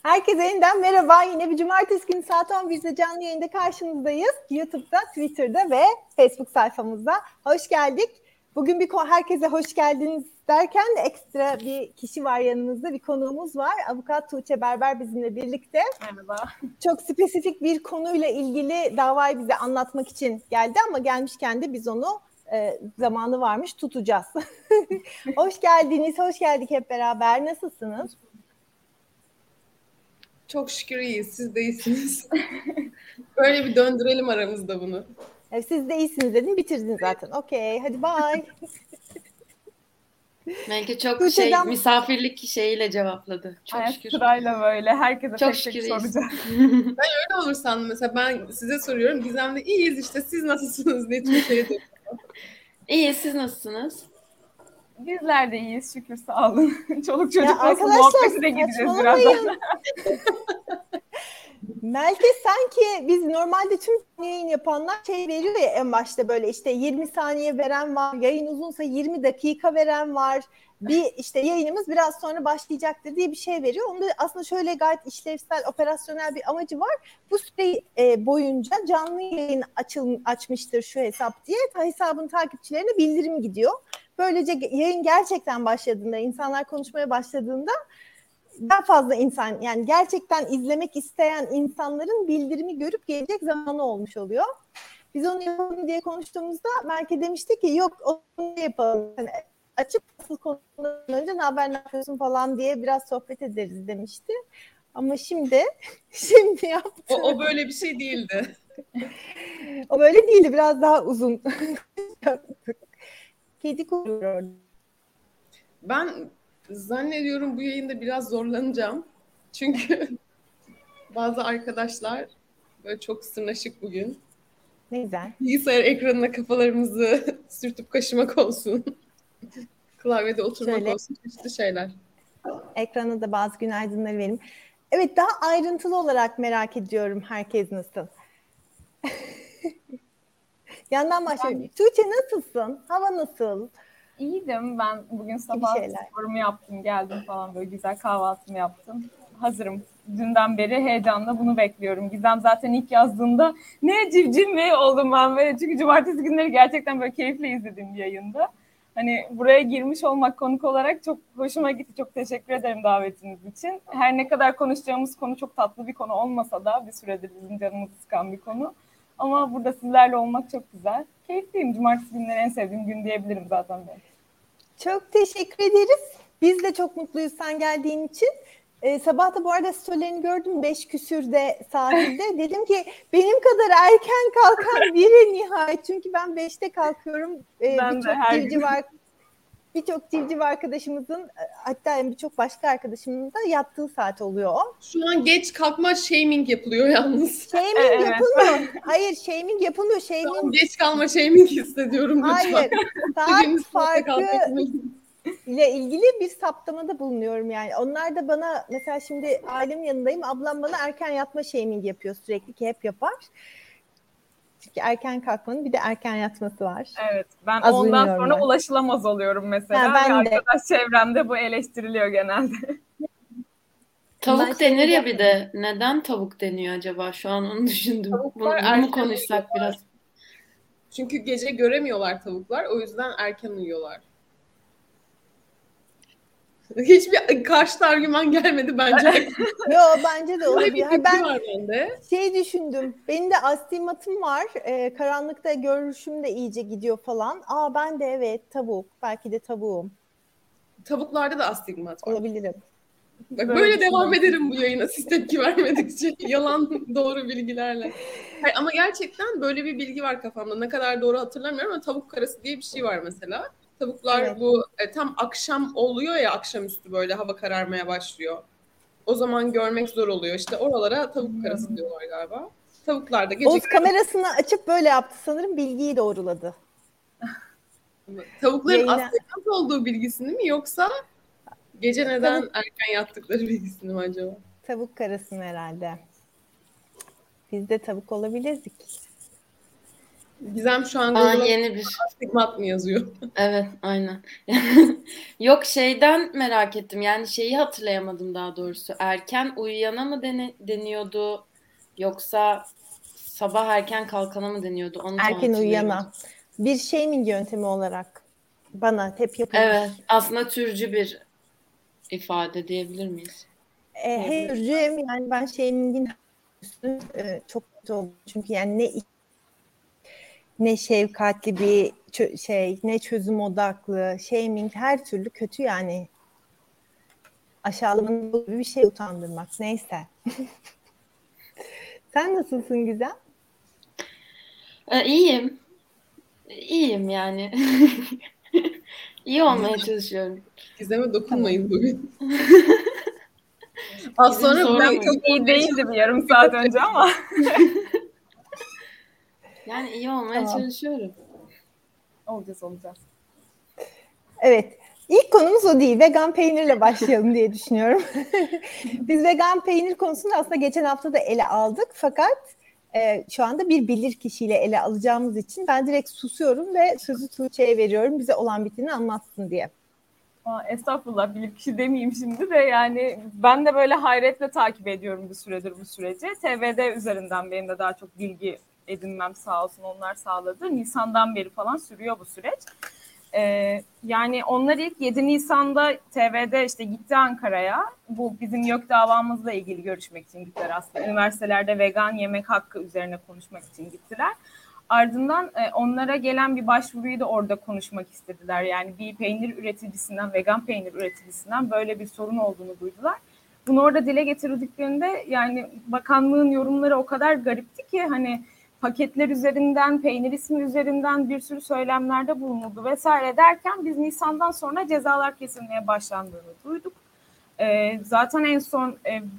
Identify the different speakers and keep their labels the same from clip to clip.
Speaker 1: Herkese yeniden merhaba. Yine bir cumartesi günü saat 11'de canlı yayında karşınızdayız. YouTube'da, Twitter'da ve Facebook sayfamızda. Hoş geldik. Bugün herkese hoş geldiniz derken de ekstra bir kişi var yanımızda. Bir konuğumuz var. Avukat Tuğçe Berber bizimle birlikte.
Speaker 2: Merhaba.
Speaker 1: Çok spesifik bir konuyla ilgili davayı bize anlatmak için geldi ama gelmişken de biz onu zamanı varmış tutacağız. Hoş geldiniz, hoş geldik hep beraber. Nasılsınız?
Speaker 3: Çok şükür iyiyiz. Siz de iyisiniz. Böyle bir döndürelim aramızda bunu.
Speaker 1: Siz de iyisiniz dedim, bitirdin zaten. Okey, hadi bye.
Speaker 4: Melike çok
Speaker 1: Tuğçe'den...
Speaker 4: misafirlik şeyiyle cevapladı. Çok şükür.
Speaker 2: Sırayla böyle herkese
Speaker 4: çok
Speaker 2: tek
Speaker 4: şükür
Speaker 2: tek soracağım.
Speaker 3: Ben öyle olur sandım. Mesela ben size soruyorum. Gizem'de iyiyiz işte. Siz nasılsınız diye Tuğçe'ye diyorum.
Speaker 4: İyi, siz nasılsınız?
Speaker 2: Bizler de iyiyiz şükür, sağ olun. Çoluk çocuk nasıl,
Speaker 1: arkadaşlar,
Speaker 2: muhabbetine gideceğiz birazdan.
Speaker 1: Melke sanki biz normalde tüm yayın yapanlar şey veriyor ya en başta, böyle işte 20 saniye veren var, yayın uzunsa 20 dakika veren var, bir işte yayınımız biraz sonra başlayacaktır diye bir şey veriyor. Onda aslında şöyle gayet işlevsel, operasyonel bir amacı var. Bu süre boyunca canlı yayın açmıştır şu hesap diye hesabın takipçilerine bildirim gidiyor. Böylece yayın gerçekten başladığında, insanlar konuşmaya başladığında daha fazla insan, yani gerçekten izlemek isteyen insanların bildirimi görüp gelecek zamanı olmuş oluyor. Biz onu yapalım diye konuştuğumuzda Melke demişti ki yok onu yapalım. Yani açıp asıl konudan önce ne haber, ne yapıyorsun falan diye biraz sohbet ederiz demişti. Ama şimdi yaptı.
Speaker 3: O böyle bir şey değildi.
Speaker 1: O böyle değildi, biraz daha uzun. Kedi koruyor orada.
Speaker 3: Ben zannediyorum bu yayında biraz zorlanacağım. Çünkü bazı arkadaşlar böyle çok sırnaşık bugün.
Speaker 1: Ne güzel.
Speaker 3: Bilgisayar ekranına kafalarımızı sürtüp kaşımak olsun. Klavyede oturmak
Speaker 1: Şöyle,
Speaker 3: olsun. Çeşitli şeyler.
Speaker 1: ekrana da bazı günaydınları verelim. Evet, daha ayrıntılı olarak merak ediyorum herkes nasıl. Yandan başlayalım. Tuğçe nasılsın? Hava nasıl?
Speaker 2: İyiydim, ben bugün sabah sporumu yaptım, geldim falan, böyle güzel kahvaltımı yaptım. Hazırım. Dünden beri heyecanla bunu bekliyorum. Gizem zaten ilk yazdığında ne civciv mi oldum ben böyle. Çünkü cumartesi günleri gerçekten böyle keyifle izlediğim bir yayında. Hani buraya girmiş olmak konuk olarak çok hoşuma gitti. Çok teşekkür ederim davetiniz için. Her ne kadar konuşacağımız konu çok tatlı bir konu olmasa da bir süredir bizim canımızı sıkan bir konu. Ama burada sizlerle olmak çok güzel. Keyifliyim. Cumartesi günleri en sevdiğim gün diyebilirim zaten ben.
Speaker 1: Çok teşekkür ederiz. Biz de çok mutluyuz sen geldiğin için. Sabah da bu arada storylerini gördüm. 5 küsürde sahilde. Dedim ki benim kadar erken kalkan biri nihayet. Çünkü ben 5'te kalkıyorum. Birçok civciv arkadaşımızın, hatta birçok başka arkadaşımın da yattığı saat oluyor o.
Speaker 3: Şu an geç kalkma shaming yapılıyor yalnız.
Speaker 1: Shaming yapılmıyor. Hayır, shaming yapılmıyor.
Speaker 3: Tamam, geç kalma shaming hissediyorum lütfen.
Speaker 1: Hayır. Saat farkı ile ilgili bir saptamada bulunuyorum yani. Onlar da bana mesela, şimdi ailem yanındayım. Ablam bana erken yatma shaming yapıyor sürekli, ki hep yapar. Çünkü erken kalkmanın bir de erken yatması var.
Speaker 2: Evet, ben ondan sonra ulaşılamaz oluyorum mesela. Ben arkadaş çevremde bu eleştiriliyor genelde.
Speaker 4: Tavuk denir ya bir de. Neden tavuk deniyor acaba? Şu an onu düşündüm. Bunu mu konuşsak biraz?
Speaker 3: Çünkü gece göremiyorlar tavuklar. O yüzden erken uyuyorlar. Hiçbir karşı argüman gelmedi bence.
Speaker 1: Yok, bence de olabilir.
Speaker 3: Ben var bende.
Speaker 1: Düşündüm. Benim de astigmatım var. Karanlıkta görüşüm de iyice gidiyor falan. Ben de evet, tavuk. Belki de tavuğum.
Speaker 3: Tavuklarda da astigmat var.
Speaker 1: Olabilirim.
Speaker 3: Böyle devam ederim bu yayına siz tepki vermedikçe. Yalan doğru bilgilerle. Hayır, ama gerçekten böyle bir bilgi var kafamda. Ne kadar doğru hatırlamıyorum ama tavuk karası diye bir şey var mesela. Tavuklar bu tam akşam oluyor ya, akşamüstü böyle hava kararmaya başlıyor. O zaman görmek zor oluyor. İşte oralara tavuk karası diyorlar galiba. Tavuklar da gece...
Speaker 1: Oğuz kamerasını açıp böyle yaptı sanırım, bilgiyi doğruladı.
Speaker 3: Tavukların astigmat olduğu bilgisini mi, yoksa gece neden erken yattıkları bilgisini mi acaba?
Speaker 1: Tavuk karasını herhalde. Biz de tavuk olabilirdik.
Speaker 3: Gizem şu an
Speaker 4: Aa,
Speaker 3: Google'a
Speaker 4: yeni bir.
Speaker 3: astigmat mı yazıyor?
Speaker 4: Evet, aynen. Yok, şeyden merak ettim. Yani şeyi hatırlayamadım daha doğrusu. Erken uyuyana mı deniyordu yoksa sabah erken kalkana mı deniyordu? Onu tam
Speaker 1: Erken
Speaker 4: hatırlayamadım.
Speaker 1: uyuyana. Bir shaming yöntemi olarak bana hep
Speaker 4: Evet,
Speaker 1: yapılmış.
Speaker 4: aslında türcü bir ifade diyebilir miyiz?
Speaker 1: Henry yani ben shaming'in çok kötü oldu. Çünkü yani ne şefkatli bir şey, ne çözüm odaklı, shaming her türlü kötü yani. Aşağılamanın gibi bir şey, utandırmak. Neyse. Sen nasılsın Güzel?
Speaker 4: İyiyim. İyiyim yani. İyi olmaya çalışıyorum.
Speaker 3: Gizem'e
Speaker 1: Tamam.
Speaker 3: dokunmayın bugün. Az
Speaker 4: Gizem'i
Speaker 3: sonra ben
Speaker 4: sormayın.
Speaker 3: çok
Speaker 2: İyi değildi bir yarım saat önce ama.
Speaker 4: Yani iyi olmaya
Speaker 1: Tamam.
Speaker 4: çalışıyorum.
Speaker 2: Olacağız.
Speaker 1: Evet. İlk konumuz o değil. Vegan peynirle başlayalım diye düşünüyorum. Biz vegan peynir konusunu aslında geçen hafta da ele aldık. Fakat şu anda bir bilirkişiyle ele alacağımız için ben direkt susuyorum ve sözü Tuğçe'ye veriyorum. Bize olan biteni anlatsın diye.
Speaker 2: Estağfurullah, bilirkişi demeyeyim şimdi de, yani ben de böyle hayretle takip ediyorum bir süredir bu süreci. TVD üzerinden benim de daha çok bilgi edinmem sağ olsun onlar sağladı. Nisan'dan beri falan sürüyor bu süreç. Yani onlar ilk 7 Nisan'da TV'de işte gitti Ankara'ya. Bu bizim YÖK davamızla ilgili görüşmek için gittiler aslında. Üniversitelerde vegan yemek hakkı üzerine konuşmak için gittiler. Ardından onlara gelen bir başvuruyu da orada konuşmak istediler. Yani bir peynir üreticisinden, vegan peynir üreticisinden böyle bir sorun olduğunu duydular. Bunu orada dile getirdiklerinde yani bakanlığın yorumları o kadar garipti ki hani paketler üzerinden, peynir ismi üzerinden bir sürü söylemlerde bulunuldu vesaire derken biz Nisan'dan sonra cezalar kesilmeye başlandığını duyduk. Zaten en son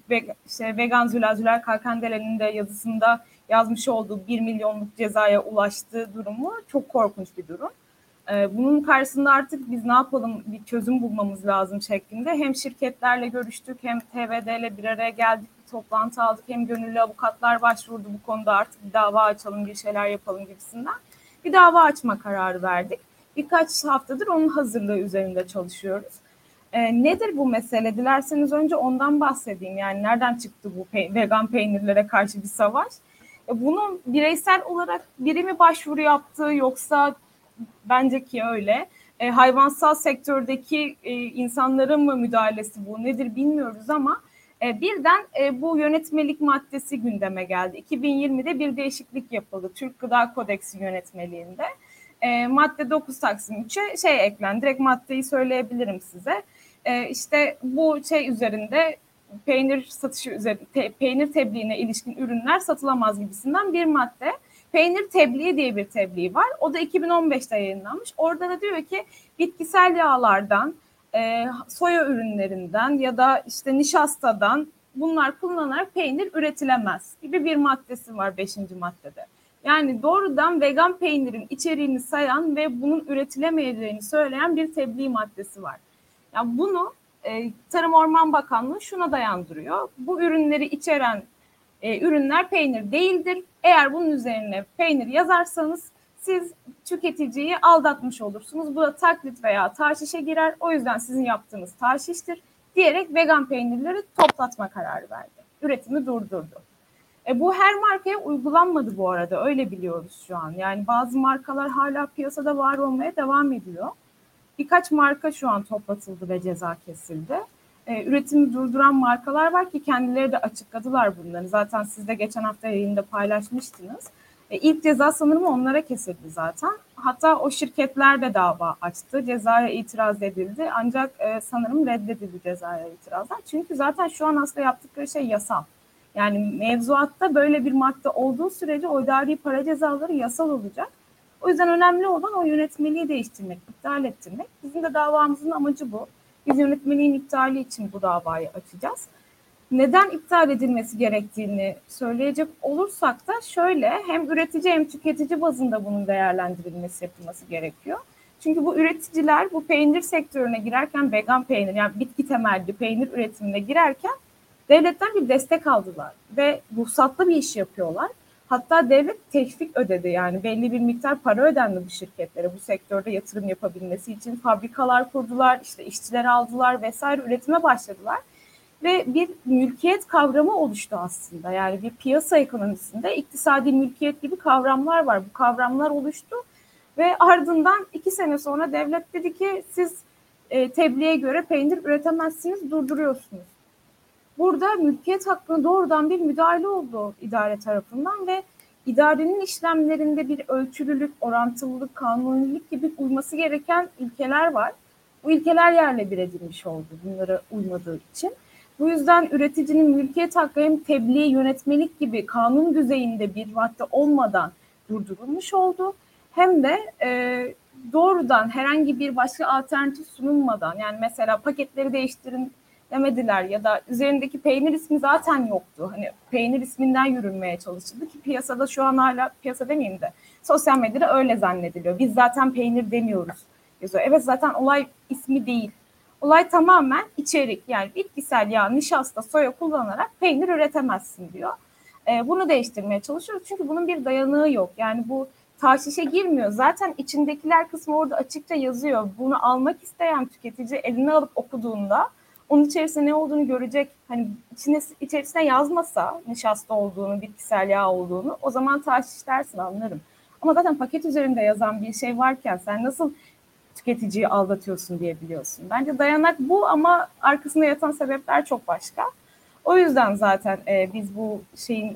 Speaker 2: Vegan Zülazüler Kalkandele'nin de yazısında yazmış olduğu 1 milyonluk cezaya ulaştığı durumu çok korkunç bir durum. Bunun karşısında artık biz ne yapalım, bir çözüm bulmamız lazım şeklinde hem şirketlerle görüştük hem TVD ile bir araya geldik, bir toplantı aldık, hem gönüllü avukatlar başvurdu bu konuda, artık bir dava açalım, bir şeyler yapalım gibisinden bir dava açma kararı verdik. Birkaç haftadır onun hazırlığı üzerinde çalışıyoruz. Nedir bu mesele? Dilerseniz önce ondan bahsedeyim. Yani nereden çıktı bu vegan peynirlere karşı bir savaş? Bunun bireysel olarak biri mi başvuru yaptı yoksa bence ki öyle. Hayvansal sektördeki insanların mı müdahalesi bu nedir bilmiyoruz ama birden bu yönetmelik maddesi gündeme geldi. 2020'de bir değişiklik yapıldı Türk Gıda Kodeksi yönetmeliğinde. Madde 9 Taksim 3'e şey eklendi. Direkt maddeyi söyleyebilirim size. İşte bu şey üzerinde peynir satışı üzerinde peynir tebliğine ilişkin ürünler satılamaz gibisinden bir madde. Peynir tebliği diye bir tebliğ var. O da 2015'te yayınlanmış. Orada da diyor ki bitkisel yağlardan, soya ürünlerinden ya da işte nişastadan bunlar kullanılarak peynir üretilemez gibi bir maddesi var 5. maddede. Yani doğrudan vegan peynirin içeriğini sayan ve bunun üretilemeyeceğini söyleyen bir tebliğ maddesi var. Yani bunu Tarım Orman Bakanlığı şuna dayandırıyor. Bu ürünleri içeren ürünler peynir değildir. Eğer bunun üzerine peynir yazarsanız siz tüketiciyi aldatmış olursunuz. Bu da taklit veya taşişe girer. O yüzden sizin yaptığınız taşiştir diyerek vegan peynirleri toplatma kararı verdi. Üretimi durdurdu. Bu her markaya uygulanmadı bu arada. Öyle biliyoruz şu an. Yani bazı markalar hala piyasada var olmaya devam ediyor. Birkaç marka şu an toplatıldı ve ceza kesildi. Üretimi durduran markalar var ki kendileri de açıkladılar bunları. Zaten siz de geçen hafta yayında paylaşmıştınız. İlk ceza sanırım onlara kesildi zaten. Hatta o şirketler de dava açtı. Cezaya itiraz edildi. Ancak sanırım reddedildi cezaya itirazlar. Çünkü zaten şu an aslında yaptıkları şey yasal. Yani mevzuatta böyle bir madde olduğu sürece o idari para cezaları yasal olacak. O yüzden önemli olan o yönetmeliği değiştirmek, iptal ettirmek. Bizim de davamızın amacı bu. Biz yönetmeliğin iptali için bu davayı açacağız. Neden iptal edilmesi gerektiğini söyleyecek olursak da şöyle, hem üretici hem tüketici bazında bunun değerlendirilmesi yapılması gerekiyor. Çünkü bu üreticiler bu peynir sektörüne girerken, vegan peynir yani bitki temelli peynir üretimine girerken devletten bir destek aldılar ve ruhsatlı bir iş yapıyorlar. Hatta devlet teşvik ödedi, yani belli bir miktar para ödendi bu şirketlere bu sektörde yatırım yapabilmesi için. Fabrikalar kurdular, işte işçiler aldılar vesaire, üretime başladılar. Ve bir mülkiyet kavramı oluştu aslında. Yani bir piyasa ekonomisinde iktisadi mülkiyet gibi kavramlar var. Bu kavramlar oluştu ve ardından 2 sene sonra devlet dedi ki siz tebliğe göre peynir üretemezsiniz, durduruyorsunuz. Burada mülkiyet hakkına doğrudan bir müdahale oldu idare tarafından ve idarenin işlemlerinde bir ölçülülük, orantılılık, kanunilik gibi uyması gereken ilkeler var. Bu ilkeler yerle bir edilmiş oldu bunlara uymadığı için. Bu yüzden üreticinin mülkiyet hakkı hem tebliğ, yönetmelik gibi kanun düzeyinde bir madde olmadan durdurulmuş oldu. Hem de doğrudan herhangi bir başka alternatif sunulmadan, yani mesela paketleri değiştirin demediler ya da üzerindeki peynir ismi zaten yoktu. Hani peynir isminden yürünmeye çalışıldı ki piyasada şu an hala, piyasa demeyeyim de sosyal medyada öyle zannediliyor. Biz zaten peynir demiyoruz yazıyor. Evet, zaten olay ismi değil. Olay tamamen içerik, yani bitkisel yağ, nişasta, soya kullanarak peynir üretemezsin diyor. Bunu değiştirmeye çalışıyoruz çünkü bunun bir dayanığı yok. Yani bu taşişe girmiyor. Zaten içindekiler kısmı orada açıkça yazıyor. Bunu almak isteyen tüketici eline alıp okuduğunda onun içerisinde ne olduğunu görecek. Hani içerisine yazmasa nişasta olduğunu, bitkisel yağ olduğunu, o zaman taşiş dersin, anlarım. Ama zaten paket üzerinde yazan bir şey varken sen nasıl tüketiciyi aldatıyorsun diye biliyorsun. Bence dayanak bu ama arkasında yatan sebepler çok başka. O yüzden zaten biz bu şeyin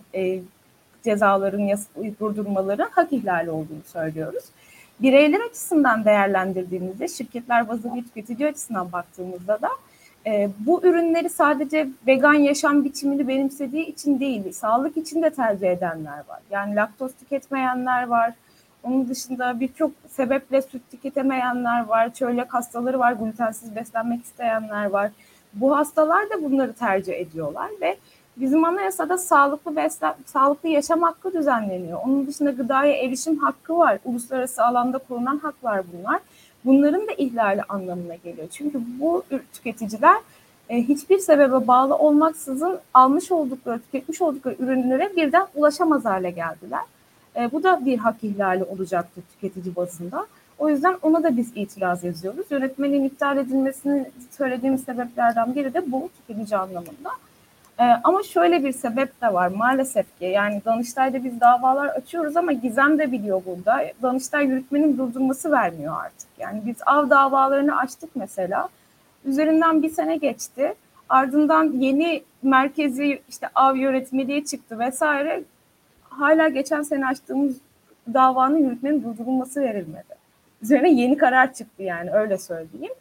Speaker 2: cezaların, durdurmaların hak ihlali olduğunu söylüyoruz. Bireyler açısından değerlendirdiğimizde, şirketler bazı bir tüketici açısından baktığımızda da bu ürünleri sadece vegan yaşam biçimini benimsediği için değil, sağlık için de tercih edenler var. Yani laktoz tüketmeyenler var. Onun dışında birçok sebeple süt tüketemeyenler var. Çölyak hastaları var, glutensiz beslenmek isteyenler var. Bu hastalar da bunları tercih ediyorlar ve bizim anayasada sağlıklı yaşam hakkı düzenleniyor. Onun dışında gıdaya erişim hakkı var. Uluslararası alanda korunan haklar bunlar. Bunların da ihlali anlamına geliyor. Çünkü bu tüketiciler hiçbir sebebe bağlı olmaksızın almış oldukları, tüketmiş oldukları ürünlere birden ulaşamaz hale geldiler. Bu da bir hak ihlali olacaktır tüketici bazında. O yüzden ona da biz itiraz yazıyoruz. Yönetmenin iptal edilmesini söylediğimiz sebeplerden biri de bu, tüketici anlamında. Ama şöyle bir sebep de var maalesef ki, yani Danıştay'da biz davalar açıyoruz ama Gizem de biliyor burada. Danıştay yürütmenin durdurması vermiyor artık. Yani biz av davalarını açtık mesela. Üzerinden 1 sene geçti. Ardından yeni merkezi işte av yönetmeliği çıktı vesaire. Hala geçen sene açtığımız davanın yürütmenin durdurulması verilmedi. Üzerine yeni karar çıktı, yani öyle söyleyeyim.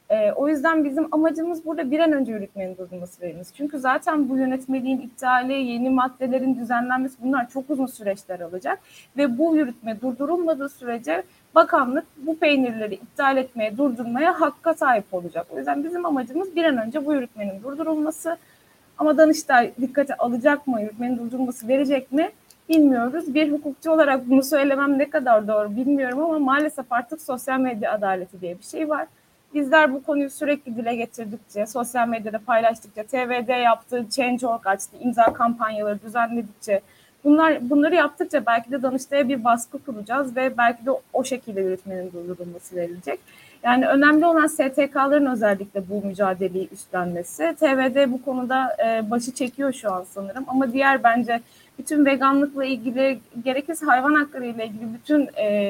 Speaker 2: O yüzden bizim amacımız burada bir an önce yürütmenin durdurulması verilmesi. Çünkü zaten bu yönetmeliğin iptali, yeni maddelerin düzenlenmesi, bunlar çok uzun süreçler alacak. Ve bu yürütme durdurulmadığı sürece bakanlık bu peynirleri iptal etmeye, durdurmaya hakka sahip olacak. O yüzden bizim amacımız bir an önce bu yürütmenin durdurulması. Ama Danıştay dikkate alacak mı, yürütmenin durdurulması verecek mi bilmiyoruz. Bir hukukçu olarak bunu söylemem ne kadar doğru bilmiyorum ama maalesef artık sosyal medya adaleti diye bir şey var. Bizler bu konuyu sürekli dile getirdikçe, sosyal medyada paylaştıkça, TVD yaptığı Change.org açtı, imza kampanyaları düzenledikçe, bunları yaptıkça belki de Danıştay'a bir baskı kuracağız ve belki de o şekilde yürütmenin durdurulması verilecek. Yani önemli olan STK'ların özellikle bu mücadeleyi üstlenmesi. TVD bu konuda başı çekiyor şu an sanırım ama diğer bence bütün veganlıkla ilgili, gerekirse hayvan hakları ile ilgili bütün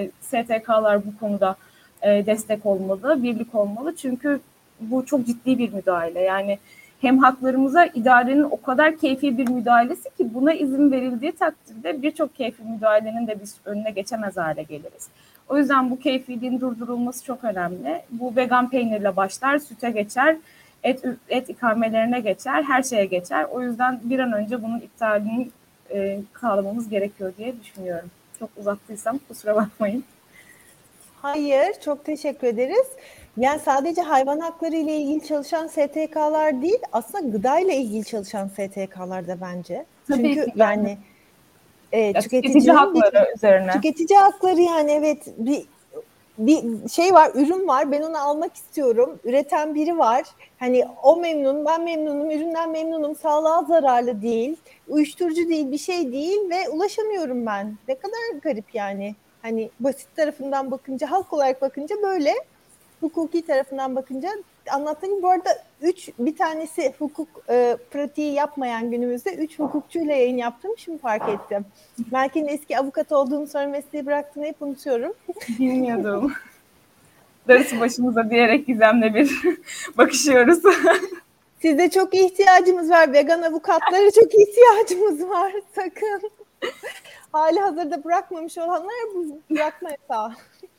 Speaker 2: STK'lar bu konuda destek olmalı, birlik olmalı. Çünkü bu çok ciddi bir müdahale. Yani hem haklarımıza idarenin o kadar keyfi bir müdahalesi ki buna izin verildiği takdirde birçok keyfi müdahalenin de biz önüne geçemez hale geliriz. O yüzden bu keyfiliğin durdurulması çok önemli. Bu vegan peynirle başlar, süte geçer, et ikamelerine geçer, her şeye geçer. O yüzden bir an önce bunun iptalini sağlamamız gerekiyor diye düşünüyorum. Çok uzattıysam kusura bakmayın.
Speaker 1: Hayır, çok teşekkür ederiz. Yani sadece hayvan hakları ile ilgili çalışan STK'lar değil, aslında gıda ile ilgili çalışan STK'lar da bence.
Speaker 2: Tabii
Speaker 1: çünkü
Speaker 2: ki
Speaker 1: yani
Speaker 2: tüketici hakları üzerine.
Speaker 1: Tüketici hakları, yani evet, bir şey var, ürün var. Ben onu almak istiyorum. Üreten biri var. Hani o memnun, ben memnunum, üründen memnunum. Sağlığa zararlı değil, uyuşturucu değil, bir şey değil ve ulaşamıyorum ben. Ne kadar garip yani. Hani basit tarafından bakınca, halk olarak bakınca böyle. Hukuki tarafından bakınca anlattığım, bu arada bir tanesi hukuk pratiği yapmayan, günümüzde 3 hukukçuyla yayın yaptım, şimdi fark ettim. Melike'nin eski avukat olduğunu, sonra mesleği bıraktığını hep unutuyorum.
Speaker 2: Bilmiyordum. Darısı başımıza diyerek Gizem'le bir bakışıyoruz.
Speaker 1: Size çok ihtiyacımız var. Vegan avukatlara çok ihtiyacımız var. Sakın. Hali hazırda bırakmamış olanlar bu bırakma yasağı.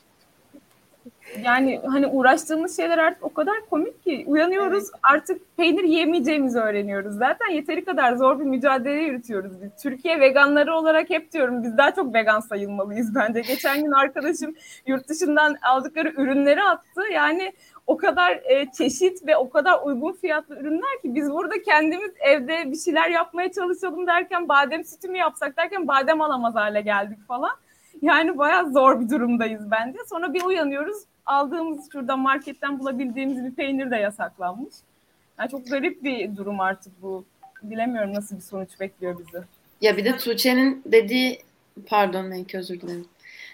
Speaker 2: Yani hani uğraştığımız şeyler artık o kadar komik ki uyanıyoruz, evet. Artık peynir yemeyeceğimizi öğreniyoruz. Zaten yeteri kadar zor bir mücadele yürütüyoruz biz. Türkiye veganları olarak hep diyorum, biz daha çok vegan sayılmalıyız bence. Geçen gün arkadaşım yurt dışından aldıkları ürünleri attı. Yani o kadar çeşit ve o kadar uygun fiyatlı ürünler ki biz burada kendimiz evde bir şeyler yapmaya çalışalım derken, badem sütü mü yapsak derken badem alamaz hale geldik falan. Yani bayağı zor bir durumdayız bence. Sonra bir uyanıyoruz, aldığımız şuradan marketten bulabildiğimiz bir peynir de yasaklanmış. Yani çok garip bir durum artık bu. Bilemiyorum nasıl bir sonuç bekliyor bizi.
Speaker 4: Ya bir de Tuğçe'nin dediği, pardon Melike, özür dilerim.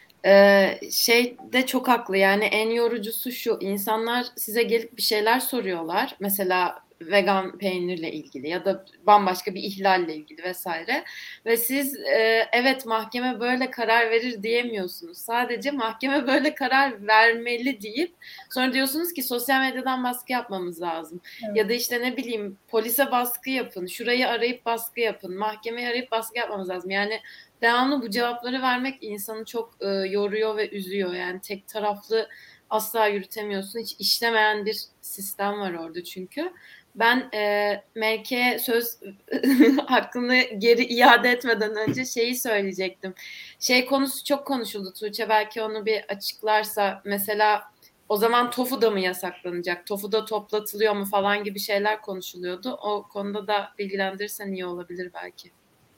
Speaker 4: Şey de çok haklı, yani en yorucusu şu: insanlar size gelip bir şeyler soruyorlar. Mesela vegan peynirle ilgili ya da bambaşka bir ihlalle ilgili vesaire. Ve siz evet mahkeme böyle karar verir diyemiyorsunuz. Sadece mahkeme böyle karar vermeli deyip sonra diyorsunuz ki sosyal medyadan baskı yapmamız lazım. Evet. Ya da işte ne bileyim, polise baskı yapın, şurayı arayıp baskı yapın, mahkemeyi arayıp baskı yapmamız lazım. Yani devamlı bu cevapları vermek insanı çok yoruyor ve üzüyor. Yani tek taraflı asla yürütemiyorsun. Hiç işlemeyen bir sistem var orada çünkü. Ben Melike'ye söz hakkını geri iade etmeden önce şeyi söyleyecektim. Şey konusu çok konuşuldu. Tuğçe belki onu bir açıklarsa. Mesela o zaman tofu da mı yasaklanacak? Tofu da toplatılıyor mu falan gibi şeyler konuşuluyordu. O konuda da bilgilendirirsen iyi olabilir belki.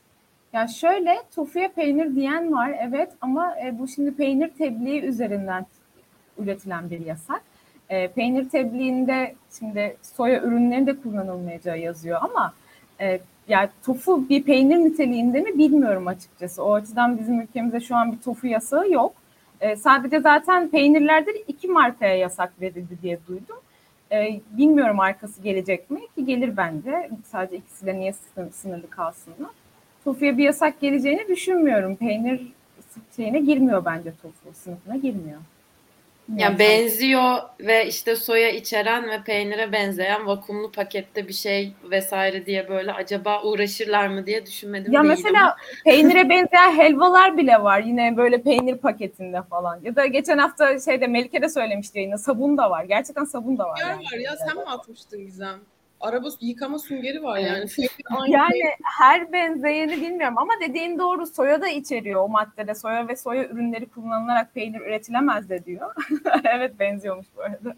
Speaker 2: Ya şöyle, tofuya peynir diyen var evet, ama bu şimdi peynir tebliği üzerinden üretilen bir yasak. Peynir tebliğinde şimdi soya ürünlerinin de kullanılmayacağı yazıyor ama yani tofu bir peynir niteliğinde mi bilmiyorum açıkçası. O açıdan bizim ülkemizde şu an bir tofu yasağı yok. Sadece zaten peynirlerde 2 markaya yasak verildi diye duydum. Bilmiyorum arkası gelecek mi, ki gelir bence. Sadece ikisiyle niye sınırlı kalsınlar. Tofuya bir yasak geleceğini düşünmüyorum. Peynir şeyine girmiyor bence, tofu sınıfına girmiyor.
Speaker 4: Yani benziyor ve işte soya içeren ve peynire benzeyen vakumlu pakette bir şey vesaire diye böyle acaba uğraşırlar mı diye düşünmedim
Speaker 2: ya
Speaker 4: değilim.
Speaker 2: Mesela peynire benzeyen helvalar bile var yine böyle peynir paketinde falan. Ya da geçen hafta Melike de söylemişti yayında, sabun da var. Gerçekten sabun da var.
Speaker 3: Sünger
Speaker 2: yani.
Speaker 3: Var ya, sen mi atmıştın Gizem? Araba yıkama süngeri var yani.
Speaker 2: Yani her benzeyeni bilmiyorum ama dediğin doğru, soya da içeriyor o maddede. Soya ve soya ürünleri kullanılarak peynir üretilemez de diyor. Evet, benziyormuş bu arada.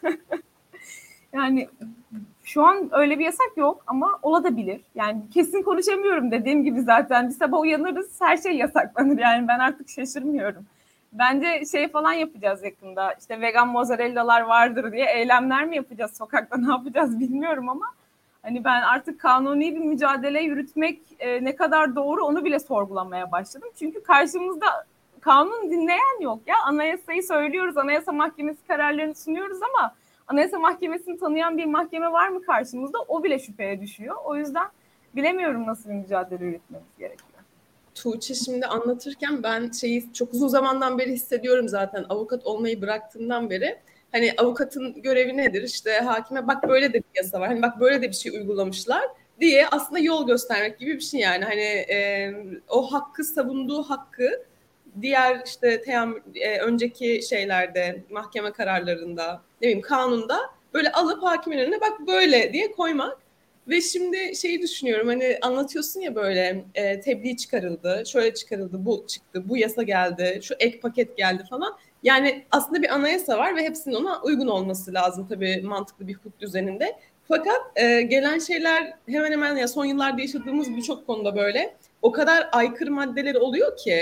Speaker 2: Yani şu an öyle bir yasak yok ama olabilir. Yani kesin konuşamıyorum, dediğim gibi zaten. Bir sabah uyanırız, her şey yasaklanır. Yani ben artık şaşırmıyorum. Bence falan yapacağız yakında. İşte vegan mozzarellalar vardır diye eylemler mi yapacağız? Sokakta ne yapacağız bilmiyorum ama hani ben artık kanuni bir mücadele yürütmek ne kadar doğru onu bile sorgulamaya başladım. Çünkü karşımızda kanun dinleyen yok ya. Anayasayı söylüyoruz, Anayasa Mahkemesi kararlarını sunuyoruz ama Anayasa Mahkemesi'ni tanıyan bir mahkeme var mı karşımızda? O bile şüpheye düşüyor. O yüzden bilemiyorum nasıl bir mücadele yürütmemiz gerekiyor.
Speaker 3: Tuğçe şimdi anlatırken ben çok uzun zamandan beri hissediyorum zaten, avukat olmayı bıraktığımdan beri. Hani avukatın görevi nedir? İşte hakime bak böyle de bir yasa var, hani bak böyle de bir şey uygulamışlar diye aslında yol göstermek gibi bir şey yani. Hani o hakkı, savunduğu hakkı diğer işte önceki şeylerde, mahkeme kararlarında, ne bileyim kanunda böyle alıp hakimin önüne bak böyle diye koymak. Ve şimdi düşünüyorum, hani anlatıyorsun ya böyle tebliğ çıkarıldı, şöyle çıkarıldı, bu çıktı, bu yasa geldi, şu ek paket geldi falan. Yani aslında bir anayasa var ve hepsinin ona uygun olması lazım tabii, mantıklı bir hukuk düzeninde. Fakat gelen şeyler hemen hemen ya son yıllarda yaşadığımız birçok konuda böyle o kadar aykırı maddeler oluyor ki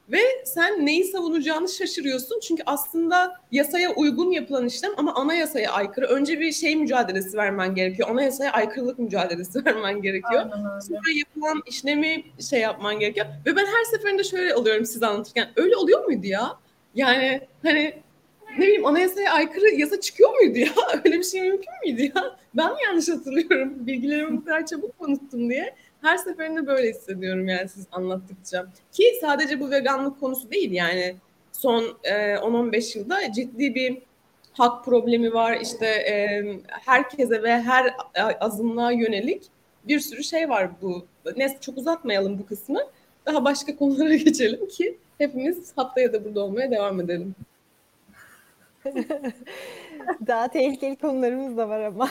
Speaker 3: Ve sen neyi savunacağını şaşırıyorsun. Çünkü aslında yasaya uygun yapılan işlem ama anayasaya aykırı. Önce bir şey mücadelesi vermen gerekiyor. Anayasaya aykırılık mücadelesi vermen gerekiyor. Sonra yapılan işlemi şey yapman gerekiyor. Ve ben her seferinde şöyle oluyorum size anlatırken. Öyle oluyor muydu ya? Yani hani ne bileyim anayasaya aykırı yasa çıkıyor muydu ya? Öyle bir şey mümkün müydü ya? Ben mi yanlış hatırlıyorum? Bilgilerimi bu kadar çabuk unuttum diye. Her seferinde böyle hissediyorum yani siz anlattıkça. Ki sadece bu veganlık konusu değil yani. Son 10-15 yılda ciddi bir hak problemi var. İşte herkese ve her azınlığa yönelik bir sürü şey var bu. Neyse çok uzatmayalım bu kısmı. Daha başka konulara geçelim ki hepimiz haftaya da burada olmaya devam edelim.
Speaker 1: Daha tehlikeli konularımız da var ama.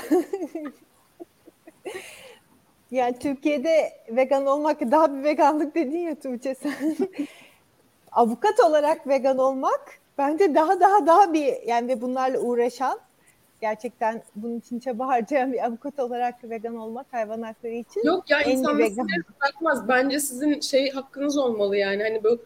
Speaker 1: Yani Türkiye'de vegan olmak daha bir veganlık dedin ya Tuğçe sen. Avukat olarak vegan olmak bence daha bir yani ve bunlarla uğraşan gerçekten bunun için çaba harcayan bir avukat olarak vegan olmak hayvan hakları için
Speaker 3: yok ya
Speaker 1: en
Speaker 3: insanlar sizi bırakmaz. Bence sizin şey hakkınız olmalı yani hani bu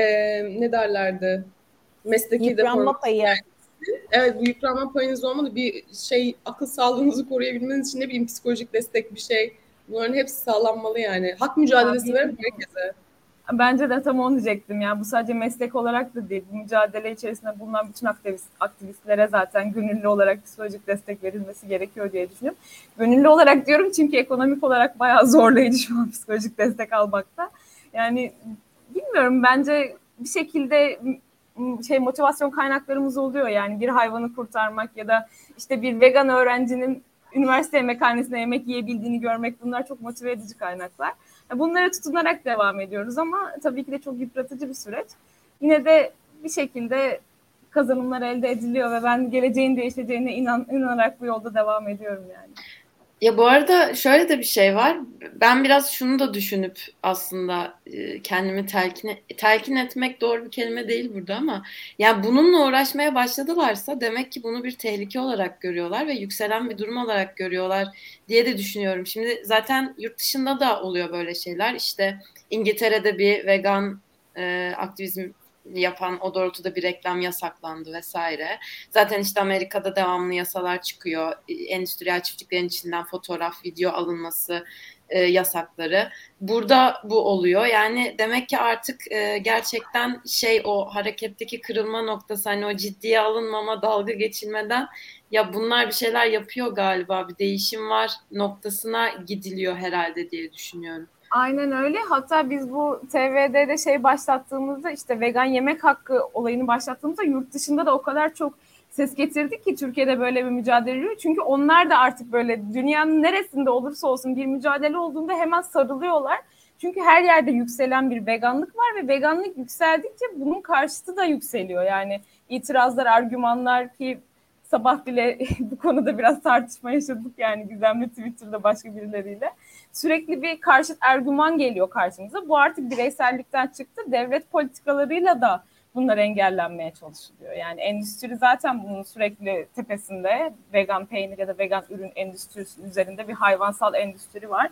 Speaker 3: ne derlerdi mesleki
Speaker 1: yıpranma payı.
Speaker 3: Yani, evet bu yıpranma payınız olmalı. Bir şey akıl sağlığınızı koruyabilmeniz için ne bileyim psikolojik destek bir şey. Bunların hepsi sağlanmalı yani. Hak mücadelesi verir herkese.
Speaker 2: Bence de tam onu diyecektim. Yani bu sadece meslek olarak da değil. Bu mücadele içerisinde bulunan bütün aktivistlere zaten gönüllü olarak psikolojik destek verilmesi gerekiyor diye düşünüyorum. Gönüllü olarak diyorum çünkü ekonomik olarak bayağı zorlayıcı şu an psikolojik destek almakta. Yani bilmiyorum bence bir şekilde motivasyon kaynaklarımız oluyor. Yani bir hayvanı kurtarmak ya da işte bir vegan öğrencinin üniversite yemekhanesinde yemek yiyebildiğini görmek bunlar çok motive edici kaynaklar. Bunlara tutunarak devam ediyoruz ama tabii ki de çok yıpratıcı bir süreç. Yine de bir şekilde kazanımlar elde ediliyor ve ben geleceğin değişeceğine inanarak bu yolda devam ediyorum yani.
Speaker 4: Ya bu arada şöyle de bir şey var. Ben biraz şunu da düşünüp aslında kendimi telkin etmek doğru bir kelime değil burada ama yani bununla uğraşmaya başladılarsa demek ki bunu bir tehlike olarak görüyorlar ve yükselen bir durum olarak görüyorlar diye de düşünüyorum. Şimdi zaten yurt dışında da oluyor böyle şeyler. İşte İngiltere'de bir vegan aktivizm yapan o doğrultuda bir reklam yasaklandı vesaire. Zaten işte Amerika'da devamlı yasalar çıkıyor. Endüstriyel çiftliklerin içinden fotoğraf, video alınması yasakları. Burada bu oluyor. Yani demek ki artık gerçekten o hareketteki kırılma noktası hani o ciddiye alınmama, dalga geçilmeden ya bunlar bir şeyler yapıyor galiba bir değişim var noktasına gidiliyor herhalde diye düşünüyorum.
Speaker 2: Aynen öyle. Hatta biz bu TVD'de başlattığımızda işte vegan yemek hakkı olayını başlattığımızda yurt dışında da o kadar çok ses getirdik ki Türkiye'de böyle bir mücadele ediyor. Çünkü onlar da artık böyle dünyanın neresinde olursa olsun bir mücadele olduğunda hemen sarılıyorlar. Çünkü her yerde yükselen bir veganlık var ve veganlık yükseldikçe bunun karşıtı da yükseliyor. Yani itirazlar, argümanlar ki sabah bile bu konuda biraz tartışma yaşadık yani Gizem'le Twitter'da başka birileriyle. Sürekli bir karşıt argüman geliyor karşımıza. Bu artık bireysellikten çıktı. Devlet politikalarıyla da bunlar engellenmeye çalışılıyor. Yani endüstri zaten bunun sürekli tepesinde. Vegan peynir ya da vegan ürün endüstrisi üzerinde bir hayvansal endüstri var.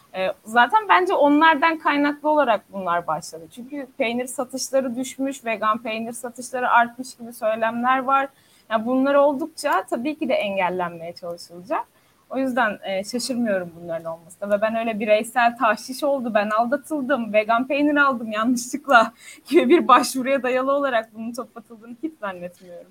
Speaker 2: Zaten bence onlardan kaynaklı olarak bunlar başladı. Çünkü peynir satışları düşmüş, vegan peynir satışları artmış gibi söylemler var. Yani bunlar oldukça tabii ki de engellenmeye çalışılacak. O yüzden şaşırmıyorum bunların olmasına. Ve ben öyle bireysel tahşiş oldu, ben aldatıldım, vegan peynir aldım yanlışlıkla gibi bir başvuruya dayalı olarak bunun toplatıldığını hiç zannetmiyorum.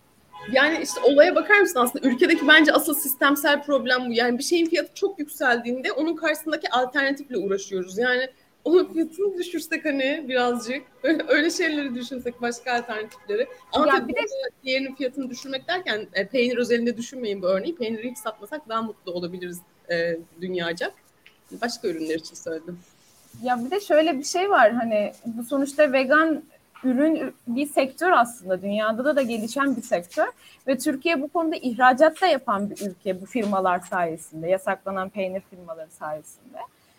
Speaker 3: Yani işte olaya bakar mısın aslında ülkedeki bence asıl sistemsel problem bu. Yani bir şeyin fiyatı çok yükseldiğinde onun karşısındaki alternatifle uğraşıyoruz. Yani onun fiyatını düşürsek hani birazcık öyle şeyleri düşünsek başka alternatifleri. Ama ya tabii diğerinin fiyatını düşürmek derken peynir özelinde düşünmeyin bu örneği. Peyniri hiç satmasak daha mutlu olabiliriz dünyaca. Başka ürünler için söyledim.
Speaker 2: Ya bir de şöyle bir şey var hani bu sonuçta vegan ürün bir sektör aslında dünyada da gelişen bir sektör ve Türkiye bu konuda ihracat da yapan bir ülke bu firmalar sayesinde yasaklanan peynir firmaları sayesinde.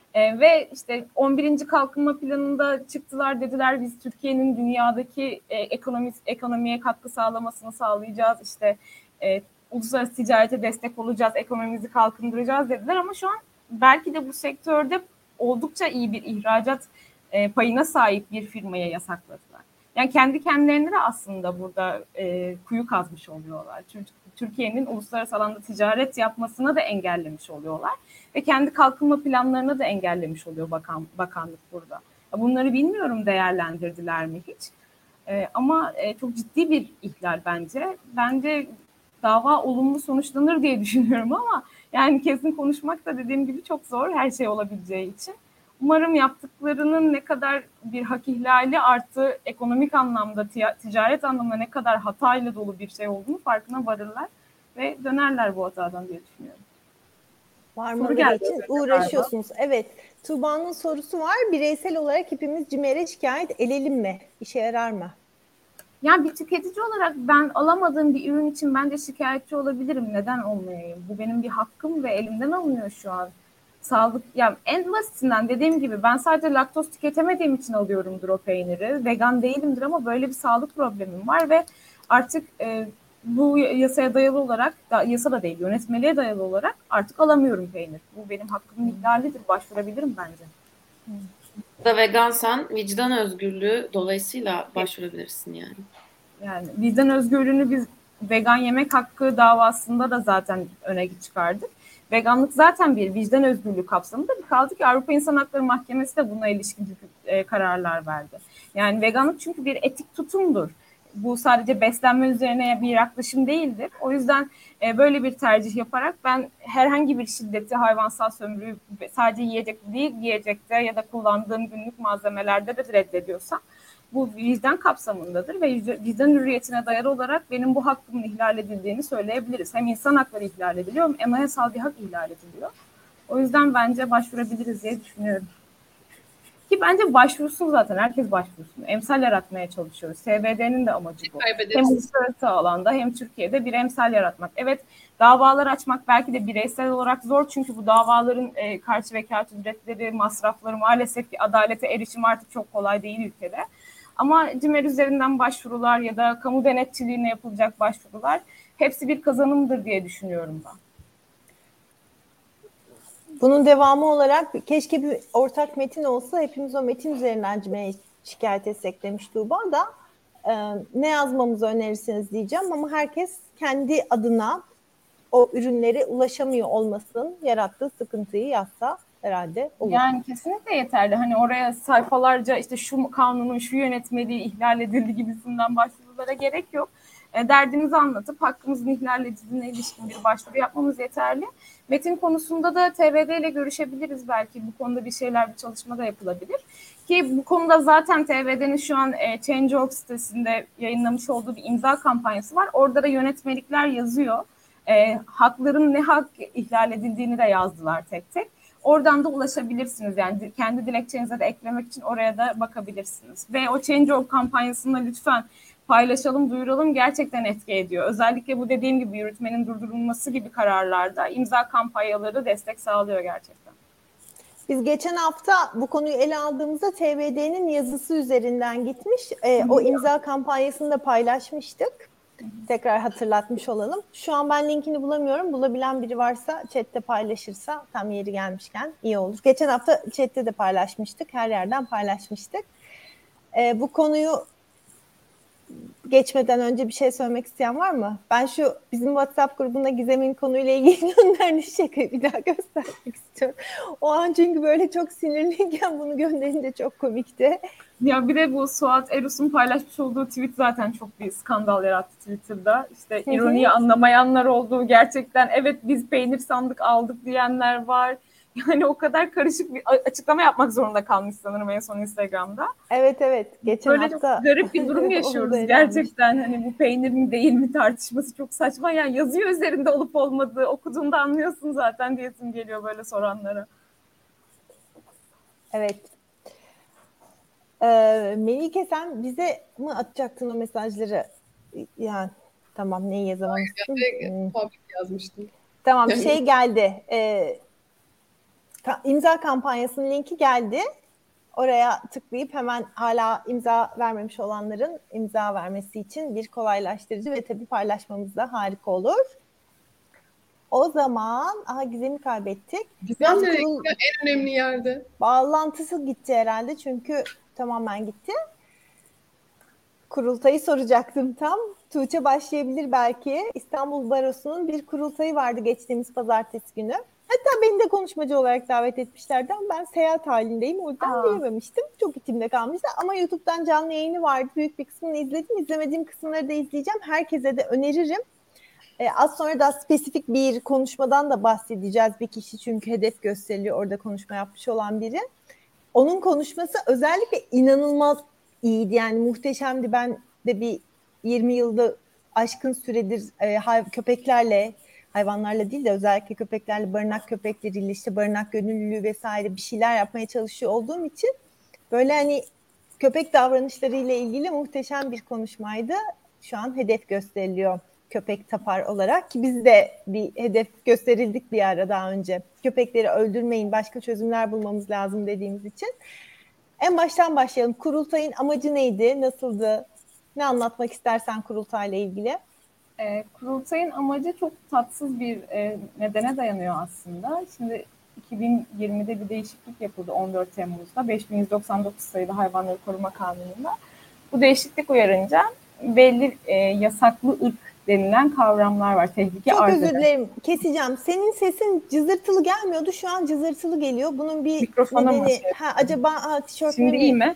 Speaker 2: Ve işte 11. kalkınma planında çıktılar dediler biz Türkiye'nin dünyadaki ekonomiye katkı sağlamasını sağlayacağız işte uluslararası ticarete destek olacağız ekonomimizi kalkındıracağız dediler ama şu an belki de bu sektörde oldukça iyi bir ihracat payına sahip bir firmaya yasakladılar. Yani kendi kendilerine de aslında burada kuyu kazmış oluyorlar. Çünkü Türkiye'nin uluslararası alanda ticaret yapmasına da engellemiş oluyorlar. Ve kendi kalkınma planlarını da engellemiş oluyor bakanlık burada. Bunları bilmiyorum değerlendirdiler mi hiç. Ama çok ciddi bir ihlal bence. Bence dava olumlu sonuçlanır diye düşünüyorum ama yani kesin konuşmak da dediğim gibi çok zor her şey olabileceği için. Umarım yaptıklarının ne kadar bir hak ihlali artı ekonomik anlamda, ticaret anlamında ne kadar hatayla dolu bir şey olduğunu farkına varırlar ve dönerler bu hatadan diye düşünüyorum.
Speaker 1: Varmaları için uğraşıyorsunuz. Galiba. Evet. Tuğba'nın sorusu var. Bireysel olarak hepimiz CİMER'e şikayet edelim mi? İşe yarar mı?
Speaker 2: Yani bir tüketici olarak ben alamadığım bir ürün için bence şikayetçi olabilirim. Neden olmayayım? Bu benim bir hakkım ve elimden alınıyor şu an. Sağlık, yani en basitinden dediğim gibi ben sadece laktoz tüketemediğim için alıyorumdur o peyniri. Vegan değilimdir ama böyle bir sağlık problemim var ve artık bu yasaya dayalı olarak, yasa da değil, yönetmeliğe dayalı olarak artık alamıyorum peynir. Bu benim hakkımın ihlalidir. Başvurabilirim bence.
Speaker 4: Da vegansan vicdan özgürlüğü dolayısıyla başvurabilirsin yani.
Speaker 2: Yani vicdan özgürlüğünü biz vegan yemek hakkı davasında da zaten öne çıkardık. Veganlık zaten bir vicdan özgürlüğü kapsamında kaldı ki Avrupa İnsan Hakları Mahkemesi de buna ilişkin kararlar verdi. Yani veganlık çünkü bir etik tutumdur. Bu sadece beslenme üzerine bir yaklaşım değildir. O yüzden böyle bir tercih yaparak ben herhangi bir şiddeti, hayvansal sömürüyü sadece yiyecek değil, yiyecekte ya da kullandığım günlük malzemelerde de reddediyorsam bu vicdan kapsamındadır ve vicdan hürriyetine dayalı olarak benim bu hakkımın ihlal edildiğini söyleyebiliriz. Hem insan hakları ihlal ediliyor hem anayasal bir hak ihlal ediliyor. O yüzden bence başvurabiliriz diye düşünüyorum. Ki bence başvursun zaten. Herkes başvursun. Emsal yaratmaya çalışıyoruz. SBD'nin de amacı bu. Hem uluslararası alanda hem Türkiye'de bir emsal yaratmak. Evet, davalar açmak belki de bireysel olarak zor. Çünkü bu davaların karşı vekalet ücretleri, masrafları maalesef ki adalete erişim artık çok kolay değil ülkede. Ama CİMER üzerinden başvurular ya da kamu denetçiliğine yapılacak başvurular hepsi bir kazanımdır diye düşünüyorum ben.
Speaker 1: Bunun devamı olarak keşke bir ortak metin olsa hepimiz o metin üzerinden CİMER'e şikayet etsek demiş Tuğba da. Ne yazmamızı önerirsiniz diyeceğim ama herkes kendi adına o ürünlere ulaşamıyor olmasının yarattığı sıkıntıyı yazsa herhalde olur.
Speaker 2: Yani kesinlikle yeterli. Hani oraya sayfalarca işte şu kanunun şu yönetmeliği ihlal edildi gibisinden başvurulara gerek yok. Derdimizi anlatıp hakkımızın ihlal edildiğine ilişkin bir başvuru yapmamız yeterli. Metin konusunda da TVD ile görüşebiliriz belki. Bu konuda bir çalışma da yapılabilir. Ki bu konuda zaten TVD'nin şu an Change.org sitesinde yayınlamış olduğu bir imza kampanyası var. Orada da yönetmelikler yazıyor. Hakların ne hak ihlal edildiğini de yazdılar tek tek. Oradan da ulaşabilirsiniz. Yani kendi dilekçenize de eklemek için oraya da bakabilirsiniz. Ve o Change.org kampanyasında lütfen paylaşalım, duyuralım, gerçekten etki ediyor. Özellikle bu dediğim gibi yürütmenin durdurulması gibi kararlarda imza kampanyaları destek sağlıyor gerçekten.
Speaker 1: Biz geçen hafta bu konuyu ele aldığımızda TVD'nin yazısı üzerinden gitmiş. O imza kampanyasını da paylaşmıştık. Tekrar hatırlatmış olalım. Şu an ben linkini bulamıyorum. Bulabilen biri varsa chatte paylaşırsa tam yeri gelmişken iyi olur. Geçen hafta chatte de paylaşmıştık. Her yerden paylaşmıştık. Bu konuyu geçmeden önce bir şey söylemek isteyen var mı? Ben şu bizim WhatsApp grubunda Gizem'in konuyla ilgili gönderdiği şakayı bir daha göstermek istiyorum. O an çünkü böyle çok sinirliyken bunu gönderince çok komikti.
Speaker 2: Ya bir de bu Suat Erus'un paylaşmış olduğu tweet zaten çok bir skandal yarattı Twitter'da. İşte ironiyi anlamayanlar oldu. Gerçekten evet biz peynir sandık aldık diyenler var. Yani o kadar karışık bir açıklama yapmak zorunda kalmış sanırım en son Instagram'da.
Speaker 1: Evet. Geçen
Speaker 2: böyle
Speaker 1: hafta
Speaker 2: çok garip bir durum yaşıyoruz gerçekten. Hani bu peynir mi değil mi tartışması çok saçma. Yani yazıyor üzerinde olup olmadığı, okuduğunda anlıyorsun zaten diyesim geliyor böyle soranlara.
Speaker 1: Evet. Melike sen bize mi atacaktın o mesajları? Yani tamam neyi yazamamıştın?
Speaker 3: Public yazmıştım.
Speaker 1: Tamam şey geldi. İmza kampanyasının linki geldi. Oraya tıklayıp hemen hala imza vermemiş olanların imza vermesi için bir kolaylaştırıcı ve tabii paylaşmamız da harika olur. O zaman Gizem'i kaybettik.
Speaker 3: Gizem nereye gitti? En önemli yerde.
Speaker 1: Bağlantısı gitti herhalde çünkü tamamen gitti. Kurultayı soracaktım tam. Tuğçe başlayabilir belki. İstanbul Barosu'nun bir kurultayı vardı geçtiğimiz pazartesi günü. Hatta beni de konuşmacı olarak davet etmişlerdi ama ben seyahat halindeyim. O yüzden gelememiştim. Çok içimde kalmıştı. Ama YouTube'dan canlı yayını vardı. Büyük bir kısmını izledim. İzlemediğim kısımları da izleyeceğim. Herkese de öneririm. Az sonra da spesifik bir konuşmadan da bahsedeceğiz. Bir kişi çünkü hedef gösteriliyor. Orada konuşma yapmış olan biri. Onun konuşması özellikle inanılmaz iyiydi. Yani muhteşemdi. Ben de bir 20 yılda aşkın süredir köpeklerle, hayvanlarla değil de özellikle köpeklerle, barınak köpekleriyle işte barınak gönüllülüğü vesaire bir şeyler yapmaya çalışıyor olduğum için böyle hani köpek davranışlarıyla ilgili muhteşem bir konuşmaydı. Şu an hedef gösteriliyor köpek tapar olarak ki biz de bir hedef gösterildik bir ara daha önce. Köpekleri öldürmeyin, başka çözümler bulmamız lazım dediğimiz için. En baştan başlayalım. Kurultayın amacı neydi? Nasıldı? Ne anlatmak istersen kurultayla ilgili?
Speaker 2: Kurultayın amacı çok tatsız bir nedene dayanıyor aslında. Şimdi 2020'de bir değişiklik yapıldı 14 Temmuz'da 5199 sayılı Hayvanları Koruma Kanunu'nda. Bu değişiklik uyarınca belli yasaklı ırk denilen kavramlar var. Tehlike
Speaker 1: arz eden. Çok özür dilerim. Keseceğim. Senin sesin cızırtılı gelmiyordu. Şu an cızırtılı geliyor. Bunun bir
Speaker 2: mikrofona
Speaker 1: nedeni. Acaba tişörtüne
Speaker 2: şimdi iyi mi?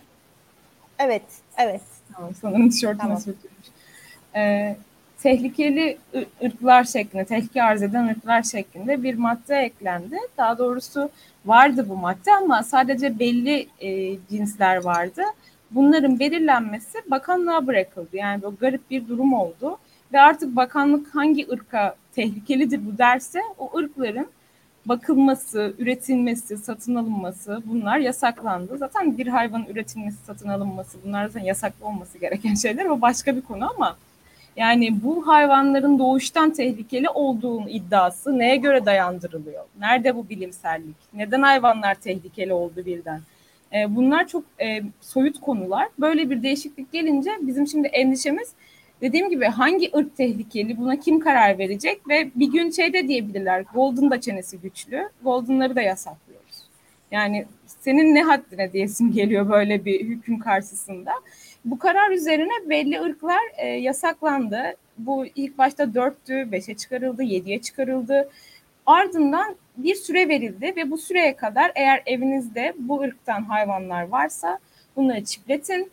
Speaker 1: Evet.
Speaker 2: Tamam, sanırım tişörtüne sürtülmüş. Tehlikeli ırklar şeklinde, tehlike arz eden ırklar şeklinde bir madde eklendi. Daha doğrusu vardı bu madde ama sadece belli cinsler vardı. Bunların belirlenmesi bakanlığa bırakıldı. Yani böyle garip bir durum oldu. Ve artık bakanlık hangi ırka tehlikelidir bu derse o ırkların bakılması, üretilmesi, satın alınması bunlar yasaklandı. Zaten bir hayvanın üretilmesi, satın alınması bunlar zaten yasaklı olması gereken şeyler. O başka bir konu ama yani bu hayvanların doğuştan tehlikeli olduğu iddiası neye göre dayandırılıyor? Nerede bu bilimsellik? Neden hayvanlar tehlikeli oldu birden? Bunlar çok soyut konular. Böyle bir değişiklik gelince bizim şimdi endişemiz dediğim gibi hangi ırk tehlikeli, buna kim karar verecek ve bir gün de diyebilirler, Golden da çenesi güçlü, Golden'ları da yasaklıyoruz. Yani senin ne haddine diyesim geliyor böyle bir hüküm karşısında. Bu karar üzerine belli ırklar yasaklandı. Bu ilk başta 4'tü, 5'e çıkarıldı, 7'ye çıkarıldı. Ardından bir süre verildi ve bu süreye kadar eğer evinizde bu ırktan hayvanlar varsa bunları çipletin.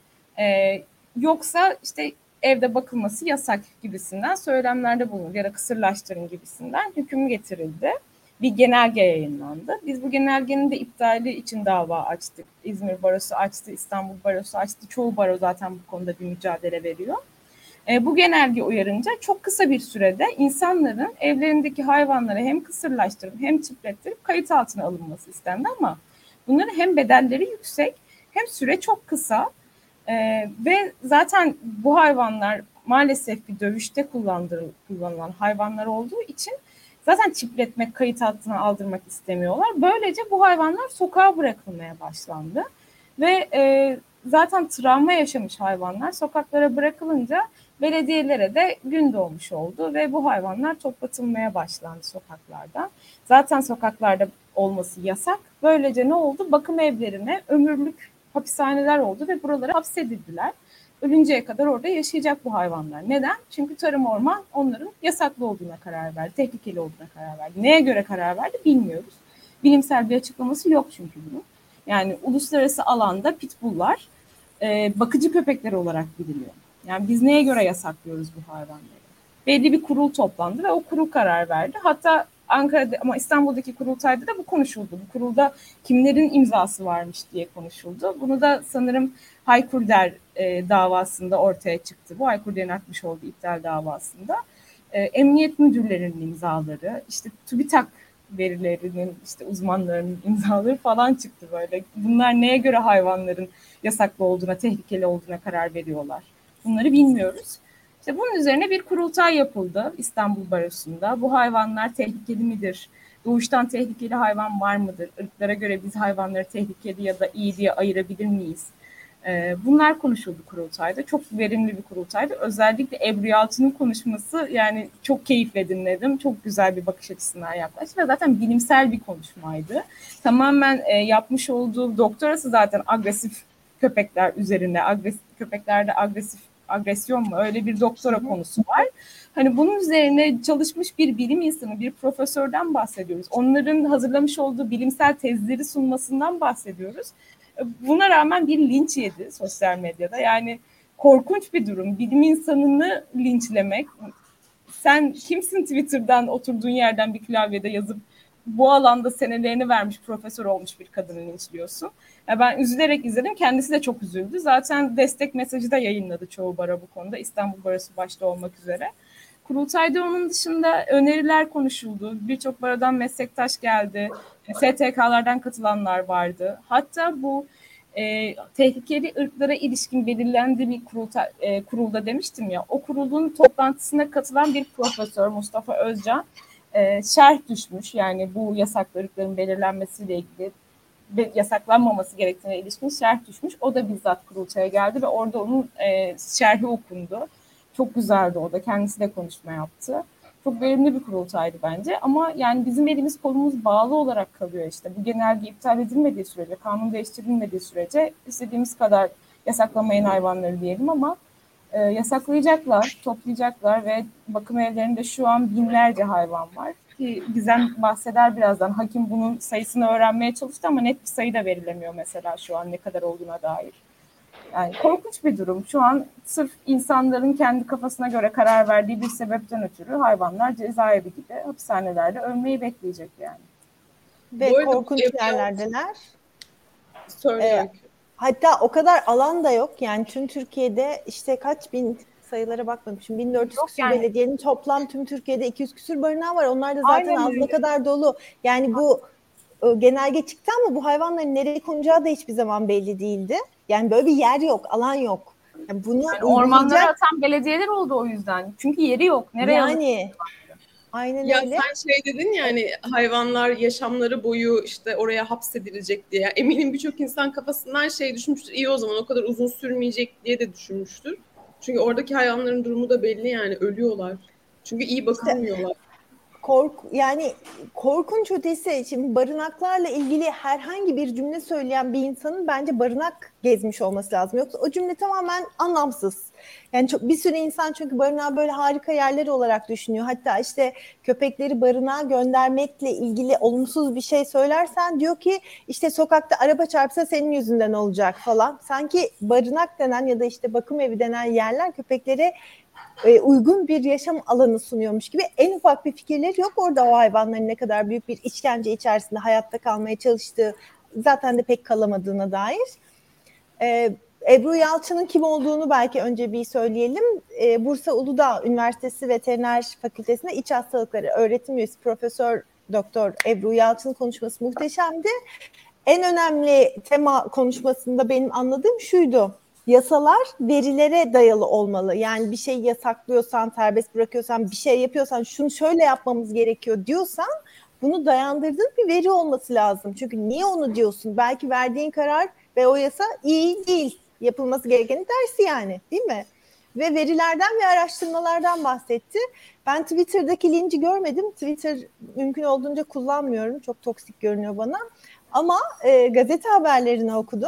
Speaker 2: Yoksa işte evde bakılması yasak gibisinden söylemlerde bulundu ya da kısırlaştırın gibisinden hüküm getirildi. Bir genelge yayınlandı. Biz bu genelgenin de iptali için dava açtık. İzmir Barosu açtı, İstanbul Barosu açtı. Çoğu baro zaten bu konuda bir mücadele veriyor. Bu genelge uyarınca çok kısa bir sürede insanların evlerindeki hayvanları hem kısırlaştırıp hem çiplettirip kayıt altına alınması istendi ama bunların hem bedelleri yüksek hem süre çok kısa. Ve zaten bu hayvanlar maalesef bir dövüşte kullanılan hayvanlar olduğu için zaten çipletmek, kayıt altına aldırmak istemiyorlar. Böylece bu hayvanlar sokağa bırakılmaya başlandı. Ve zaten travma yaşamış hayvanlar sokaklara bırakılınca belediyelere de gün doğmuş oldu ve bu hayvanlar toplatılmaya başlandı sokaklardan. Zaten sokaklarda olması yasak. Böylece ne oldu? Bakım evlerine ömürlük hapishaneler oldu ve buralara hapsedildiler. Ölünceye kadar orada yaşayacak bu hayvanlar. Neden? Çünkü Tarım Orman onların yasaklı olduğuna karar verdi, tehlikeli olduğuna karar verdi. Neye göre karar verdi bilmiyoruz. Bilimsel bir açıklaması yok çünkü bunun. Yani uluslararası alanda pitbulllar bakıcı köpekler olarak biliniyor. Yani biz neye göre yasaklıyoruz bu hayvanları? Belli bir kurul toplandı ve o kurul karar verdi. Hatta Ankara'da ama İstanbul'daki kurultayda da bu konuşuldu. Bu kurulda kimlerin imzası varmış diye konuşuldu. Bunu da sanırım Haykurder davasında ortaya çıktı. Bu Haykurder'in atmış olduğu iptal davasında. Emniyet müdürlerinin imzaları, işte TÜBİTAK verilerinin, işte uzmanlarının imzaları falan çıktı böyle. Bunlar neye göre hayvanların yasaklı olduğuna, tehlikeli olduğuna karar veriyorlar? Bunları bilmiyoruz. İşte bunun üzerine bir kurultay yapıldı İstanbul Barosu'nda. Bu hayvanlar tehlikeli midir? Doğuştan tehlikeli hayvan var mıdır? Irklara göre biz hayvanları tehlikeli ya da iyi diye ayırabilir miyiz? Bunlar konuşuldu kurultayda. Çok verimli bir kurultaydı. Özellikle Ebru Yalçın'ın konuşması yani çok keyifle dinledim. Çok güzel bir bakış açısından yaklaştı ve zaten bilimsel bir konuşmaydı. Tamamen yapmış olduğu doktorası zaten agresif köpekler üzerine, köpeklerde agresif agresyon mu öyle bir doktora konusu var. Hani bunun üzerine çalışmış bir bilim insanı, bir profesörden bahsediyoruz. Onların hazırlamış olduğu bilimsel tezleri sunmasından bahsediyoruz. Buna rağmen bir linç yedi sosyal medyada. Yani korkunç bir durum. Bilim insanını linçlemek. Sen kimsin Twitter'dan oturduğun yerden bir klavyede yazıp bu alanda senelerini vermiş profesör olmuş bir kadını linçliyorsun. Yani ben üzülerek izledim. Kendisi de çok üzüldü. Zaten destek mesajı da yayınladı çoğu bara bu konuda. İstanbul Barası başta olmak üzere. Kurultayda onun dışında öneriler konuşuldu. Birçok baradan meslektaş geldi. STK'lardan katılanlar vardı. Hatta bu tehlikeli ırklara ilişkin belirlendi bir kurulda demiştim ya. O kurulun toplantısına katılan bir profesör Mustafa Özcan şerh düşmüş. Yani bu yasaklı ırkların belirlenmesiyle ilgili yasaklanmaması gerektiğine ilişkin şerh düşmüş. O da bizzat kurultaya geldi ve orada onun şerhi okundu. Çok güzeldi o da. Kendisi de konuşma yaptı. Çok verimli bir kurultaydı bence. Ama yani bizim elimiz kolumuz bağlı olarak kalıyor işte. Bu genelge iptal edilmediği sürece, kanun değiştirilmediği sürece istediğimiz kadar yasaklamayın hayvanları diyelim ama yasaklayacaklar, toplayacaklar ve bakım evlerinde şu an binlerce hayvan var. Ki Gizem bahseder birazdan. Hakim bunun sayısını öğrenmeye çalıştı ama net bir sayı da verilemiyor mesela şu an ne kadar olduğuna dair. Yani korkunç bir durum. Şu an sırf insanların kendi kafasına göre karar verdiği bir sebepten ötürü hayvanlar cezaevi gibi hapishanelerde ölmeyi bekleyecek yani.
Speaker 1: Ve korkunç yerlerdeler.
Speaker 3: Söylüyorum.
Speaker 1: Hatta o kadar alan da yok. Yani tüm Türkiye'de işte kaç bin sayılara bakmamışım. 1400 küsur yani. Belediyenin toplam tüm Türkiye'de 200 küsur barınağı var. Onlar da zaten ağzına kadar dolu. Yani bu genelge çıktı ama bu hayvanların nereye konacağı da hiçbir zaman belli değildi. Yani böyle bir yer yok, alan yok.
Speaker 2: Yani bunu ormanlara atan belediyeler oldu o yüzden. Çünkü yeri yok. Nereye
Speaker 1: yani aynen
Speaker 3: ya
Speaker 1: öyle.
Speaker 3: Sen dedin yani hayvanlar yaşamları boyu işte oraya hapsedilecek diye. Eminim birçok insan kafasından düşmüştür. İyi o zaman o kadar uzun sürmeyecek diye de düşünmüştür. Çünkü oradaki hayvanların durumu da belli yani ölüyorlar. Çünkü iyi bakılmıyorlar.
Speaker 1: Yani korkunç ötesi için barınaklarla ilgili herhangi bir cümle söyleyen bir insanın bence barınak gezmiş olması lazım. Yoksa o cümle tamamen anlamsız. Yani bir sürü insan çünkü barınağı böyle harika yerler olarak düşünüyor. Hatta işte köpekleri barınağa göndermekle ilgili olumsuz bir şey söylersen diyor ki işte sokakta araba çarpsa senin yüzünden olacak falan. Sanki barınak denen ya da işte bakım evi denen yerler köpeklere uygun bir yaşam alanı sunuyormuş gibi en ufak bir fikirleri yok orada o hayvanların ne kadar büyük bir işkence içerisinde hayatta kalmaya çalıştığı zaten de pek kalamadığına dair. Ebru Yalçın'ın kim olduğunu belki önce bir söyleyelim. Bursa Uludağ Üniversitesi Veteriner Fakültesi'nde İç Hastalıkları öğretim üyesi Profesör Doktor Ebru Yalçın'ın konuşması muhteşemdi. En önemli tema konuşmasında benim anladığım şuydu. Yasalar verilere dayalı olmalı. Yani bir şey yasaklıyorsan, serbest bırakıyorsan, bir şey yapıyorsan, şunu şöyle yapmamız gerekiyor diyorsan bunu dayandırdığın bir veri olması lazım. Çünkü niye onu diyorsun? Belki verdiğin karar ve o yasa iyi değil. Yapılması gerekenin tersi yani, değil mi? Ve verilerden ve araştırmalardan bahsetti. Ben Twitter'daki linci görmedim. Twitter mümkün olduğunca kullanmıyorum. Çok toksik görünüyor bana. Ama gazete haberlerini okudum.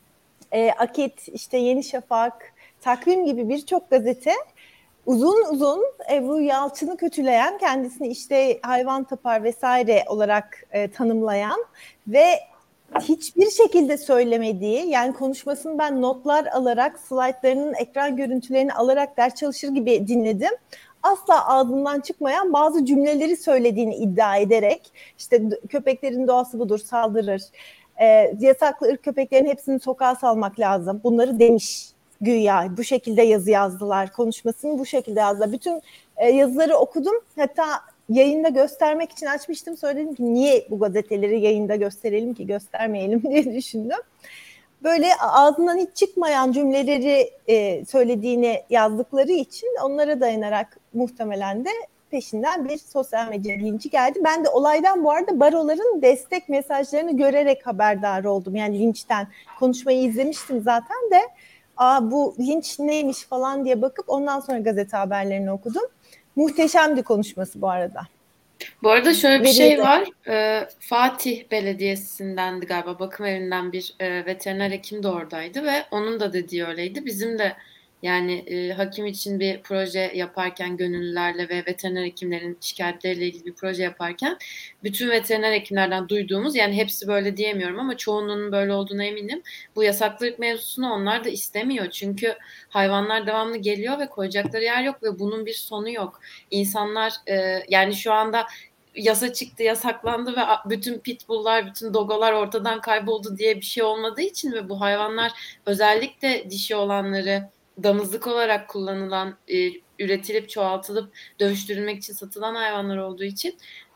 Speaker 1: Akit, işte Yeni Şafak, Takvim gibi birçok gazete uzun uzun Ebru Yalçın'ı kötüleyen, kendisini işte hayvan tapar vesaire olarak tanımlayan ve hiçbir şekilde söylemediği, yani konuşmasını ben notlar alarak, slaytlarının ekran görüntülerini alarak ders çalışır gibi dinledim. Asla ağzından çıkmayan bazı cümleleri söylediğini iddia ederek, işte köpeklerin doğası budur, saldırır. Yasaklı ırk köpeklerin hepsini sokağa salmak lazım. Bunları demiş güya. Bu şekilde yazı yazdılar. Konuşmasını bu şekilde yazdılar. Bütün yazıları okudum. Hatta yayında göstermek için açmıştım. Sonra dedim ki niye bu gazeteleri yayında gösterelim ki göstermeyelim diye düşündüm. Böyle ağzından hiç çıkmayan cümleleri söylediğini yazdıkları için onlara dayanarak muhtemelen de peşinden bir sosyal medya linci geldi. Ben de olaydan bu arada baroların destek mesajlarını görerek haberdar oldum. Yani linçten konuşmayı izlemiştim zaten de bu linç neymiş falan diye bakıp ondan sonra gazete haberlerini okudum. Muhteşemdi konuşması bu arada.
Speaker 4: Bu arada şöyle bir şey var. Fatih Belediyesi'ndendi galiba. Bakım evinden bir veteriner hekim de oradaydı ve onun da dediği öyleydi. Bizim de Yani hakim için bir proje yaparken gönüllülerle ve veteriner hekimlerin şikayetleriyle ilgili bir proje yaparken bütün veteriner hekimlerden duyduğumuz, yani hepsi böyle diyemiyorum ama çoğunluğunun böyle olduğuna eminim. Bu yasaklılık mevzusunu onlar da istemiyor. Çünkü hayvanlar devamlı geliyor ve koyacakları yer yok ve bunun bir sonu yok. İnsanlar yani şu anda yasa çıktı, yasaklandı ve bütün pitbulllar, bütün dogolar ortadan kayboldu diye bir şey olmadığı için ve bu hayvanlar özellikle dişi olanları damızlık olarak kullanılan, üretilip çoğaltılıp dövüştürülmek için satılan hayvanlar olduğu için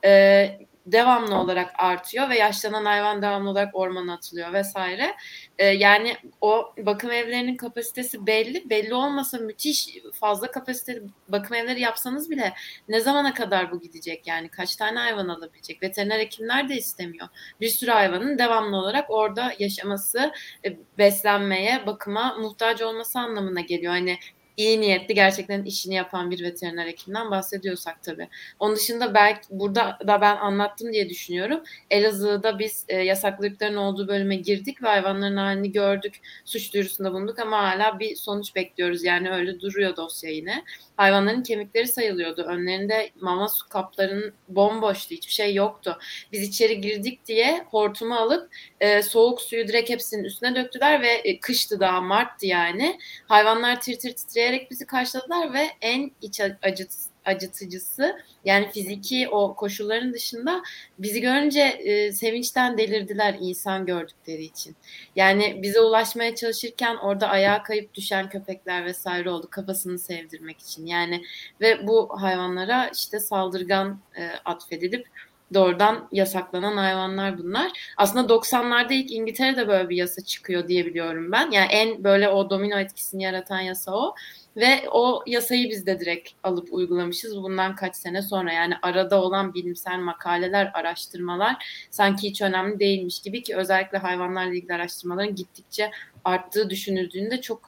Speaker 4: devamlı olarak artıyor ve yaşlanan hayvan devamlı olarak ormana atılıyor vesaire. Yani o bakım evlerinin kapasitesi belli olmasa müthiş fazla kapasiteli bakım evleri yapsanız bile ne zamana kadar bu gidecek, yani kaç tane hayvan alabilecek? Veteriner hekimler de istemiyor. Bir sürü hayvanın devamlı olarak orada yaşaması, beslenmeye, bakıma muhtaç olması anlamına geliyor. Hani iyi niyetli, gerçekten işini yapan bir veteriner hekimden bahsediyorsak tabii. Onun dışında belki burada da ben anlattım diye düşünüyorum. Elazığ'da biz yasaklılıkların olduğu bölüme girdik ve hayvanların halini gördük. Suç duyurusunda bulunduk ama hala bir sonuç bekliyoruz. Yani öyle duruyor dosya yine. Hayvanların kemikleri sayılıyordu. Önlerinde mama su kaplarının bomboştu. Hiçbir şey yoktu. Biz içeri girdik diye hortumu alıp soğuk suyu direkt hepsinin üstüne döktüler ve kıştı, daha Mart'tı yani. Hayvanlar tir tir titreyerek bizi karşıladılar ve en iç acıtıcısı, yani fiziki o koşulların dışında bizi görünce sevinçten delirdiler insan gördükleri için. Yani bize ulaşmaya çalışırken orada ayağa kayıp düşen köpekler vesaire oldu, kafasını sevdirmek için. Yani ve bu hayvanlara işte saldırgan atfedilip doğrudan yasaklanan hayvanlar bunlar. Aslında 90'larda ilk İngiltere'de böyle bir yasa çıkıyor diye biliyorum ben. Yani en böyle o domino etkisini yaratan yasa o. Ve o yasayı biz de direkt alıp uygulamışız bundan kaç sene sonra. Yani arada olan bilimsel makaleler, araştırmalar sanki hiç önemli değilmiş gibi, ki özellikle hayvanlarla ilgili araştırmaların gittikçe arttığı düşünüldüğünde çok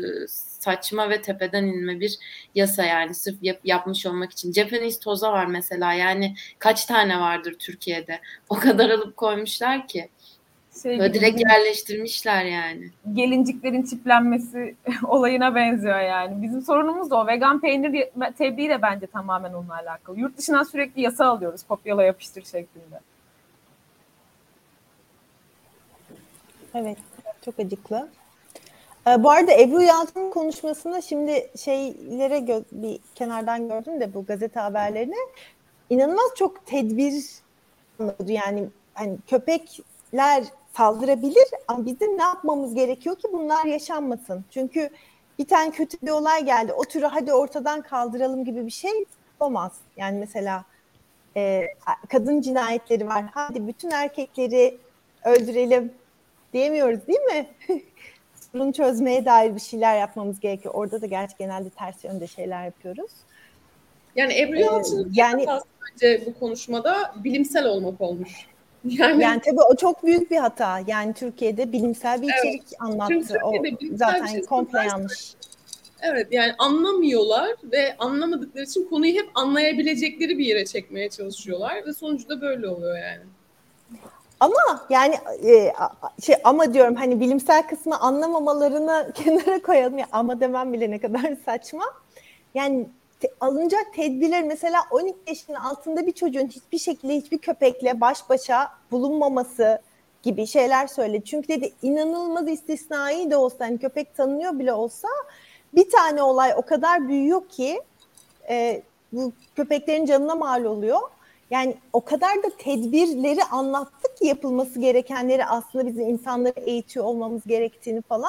Speaker 4: saçma ve tepeden inme bir yasa, yani sırf yapmış olmak için. Japanese toza var mesela, yani kaç tane vardır Türkiye'de? O kadar alıp koymuşlar ki. Böyle direkt yerleştirmişler yani.
Speaker 2: Gelinciklerin çiplenmesi olayına benziyor yani. Bizim sorunumuz da o. Vegan peynir tebliği de bence tamamen onunla alakalı. Yurt dışından sürekli yasa alıyoruz, kopyala yapıştır şeklinde.
Speaker 1: Evet, çok acıklı. Bu arada Ebru Yalçın'ın konuşmasında şimdi şeylere bir kenardan gördüm de bu gazete haberlerini, inanılmaz çok tedbir anladı. Yani hani köpekler saldırabilir ama bizim ne yapmamız gerekiyor ki bunlar yaşanmasın? Çünkü bir tane kötü bir olay geldi, o türü hadi ortadan kaldıralım gibi bir şey olmaz. Yani mesela kadın cinayetleri var, hadi bütün erkekleri öldürelim diyemiyoruz değil mi? Sorunu çözmeye dair bir şeyler yapmamız gerekiyor. Orada da gerçi genelde ters yönde şeyler yapıyoruz.
Speaker 3: Yani Ebru Yalçın'ın hatası bence bu konuşmada bilimsel olmak olmuş.
Speaker 1: Yani tabii o çok büyük bir hata. Yani Türkiye'de bilimsel bir içerik anlattı. O zaten komple yanlış.
Speaker 3: Evet, yani anlamıyorlar ve anlamadıkları için konuyu hep anlayabilecekleri bir yere çekmeye çalışıyorlar ve sonucu da böyle oluyor yani.
Speaker 1: Ama yani ama diyorum hani bilimsel kısmı anlamamalarını kenara koyalım ya, ama demem bile ne kadar saçma. Yani alınacak tedbirler, mesela 12 yaşının altında bir çocuğun hiçbir şekilde hiçbir köpekle baş başa bulunmaması gibi şeyler söyledi. Çünkü dedi inanılmaz istisnai de olsa, hani köpek tanınıyor bile olsa bir tane olay o kadar büyüyor ki bu köpeklerin canına mal oluyor. Yani o kadar da tedbirleri anlattık ki, yapılması gerekenleri, aslında bizim insanları eğitiyor olmamız gerektiğini falan.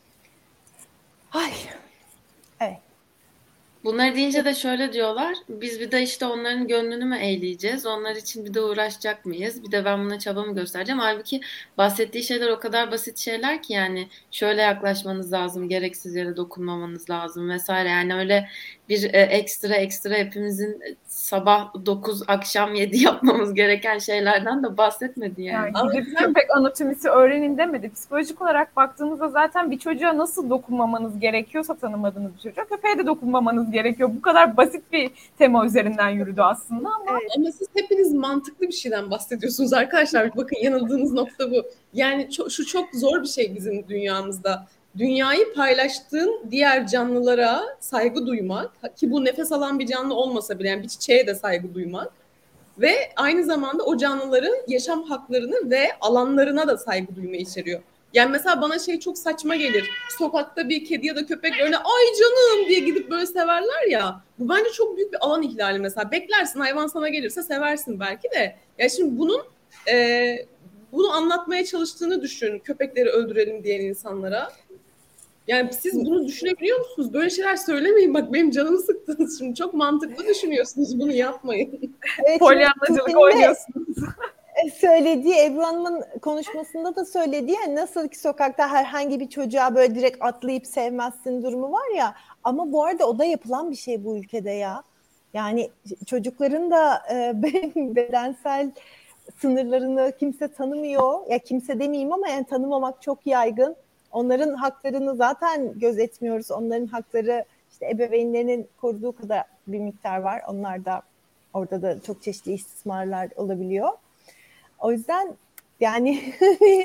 Speaker 1: Ay, evet.
Speaker 4: Bunları deyince de şöyle diyorlar, biz bir de işte onların gönlünü mü eğleyeceğiz, onlar için bir de uğraşacak mıyız, bir de ben buna çabamı göstereceğim. Halbuki bahsettiği şeyler o kadar basit şeyler ki, yani şöyle yaklaşmanız lazım, gereksiz yere dokunmamanız lazım vesaire. Yani öyle bir ekstra hepimizin sabah 9 akşam 7 yapmamız gereken şeylerden de bahsetmedi yani.
Speaker 2: Gidip köpek anatomisi öğrenin demedi. Psikolojik olarak baktığımızda zaten bir çocuğa nasıl dokunmamanız gerekiyorsa tanımadığınız bir çocuğa, köpeğe de dokunmamanız gerekiyor. Bu kadar basit bir tema üzerinden yürüdü aslında ama.
Speaker 3: Evet, ama siz hepiniz mantıklı bir şeyden bahsediyorsunuz arkadaşlar. Bakın yanıldığınız nokta bu. Yani şu çok zor bir şey bizim dünyamızda. dünyayı paylaştığın diğer canlılara saygı duymak, ki bu nefes alan bir canlı olmasa bile yani bir çiçeğe de saygı duymak ve aynı zamanda o canlıların yaşam haklarını ve alanlarına da saygı duymayı içeriyor. Yani mesela bana şey çok saçma gelir. Sokakta bir kedi ya da köpek böyle ay canım diye gidip böyle severler ya. Bu bence çok büyük bir alan ihlali mesela. Beklersin, hayvan sana gelirse seversin belki de. Ya şimdi bunu anlatmaya çalıştığını düşün. Köpekleri öldürelim diyen insanlara. Yani siz bunu düşünebiliyor musunuz? Böyle şeyler söylemeyin. Bak benim canımı sıktınız şimdi. Çok mantıklı düşünüyorsunuz. Bunu yapmayın.
Speaker 1: Evet,
Speaker 2: Polyanlacılık oynuyorsunuz.
Speaker 1: Söylediği, Ebru Hanım'ın konuşmasında da söylediği, yani nasıl ki sokakta herhangi bir çocuğa böyle direkt atlayıp sevmezsin durumu var ya, ama bu arada o da yapılan bir şey bu ülkede ya. Yani çocukların da bedensel sınırlarını kimse tanımıyor. Ya kimse demeyeyim ama yani tanımamak çok yaygın. Onların haklarını zaten gözetmiyoruz. Onların hakları işte ebeveynlerinin koruduğu kadar bir miktar var. Onlar da orada da çok çeşitli istismarlar olabiliyor. O yüzden yani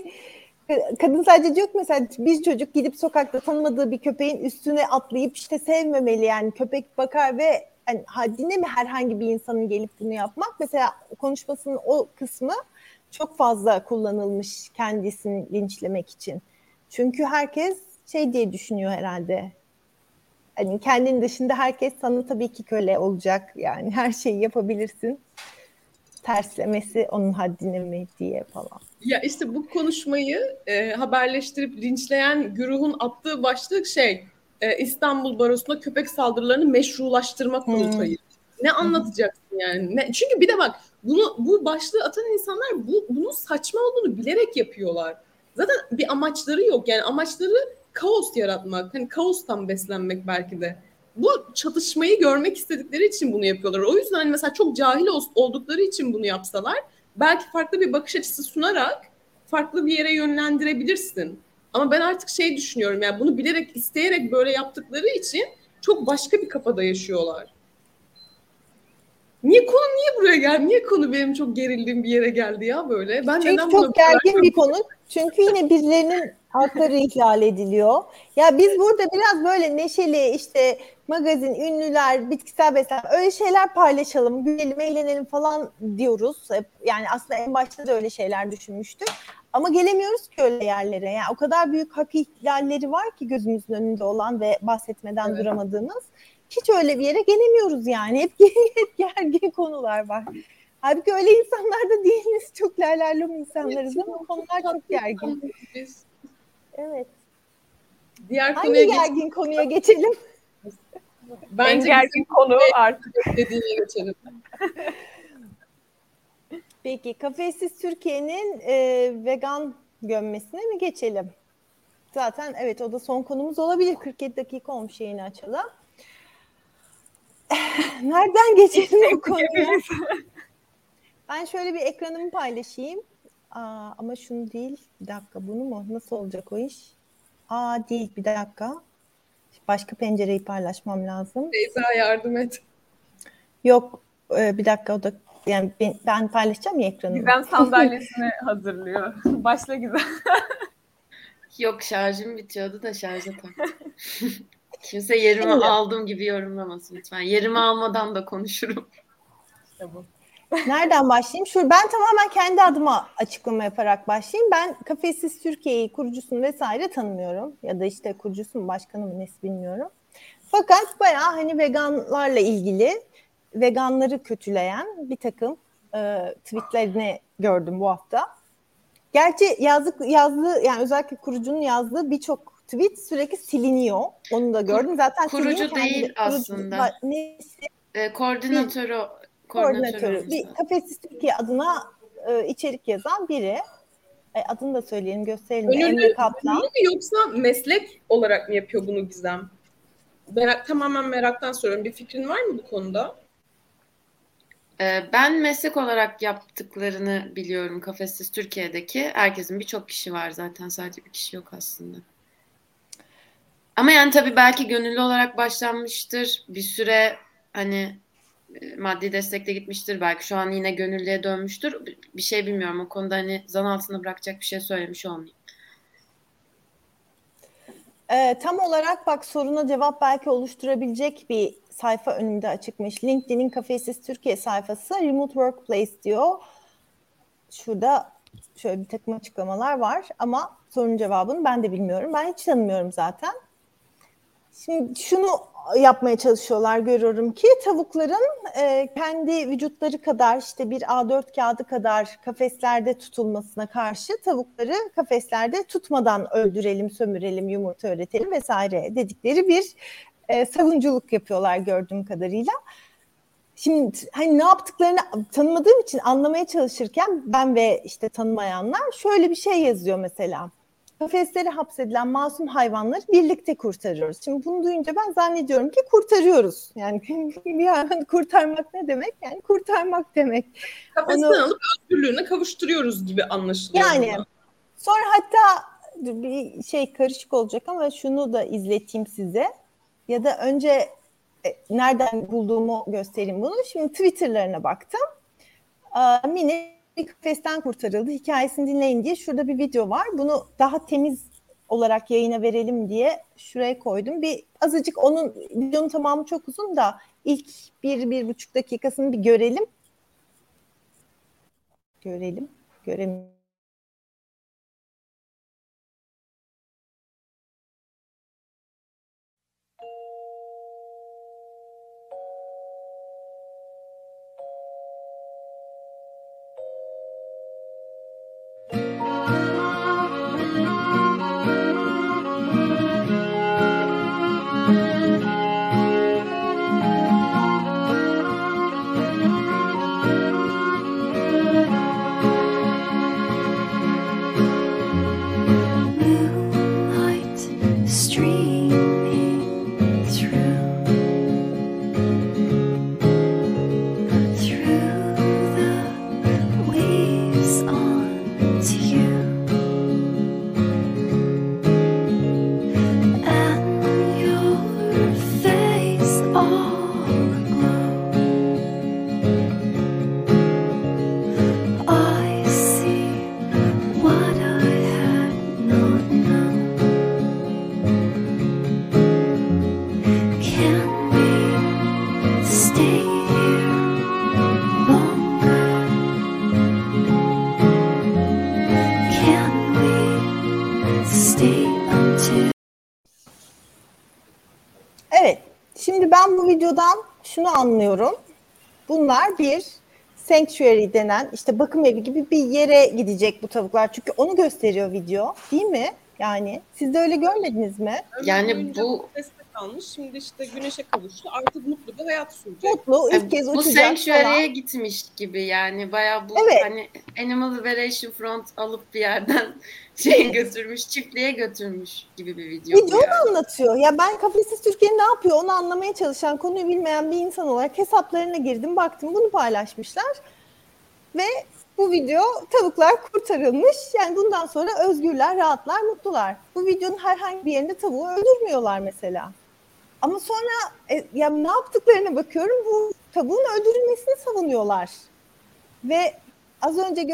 Speaker 1: kadın sadece diyor ki mesela bir çocuk gidip sokakta tanımadığı bir köpeğin üstüne atlayıp işte sevmemeli, yani köpek bakar ve yani haddine mi herhangi bir insanın gelip bunu yapmak, mesela konuşmasının o kısmı çok fazla kullanılmış kendisini linçlemek için. Çünkü herkes şey diye düşünüyor herhalde. Hani kendin dışında herkes sana tabii ki köle olacak. Yani her şeyi yapabilirsin. Terslemesi onun haddine mi diye falan.
Speaker 3: Ya işte bu konuşmayı haberleştirip linçleyen güruhun attığı başlık İstanbul Barosu'nda köpek saldırılarını meşrulaştırma kurultayı. Ne anlatacaksın yani? Çünkü bir de bak bu başlığı atan insanlar bunun saçma olduğunu bilerek yapıyorlar. Zaten bir amaçları yok. Yani amaçları kaos yaratmak. Hani kaostan beslenmek belki de. Bu çatışmayı görmek istedikleri için bunu yapıyorlar. O yüzden hani mesela çok cahil oldukları için bunu yapsalar belki farklı bir bakış açısı sunarak farklı bir yere yönlendirebilirsin. Ama ben artık şey düşünüyorum, yani bunu bilerek, isteyerek böyle yaptıkları için çok başka bir kafada yaşıyorlar. Niye buraya geldi? Niye konu benim çok gerildiğim bir yere geldi ya böyle? Ben
Speaker 1: Çünkü
Speaker 3: neden
Speaker 1: çok gergin bir konu. Çünkü yine birilerinin hakları ihlal ediliyor. Ya biz burada biraz böyle neşeli, işte magazin, ünlüler, bitkisel beslenme, öyle şeyler paylaşalım, gülelim, eğlenelim falan diyoruz. Yani aslında en başta da öyle şeyler düşünmüştük. Ama gelemiyoruz ki öyle yerlere. Yani o kadar büyük hak ihlalleri var ki gözümüzün önünde olan ve bahsetmeden duramadığımız. Hiç öyle bir yere gelemiyoruz yani. Hep gergin konular var. Halbuki öyle insanlar da değiliz. Çok lalaylom insanlarız ama konular çok gergin.
Speaker 3: Biz.
Speaker 1: Evet.
Speaker 3: Diğer
Speaker 1: Hangi gergin konuya geçelim?
Speaker 3: Bence
Speaker 2: en gergin konu artık
Speaker 3: dediğine geçelim.
Speaker 1: Peki Kafessiz Türkiye'nin vegan gömmesine mi geçelim? Zaten evet, o da son konumuz olabilir. 47 dakika olmuş yayını açalım. Nereden geçelim bu konuya? Ben şöyle bir ekranımı paylaşayım. Ama şunu değil. Bir dakika, bunu mu? Nasıl olacak o iş? Değil, bir dakika. Başka pencereyi paylaşmam lazım.
Speaker 3: Beyza yardım et.
Speaker 1: Yok, bir dakika, o da yani ben paylaşacağım ya ekranımı.
Speaker 2: Gizem sandalyesini hazırlıyor. Başla Gizem.
Speaker 4: Yok, şarjım bitiyordu da şarja taktım. Kimse yerimi aldım gibi yorumlamasın lütfen. Yerimi almadan da konuşurum.
Speaker 2: İşte bu.
Speaker 1: Nereden başlayayım? Ben tamamen kendi adıma açıklama yaparak başlayayım. Ben Kafessiz Türkiye'yi, kurucusunu vesaire tanımıyorum. Ya da işte kurucusu mu, başkanı mı, nesi bilmiyorum. Fakat bayağı hani veganlarla ilgili, veganları kötüleyen bir takım tweetlerini gördüm bu hafta. Gerçi yazdığı yani özellikle kurucunun yazdığı birçok tweet sürekli siliniyor. Onu da gördüm. Zaten
Speaker 4: kurucu değil aslında. Koordinatörü
Speaker 1: bir Kafessiz Türkiye adına içerik yazan biri. Adını da söyleyelim, gösterelim. Emre Kaplan.
Speaker 3: Gönüllü mü yoksa meslek olarak mı yapıyor bunu Gizem? Tamamen meraktan soruyorum. Bir fikrin var mı bu konuda?
Speaker 4: Ben meslek olarak yaptıklarını biliyorum Kafessiz Türkiye'deki. Herkesin birçok kişi var zaten. Sadece bir kişi yok aslında. Ama yani tabii belki gönüllü olarak başlanmıştır. Bir süre hani maddi destekle gitmiştir. Belki şu an yine gönüllüye dönmüştür. Bir şey bilmiyorum. O konuda hani zan altında bırakacak bir şey söylemiş olmayayım.
Speaker 1: Tam olarak bak soruna cevap belki oluşturabilecek bir sayfa önümde açıkmış. LinkedIn'in Kafesiz Türkiye sayfası Remote Workplace diyor. Şurada şöyle bir takım açıklamalar var ama sorunun cevabını ben de bilmiyorum. Ben hiç tanımıyorum zaten. Şimdi şunu yapmaya çalışıyorlar, görüyorum ki tavukların kendi vücutları kadar işte bir A4 kağıdı kadar kafeslerde tutulmasına karşı tavukları kafeslerde tutmadan öldürelim, sömürelim, yumurta üretelim vesaire dedikleri bir savunuculuk yapıyorlar gördüğüm kadarıyla. Şimdi hani ne yaptıklarını tanımadığım için anlamaya çalışırken ben ve işte tanımayanlar şöyle bir şey yazıyor mesela. Kafeslere hapsedilen masum hayvanları birlikte kurtarıyoruz. Şimdi bunu duyunca ben zannediyorum ki kurtarıyoruz. Yani bir hayvanı kurtarmak ne demek? Yani kurtarmak demek.
Speaker 3: Kafesten alıp özgürlüğüne kavuşturuyoruz gibi anlaşılıyor.
Speaker 1: Yani buna. Sonra hatta bir şey karışık olacak ama şunu da izleteyim size. Ya da önce nereden bulduğumu göstereyim bunu. Şimdi Twitter'larına baktım. Mini bir kafesten kurtarıldı. Hikayesini dinleyin diye şurada bir video var. Bunu daha temiz olarak yayına verelim diye şuraya koydum. Bir azıcık onun videonun tamamı çok uzun da ilk 1-1,5 dakikasını bir görelim. Görelim. Evet, şimdi ben bu videodan şunu anlıyorum. Bunlar bir sanctuary denen işte bakım evi gibi bir yere gidecek bu tavuklar. Çünkü onu gösteriyor video, değil mi? Yani siz de öyle görmediniz mi?
Speaker 3: Yani bu kalmış. Şimdi işte güneşe kavuştu. Artık mutlu bir hayat sürecek.
Speaker 1: Mutlu, ilk kez
Speaker 4: bu
Speaker 1: uçacak
Speaker 4: sanctuary'e gitmiş gibi yani bayağı bu
Speaker 1: evet.
Speaker 4: Hani Animal Liberation Front alıp bir yerden götürmüş, çiftliğe götürmüş gibi bir video.
Speaker 1: Video yani. Anlatıyor. Ya ben Kafesiz Türkiye ne yapıyor onu anlamaya çalışan, konuyu bilmeyen bir insan olarak hesaplarına girdim, baktım bunu paylaşmışlar. Ve bu video tavuklar kurtarılmış. Yani bundan sonra özgürler, rahatlar, mutlular. Bu videonun herhangi bir yerinde tavuğu öldürmüyorlar mesela. Ama sonra ya ne yaptıklarına bakıyorum, bu tavuğun öldürülmesini savunuyorlar. Ve az önce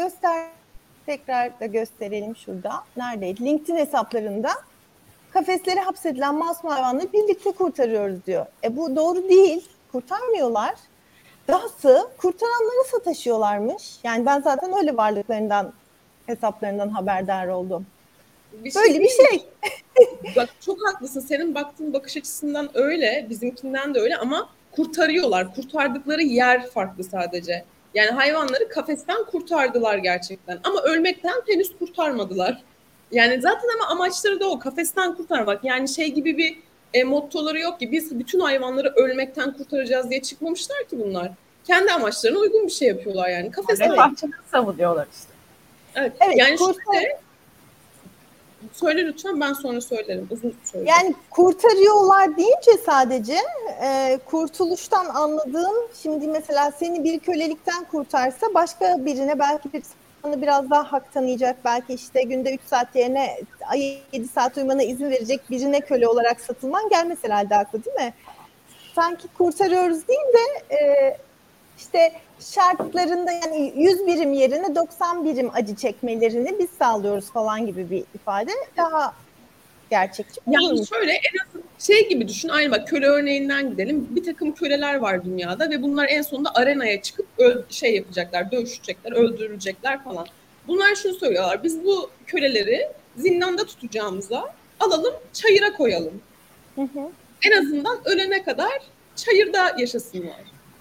Speaker 1: tekrar da gösterelim şurada. Neredeydi? LinkedIn hesaplarında kafeslere hapsedilen masum hayvanları birlikte kurtarıyoruz diyor. Bu doğru değil. Kurtarmıyorlar. Dahası kurtaranlara sataşıyorlarmış. Yani ben zaten öyle hesaplarından haberdar oldum. Böyle bir şey.
Speaker 3: Bak çok haklısın. Senin baktığın bakış açısından öyle, bizimkinden de öyle ama kurtarıyorlar. Kurtardıkları yer farklı sadece. Yani hayvanları kafesten kurtardılar gerçekten. Ama ölmekten henüz kurtarmadılar. Yani zaten ama amaçları da o. Kafesten kurtarmak. Yani şey gibi bir mottoları yok ki biz bütün hayvanları ölmekten kurtaracağız diye çıkmamışlar ki bunlar. Kendi amaçlarına uygun bir şey yapıyorlar yani. Kafesten
Speaker 2: savunuyorlar işte.
Speaker 3: Evet. Yani söyle lütfen, ben sonra söylerim. Uzun söyleyeceğim.
Speaker 1: Yani kurtarıyorlar deyince sadece kurtuluştan anladığım, şimdi mesela seni bir kölelikten kurtarsa başka birine belki biraz daha hak tanıyacak, belki işte günde 3 saat yerine 7 saat uyumana izin verecek birine köle olarak satılman gelmez herhalde aklı, değil mi? Sanki kurtarıyoruz değil de işte şartlarında yani 100 birim yerine 90 birim acı çekmelerini biz sağlıyoruz falan gibi bir ifade daha gerçekçi
Speaker 3: Yani
Speaker 1: olurmuş.
Speaker 3: şöyle en az şey gibi düşün. Aynı bak köle örneğinden gidelim. Bir takım köleler var dünyada ve bunlar en sonunda arenaya çıkıp şey yapacaklar, dövüşecekler, öldürülecekler falan. Bunlar şunu söylüyorlar. Biz bu köleleri zindanda tutacağımıza alalım, çayıra koyalım.
Speaker 1: Hı hı.
Speaker 3: En azından ölene kadar çayırda yaşasınlar.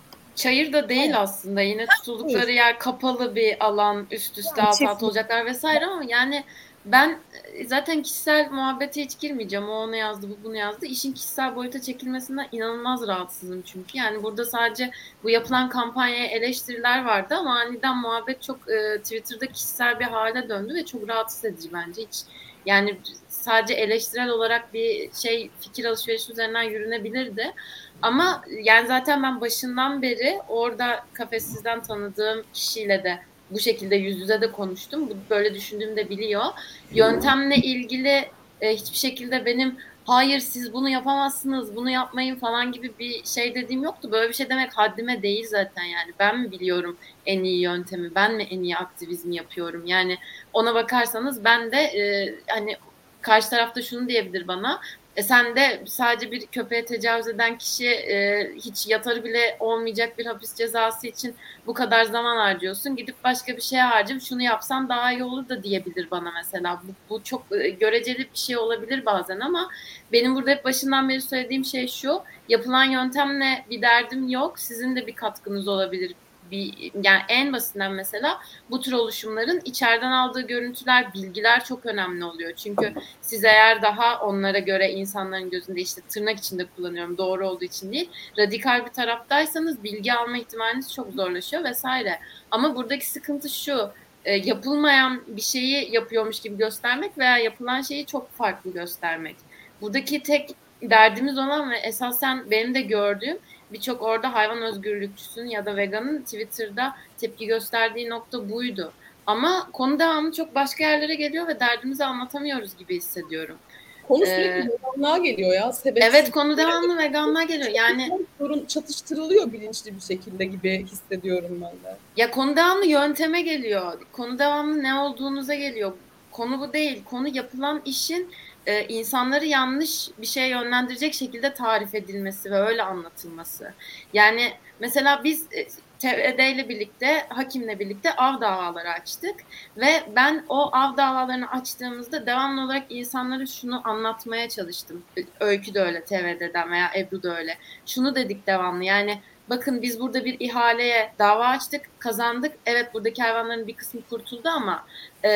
Speaker 4: Çayır da değil
Speaker 1: Evet.
Speaker 4: aslında. Yine tutuldukları yer kapalı bir alan, üst üste
Speaker 1: Yani
Speaker 4: alt alta
Speaker 1: çiftlik.
Speaker 4: olacaklar vesaire ama yani ben zaten kişisel muhabbete hiç girmeyeceğim. O onu yazdı, bu bunu yazdı. İşin kişisel boyuta çekilmesinden inanılmaz rahatsızım çünkü. Yani burada sadece bu yapılan kampanyaya eleştiriler vardı ama aniden muhabbet çok Twitter'da kişisel bir hale döndü ve çok rahatsız edici bence. Hiç yani sadece eleştirel olarak bir şey fikir alışverişi üzerinden yürünebilirdi. Ama yani zaten ben başından beri orada kafessizden tanıdığım kişiyle de bu şekilde yüz yüze de konuştum. Böyle düşündüğümü de biliyor. Yöntemle ilgili hiçbir şekilde benim hayır siz bunu yapamazsınız, bunu yapmayın falan gibi bir şey dediğim yoktu. Böyle bir şey demek haddime değil zaten yani. Ben mi biliyorum en iyi yöntemi, ben mi en iyi aktivizmi yapıyorum? Yani ona bakarsanız ben de hani karşı tarafta şunu diyebilir bana. Sen de sadece bir köpeğe tecavüz eden kişi hiç yatarı bile olmayacak bir hapis cezası için bu kadar zaman harcıyorsun. Gidip başka bir şeye harcayıp şunu yapsan daha iyi olur da diyebilir bana mesela. Bu çok göreceli bir şey olabilir bazen ama benim burada hep başından beri söylediğim şey şu. Yapılan yöntemle bir derdim yok. Sizin de bir katkınız olabilir. Yani en basitinden mesela bu tür oluşumların içeriden aldığı görüntüler, bilgiler çok önemli oluyor. Çünkü siz eğer daha onlara göre insanların gözünde işte tırnak içinde kullanıyorum doğru olduğu için değil, radikal bir taraftaysanız bilgi alma ihtimaliniz çok zorlaşıyor vesaire. Ama buradaki sıkıntı şu, yapılmayan bir şeyi yapıyormuş gibi göstermek veya yapılan şeyi çok farklı göstermek. Buradaki tek derdimiz olan ve esasen benim de gördüğüm birçok orada hayvan özgürlükçüsünün ya da veganın Twitter'da tepki gösterdiği nokta buydu. Ama konu devamlı çok başka yerlere geliyor ve derdimizi anlatamıyoruz gibi hissediyorum.
Speaker 3: Konu sürekli veganlığa geliyor ya. Sebepsiz.
Speaker 4: Evet konu devamlı veganlığa geliyor. Yani
Speaker 3: sorun çatıştırılıyor bilinçli bir şekilde gibi hissediyorum ben de.
Speaker 4: ya konu devamlı yönteme geliyor. Konu devamlı ne olduğunuza geliyor. Konu bu değil. Konu yapılan işin insanları yanlış bir şeye yönlendirecek şekilde tarif edilmesi ve öyle anlatılması. Yani mesela biz TRD ile birlikte, Hakim'le birlikte av davaları açtık ve ben o av davalarını açtığımızda devamlı olarak insanlara şunu anlatmaya çalıştım. Öykü de öyle TVD'den veya Ebru da öyle. Şunu dedik devamlı yani bakın biz burada bir ihaleye dava açtık, kazandık. Evet buradaki hayvanların bir kısmı kurtuldu ama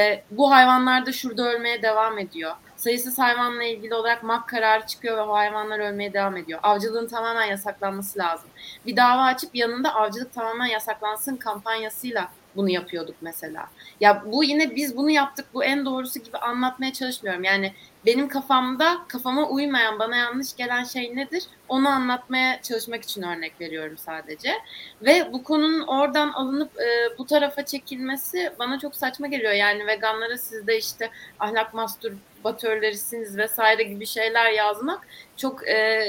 Speaker 4: bu hayvanlar da şurada ölmeye devam ediyor. Sayısız hayvanla ilgili olarak MAK kararı çıkıyor ve o hayvanlar ölmeye devam ediyor. Avcılığın tamamen yasaklanması lazım. Bir dava açıp yanında avcılık tamamen yasaklansın kampanyasıyla bunu yapıyorduk mesela. Ya bu yine biz bunu yaptık, bu en doğrusu gibi anlatmaya çalışmıyorum. Yani benim kafama uymayan, bana yanlış gelen şey nedir? Onu anlatmaya çalışmak için örnek veriyorum sadece. Ve bu konunun oradan alınıp bu tarafa çekilmesi bana çok saçma geliyor. Yani veganlara siz de işte ahlak mastürbatörlerisiniz vesaire gibi şeyler yazmak çok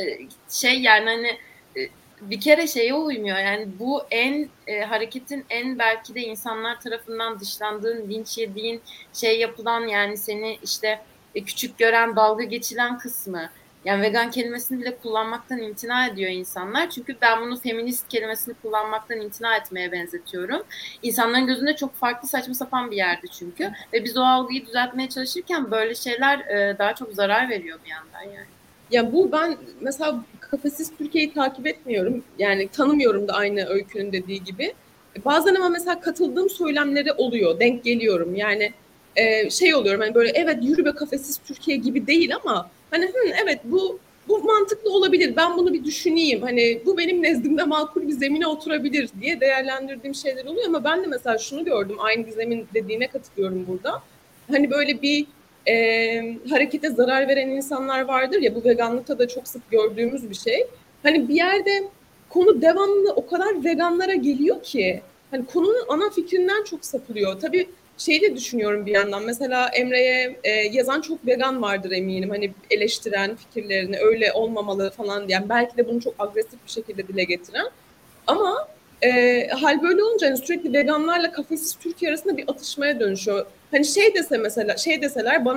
Speaker 4: şey yani hani bir kere şeye uymuyor. Yani bu hareketin en belki de insanlar tarafından dışlandığın, linç yediğin şey yapılan yani seni işte küçük gören, dalga geçilen kısmı. Yani vegan kelimesini bile kullanmaktan imtina ediyor insanlar. Çünkü ben bunu feminist kelimesini kullanmaktan imtina etmeye benzetiyorum. İnsanların gözünde çok farklı saçma sapan bir yerdi çünkü. Ve biz o algıyı düzeltmeye çalışırken böyle şeyler daha çok zarar veriyor bir yandan yani.
Speaker 3: Ya bu ben mesela Kafesiz Türkiye'yi takip etmiyorum. Yani tanımıyorum da aynı Öykü'nün dediği gibi. Bazen ama mesela katıldığım söylemleri oluyor. Denk geliyorum. Yani şey oluyorum hani böyle evet yürü be Kafesiz Türkiye gibi değil ama hani evet bu mantıklı olabilir. Ben bunu bir düşüneyim. Hani bu benim nezdimde makul bir zemine oturabilir diye değerlendirdiğim şeyler oluyor ama ben de mesela şunu gördüm. Aynı Gizem'in dediğine katılıyorum burada. Hani böyle bir harekete zarar veren insanlar vardır ya bu veganlıkta da çok sık gördüğümüz bir şey. Hani bir yerde konu devamlı o kadar veganlara geliyor ki hani konunun ana fikrinden çok sapılıyor. Tabii şeyi de düşünüyorum bir yandan. Mesela Emre'ye yazan çok vegan vardır eminim. Hani eleştiren fikirlerini öyle olmamalı falan diyen. Belki de bunu çok agresif bir şekilde dile getiren. Ama hal böyle olunca hani sürekli veganlarla kafesiz Türkiye arasında bir atışmaya dönüşüyor. Hani şey deseler bana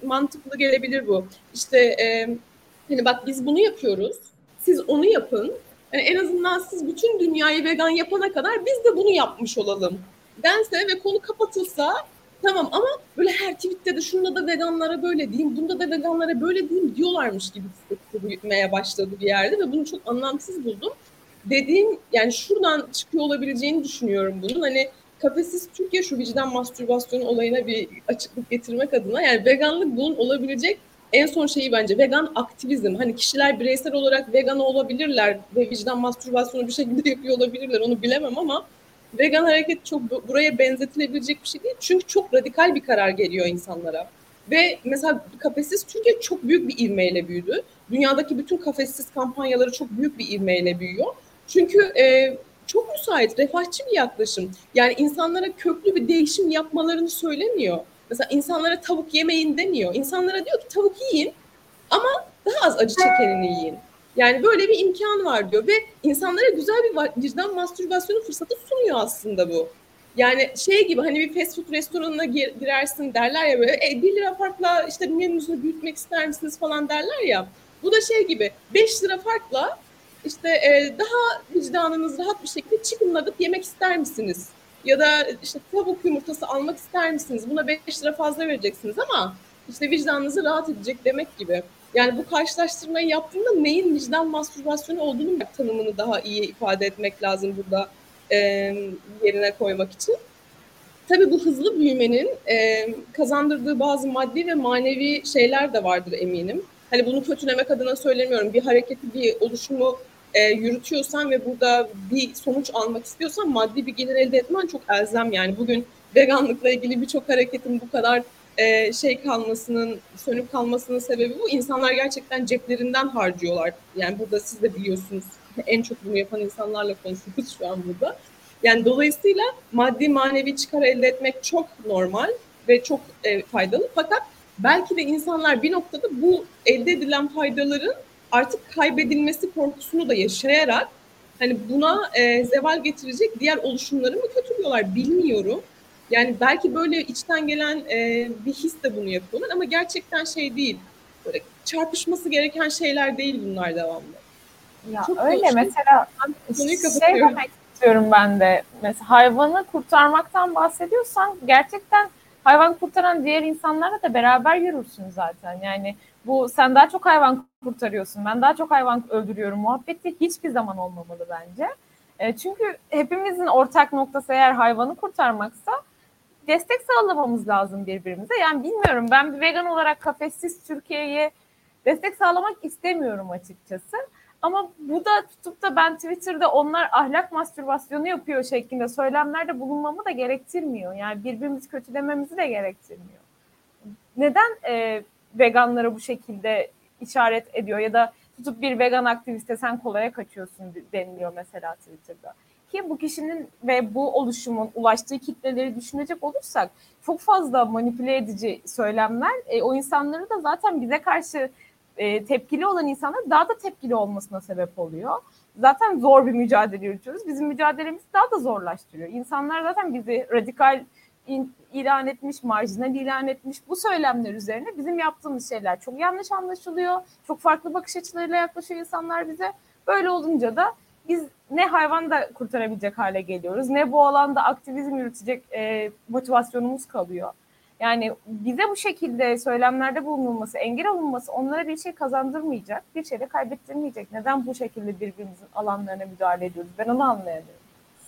Speaker 3: mantıklı gelebilir bu. İşte hani bak biz bunu yapıyoruz, siz onu yapın. Yani en azından siz bütün dünyayı vegan yapana kadar biz de bunu yapmış olalım dense ve konu kapatılsa tamam, ama böyle her tweette de şunda da veganlara böyle diyeyim, bunda da veganlara böyle diyeyim diyorlarmış gibi hissettirmeye başladı bir yerde ve bunu çok anlamsız buldum. Dediğim yani şuradan çıkıyor olabileceğini düşünüyorum bunun. Hani kafesiz Türkiye şu vicdan mastürbasyonu olayına bir açıklık getirmek adına, yani veganlık bunun olabilecek en son şeyi bence. Vegan aktivizm. Hani kişiler bireysel olarak vegan olabilirler ve vicdan mastürbasyonu bir şekilde yapıyor olabilirler. Onu bilemem ama vegan hareket çok buraya benzetilebilecek bir şey değil. Çünkü çok radikal bir karar geliyor insanlara. Ve mesela kafessiz Türkiye çok büyük bir ivmeyle büyüdü. Dünyadaki bütün kafessiz kampanyaları çok büyük bir ivmeyle büyüyor. Çünkü çok müsait, refahçı bir yaklaşım. Yani insanlara köklü bir değişim yapmalarını söylemiyor. Mesela insanlara tavuk yemeyin demiyor. İnsanlara diyor ki tavuk yiyin ama daha az acı çekenini yiyin. Yani böyle bir imkan var diyor ve insanlara güzel bir vicdan mastürbasyonu fırsatı sunuyor aslında bu. Yani şey gibi hani bir fast food restoranına girersin derler ya böyle 1 lira farkla işte menünüzü büyütmek ister misiniz falan derler ya. Bu da şey gibi 5 lira farkla işte daha vicdanınız rahat bir şekilde chicken nugget yemek ister misiniz? Ya da işte tavuk yumurtası almak ister misiniz? Buna 5 lira fazla vereceksiniz ama işte vicdanınızı rahat edecek demek gibi. Yani bu karşılaştırmayı yaptığında neyin vicdan mastürbasyonu olduğunu tanımını daha iyi ifade etmek lazım burada yerine koymak için. Tabii bu hızlı büyümenin kazandırdığı bazı maddi ve manevi şeyler de vardır eminim. Hani bunu kötülemek adına söylemiyorum. Bir hareketi, bir oluşumu yürütüyorsan ve burada bir sonuç almak istiyorsan maddi bir gelir elde etmen çok elzem. Yani bugün veganlıkla ilgili birçok hareketin bu kadar şey kalmasının, sönük kalmasının sebebi bu. İnsanlar gerçekten ceplerinden harcıyorlar. Yani burada siz de biliyorsunuz en çok bunu yapan insanlarla konuşuyoruz şu an burada. Yani dolayısıyla maddi manevi çıkar elde etmek çok normal ve çok faydalı. Fakat belki de insanlar bir noktada bu elde edilen faydaların artık kaybedilmesi korkusunu da yaşayarak hani buna zeval getirecek diğer oluşumları mı kötülüyorlar bilmiyorum. Yani belki böyle içten gelen bir his de bunu yapıyorlar ama gerçekten şey değil. Böyle çarpışması gereken şeyler değil bunlar devamlı.
Speaker 2: Ya çok öyle mesela şey demek istiyorum ben de. Mesela hayvanı kurtarmaktan bahsediyorsan gerçekten hayvan kurtaran diğer insanlarla da beraber yürürsün zaten. Yani bu sen daha çok hayvan kurtarıyorsun, ben daha çok hayvan öldürüyorum muhabbeti hiçbir zaman olmamalı bence. Çünkü hepimizin ortak noktası eğer hayvanı kurtarmaksa destek sağlamamız lazım birbirimize. Yani bilmiyorum, ben bir vegan olarak kafessiz Türkiye'ye destek sağlamak istemiyorum açıkçası. Ama bu da tutup da ben Twitter'da onlar ahlak mastürbasyonu yapıyor şeklinde söylemlerde bulunmamı da gerektirmiyor. Yani birbirimizi kötülememizi de gerektirmiyor. Neden veganlara bu şekilde işaret ediyor ya da tutup bir vegan aktiviste sen kolaya kaçıyorsun deniliyor mesela Twitter'da. Ki bu kişinin ve bu oluşumun ulaştığı kitleleri düşünecek olursak çok fazla manipüle edici söylemler o insanları da zaten bize karşı tepkili olan insanlar daha da tepkili olmasına sebep oluyor. Zaten zor bir mücadele yürütüyoruz. Bizim mücadelemizi daha da zorlaştırıyor. İnsanlar zaten bizi radikal ilan etmiş, marjinal ilan etmiş. Bu söylemler üzerine bizim yaptığımız şeyler çok yanlış anlaşılıyor. Çok farklı bakış açılarıyla yaklaşıyor insanlar bize. Böyle olunca da biz ne hayvan da kurtarabilecek hale geliyoruz, ne bu alanda aktivizm yürütecek motivasyonumuz kalıyor. Yani bize bu şekilde söylemlerde bulunulması, engel olunması onlara bir şey kazandırmayacak, bir şey de kaybettirmeyecek. Neden bu şekilde birbirimizin alanlarına müdahale ediyoruz? Ben onu anlayamıyorum.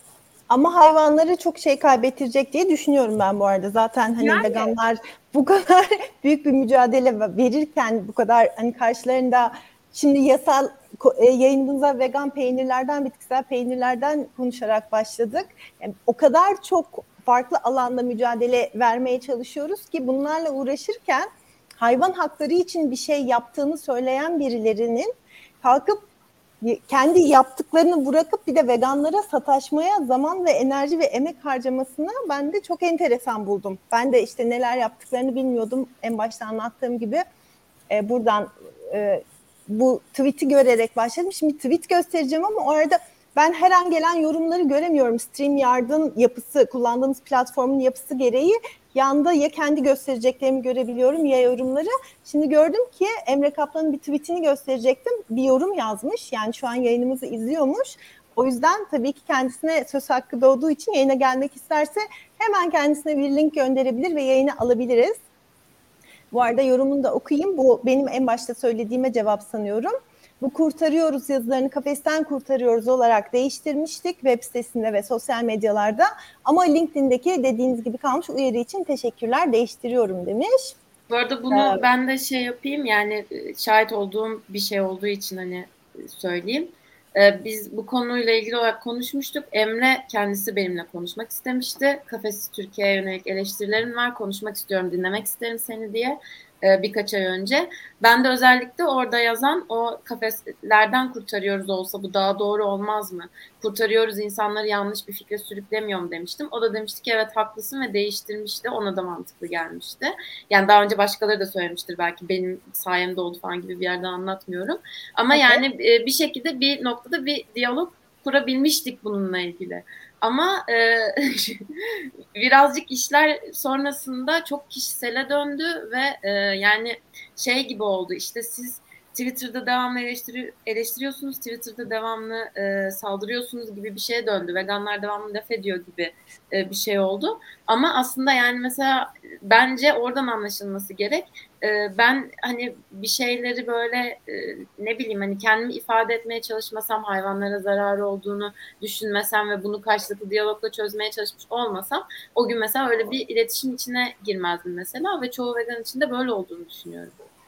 Speaker 1: Ama hayvanları çok şey kaybettirecek diye düşünüyorum ben bu arada. Zaten hani yani veganlar bu kadar büyük bir mücadele verirken bu kadar hani karşılarında şimdi yasal yayınımıza vegan peynirlerden, bitkisel peynirlerden konuşarak başladık. Yani o kadar çok farklı alanda mücadele vermeye çalışıyoruz ki bunlarla uğraşırken hayvan hakları için bir şey yaptığını söyleyen birilerinin kalkıp kendi yaptıklarını bırakıp bir de veganlara sataşmaya zaman ve enerji ve emek harcamasını ben de çok enteresan buldum. Ben de işte neler yaptıklarını bilmiyordum. En başta anlattığım gibi buradan bu tweet'i görerek başladım. Şimdi tweet göstereceğim ama o arada ben her an gelen yorumları göremiyorum. StreamYard'ın yapısı, kullandığımız platformun yapısı gereği yanda ya kendi göstereceklerimi görebiliyorum ya yorumları. Şimdi gördüm ki Emre Kaplan'ın bir tweetini gösterecektim. Bir yorum yazmış. Yani şu an yayınımızı izliyormuş. O yüzden tabii ki kendisine söz hakkı doğduğu için yayına gelmek isterse hemen kendisine bir link gönderebilir ve yayını alabiliriz. Bu arada yorumunu da okuyayım. Bu benim en başta söylediğime cevap sanıyorum. Bu kurtarıyoruz yazılarını kafesten kurtarıyoruz olarak değiştirmiştik web sitesinde ve sosyal medyalarda. Ama LinkedIn'deki dediğiniz gibi kalmış, uyarı için teşekkürler, değiştiriyorum demiş.
Speaker 4: Bu arada bunu ben de şey yapayım, yani şahit olduğum bir şey olduğu için hani söyleyeyim. Biz bu konuyla ilgili olarak konuşmuştuk. Emre kendisi benimle konuşmak istemişti. Kafesiz Türkiye'ye yönelik eleştirilerim var. Konuşmak istiyorum, dinlemek isterim seni diye birkaç ay önce. Ben de özellikle orada yazan o kafeslerden kurtarıyoruz olsa bu daha doğru olmaz mı? Kurtarıyoruz insanları yanlış bir fikre sürüklemiyor mu demiştim. O da demişti ki evet haklısın ve değiştirmişti. Ona da mantıklı gelmişti. Yani daha önce başkaları da söylemiştir belki, benim sayemde oldu falan gibi bir yerden anlatmıyorum. Ama yani bir şekilde bir noktada bir diyalog kurabilmiştik bununla ilgili. Ama birazcık işler sonrasında çok kişisele döndü ve yani şey gibi oldu, işte siz Twitter'da devamlı eleştiriyorsunuz, Twitter'da devamlı saldırıyorsunuz gibi bir şeye döndü. Veganlar devamlı laf ediyor gibi bir şey oldu. Ama aslında yani mesela bence oradan anlaşılması gerek. Ben hani bir şeyleri böyle ne bileyim hani kendimi ifade etmeye çalışmasam, hayvanlara zararı olduğunu düşünmesem ve bunu karşılıklı diyalogla çözmeye çalışmış olmasam o gün mesela öyle bir iletişim içine girmezdim mesela ve çoğu vegan için de böyle olduğunu düşünüyorum.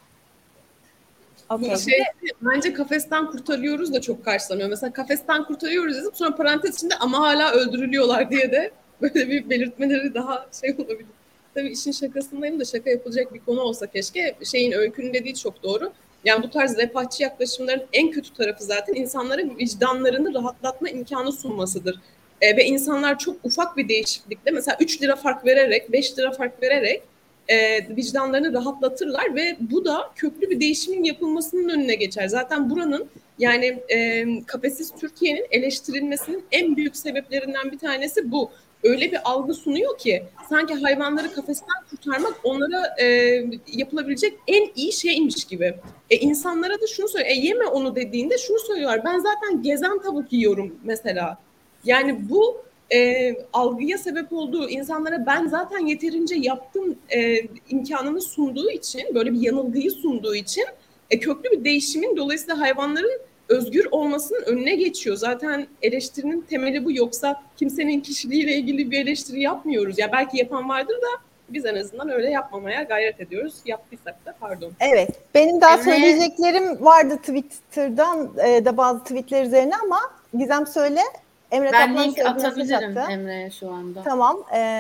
Speaker 3: Bence kafesten kurtarıyoruz da çok karşılanıyor. Mesela kafesten kurtarıyoruz yazıp sonra parantez içinde ama hala öldürülüyorlar diye de böyle bir belirtmeleri daha şey olabilir. Tabii işin şakasındayım da şaka yapılacak bir konu olsa keşke. Öykünün dediği çok doğru. Yani bu tarz refahçı yaklaşımların en kötü tarafı zaten insanlara vicdanlarını rahatlatma imkanı sunmasıdır. Ve insanlar çok ufak bir değişiklikle mesela 3 lira fark vererek, 5 lira fark vererek vicdanlarını rahatlatırlar ve bu da köklü bir değişimin yapılmasının önüne geçer. Zaten buranın yani Kafesiz Türkiye'nin eleştirilmesinin en büyük sebeplerinden bir tanesi bu. Öyle bir algı sunuyor ki sanki hayvanları kafesten kurtarmak onlara yapılabilecek en iyi şeymiş gibi. İnsanlara da şunu söylüyor, yeme onu dediğinde şunu söylüyorlar, ben zaten gezen tavuk yiyorum mesela. Yani bu algıya sebep olduğu, insanlara ben zaten yeterince yaptım imkanını sunduğu için, böyle bir yanılgıyı sunduğu için köklü bir değişimin dolayısıyla hayvanların özgür olmasının önüne geçiyor. Zaten eleştirinin temeli bu. Yoksa kimsenin kişiliğiyle ilgili bir eleştiri yapmıyoruz. Ya belki yapan vardır da biz en azından öyle yapmamaya gayret ediyoruz. Yaptıysak da pardon.
Speaker 1: Evet. Benim daha söyleyeceklerim vardı Twitter'dan da bazı tweetler üzerine ama Gizem söyle. Emre
Speaker 4: ben link atabilirim Emre'ye şu anda.
Speaker 1: Tamam.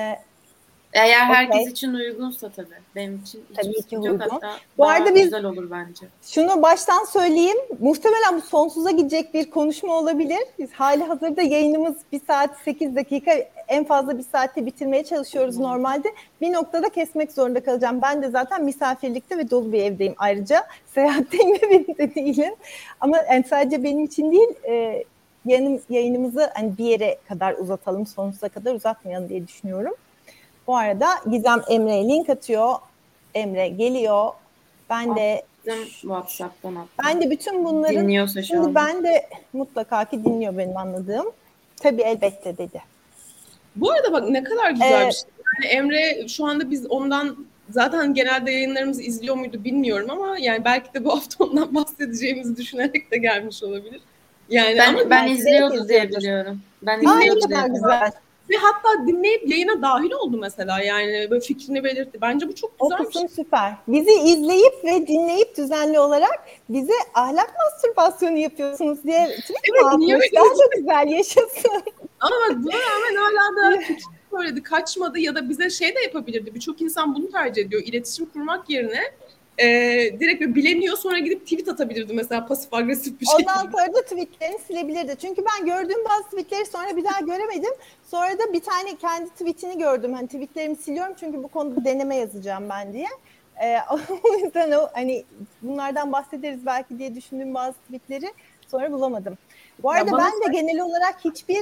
Speaker 4: Eğer herkes için uygunsa tabii. Benim için
Speaker 1: tabii ki uygun.
Speaker 4: Hatta
Speaker 1: bu arada biz
Speaker 4: güzel olur bence.
Speaker 1: Şunu baştan söyleyeyim. Muhtemelen bu sonsuza gidecek bir konuşma olabilir. Biz hali hazırda yayınımız 1 saat 8 dakika, en fazla 1 saatte bitirmeye çalışıyoruz normalde. Bir noktada kesmek zorunda kalacağım. Ben de zaten misafirlikte ve dolu bir evdeyim ayrıca. Seyahatteyim ve benim de değilim. Ama yani sadece benim için değil, yayınımızı hani bir yere kadar uzatalım, sonsuza kadar uzatmayalım diye düşünüyorum. Bu arada Gizem Emre'ye link atıyor. Emre geliyor. Ben de
Speaker 4: WhatsApp'tan attım.
Speaker 1: Ben de bütün bunların
Speaker 4: dinliyorsa şu
Speaker 1: şimdi ben de mutlaka ki dinliyor benim anladığım. Tabii elbette dedi.
Speaker 3: Bu arada bak ne kadar güzel bir şey. Yani Emre şu anda biz ondan zaten genelde yayınlarımızı izliyor muydu bilmiyorum ama yani belki de bu hafta ondan bahsedeceğimizi düşünerek de gelmiş olabilir. Yani
Speaker 4: ben izliyordu diye biliyorum. Ben
Speaker 1: izliyordu diye güzel.
Speaker 3: Ve hatta dinleyip yayına dahil oldu mesela, yani böyle fikrini belirtti. Bence bu çok güzel
Speaker 1: bir şey. Süper. Bizi izleyip ve dinleyip düzenli olarak bize ahlak mastürbasyonu yapıyorsunuz diye atmış. Daha da güzel yaşasın.
Speaker 3: Ama bak buna rağmen hala da söyledi, kaçmadı ya da bize şey de yapabilirdi. Birçok insan bunu tercih ediyor. İletişim kurmak yerine direkt bileniyor, sonra gidip tweet atabilirdi mesela pasif agresif bir şekilde.
Speaker 1: Ondan sonra da tweetlerini silebilirdi. Çünkü ben gördüğüm bazı tweetleri sonra bir daha göremedim. Sonra da bir tane kendi tweetini gördüm. Hani tweetlerimi siliyorum çünkü bu konuda deneme yazacağım ben diye. O yüzden hani bunlardan bahsederiz belki diye düşündüğüm bazı tweetleri Sonra bulamadım. Bu arada
Speaker 2: Ya
Speaker 1: ben de genel olarak hiçbir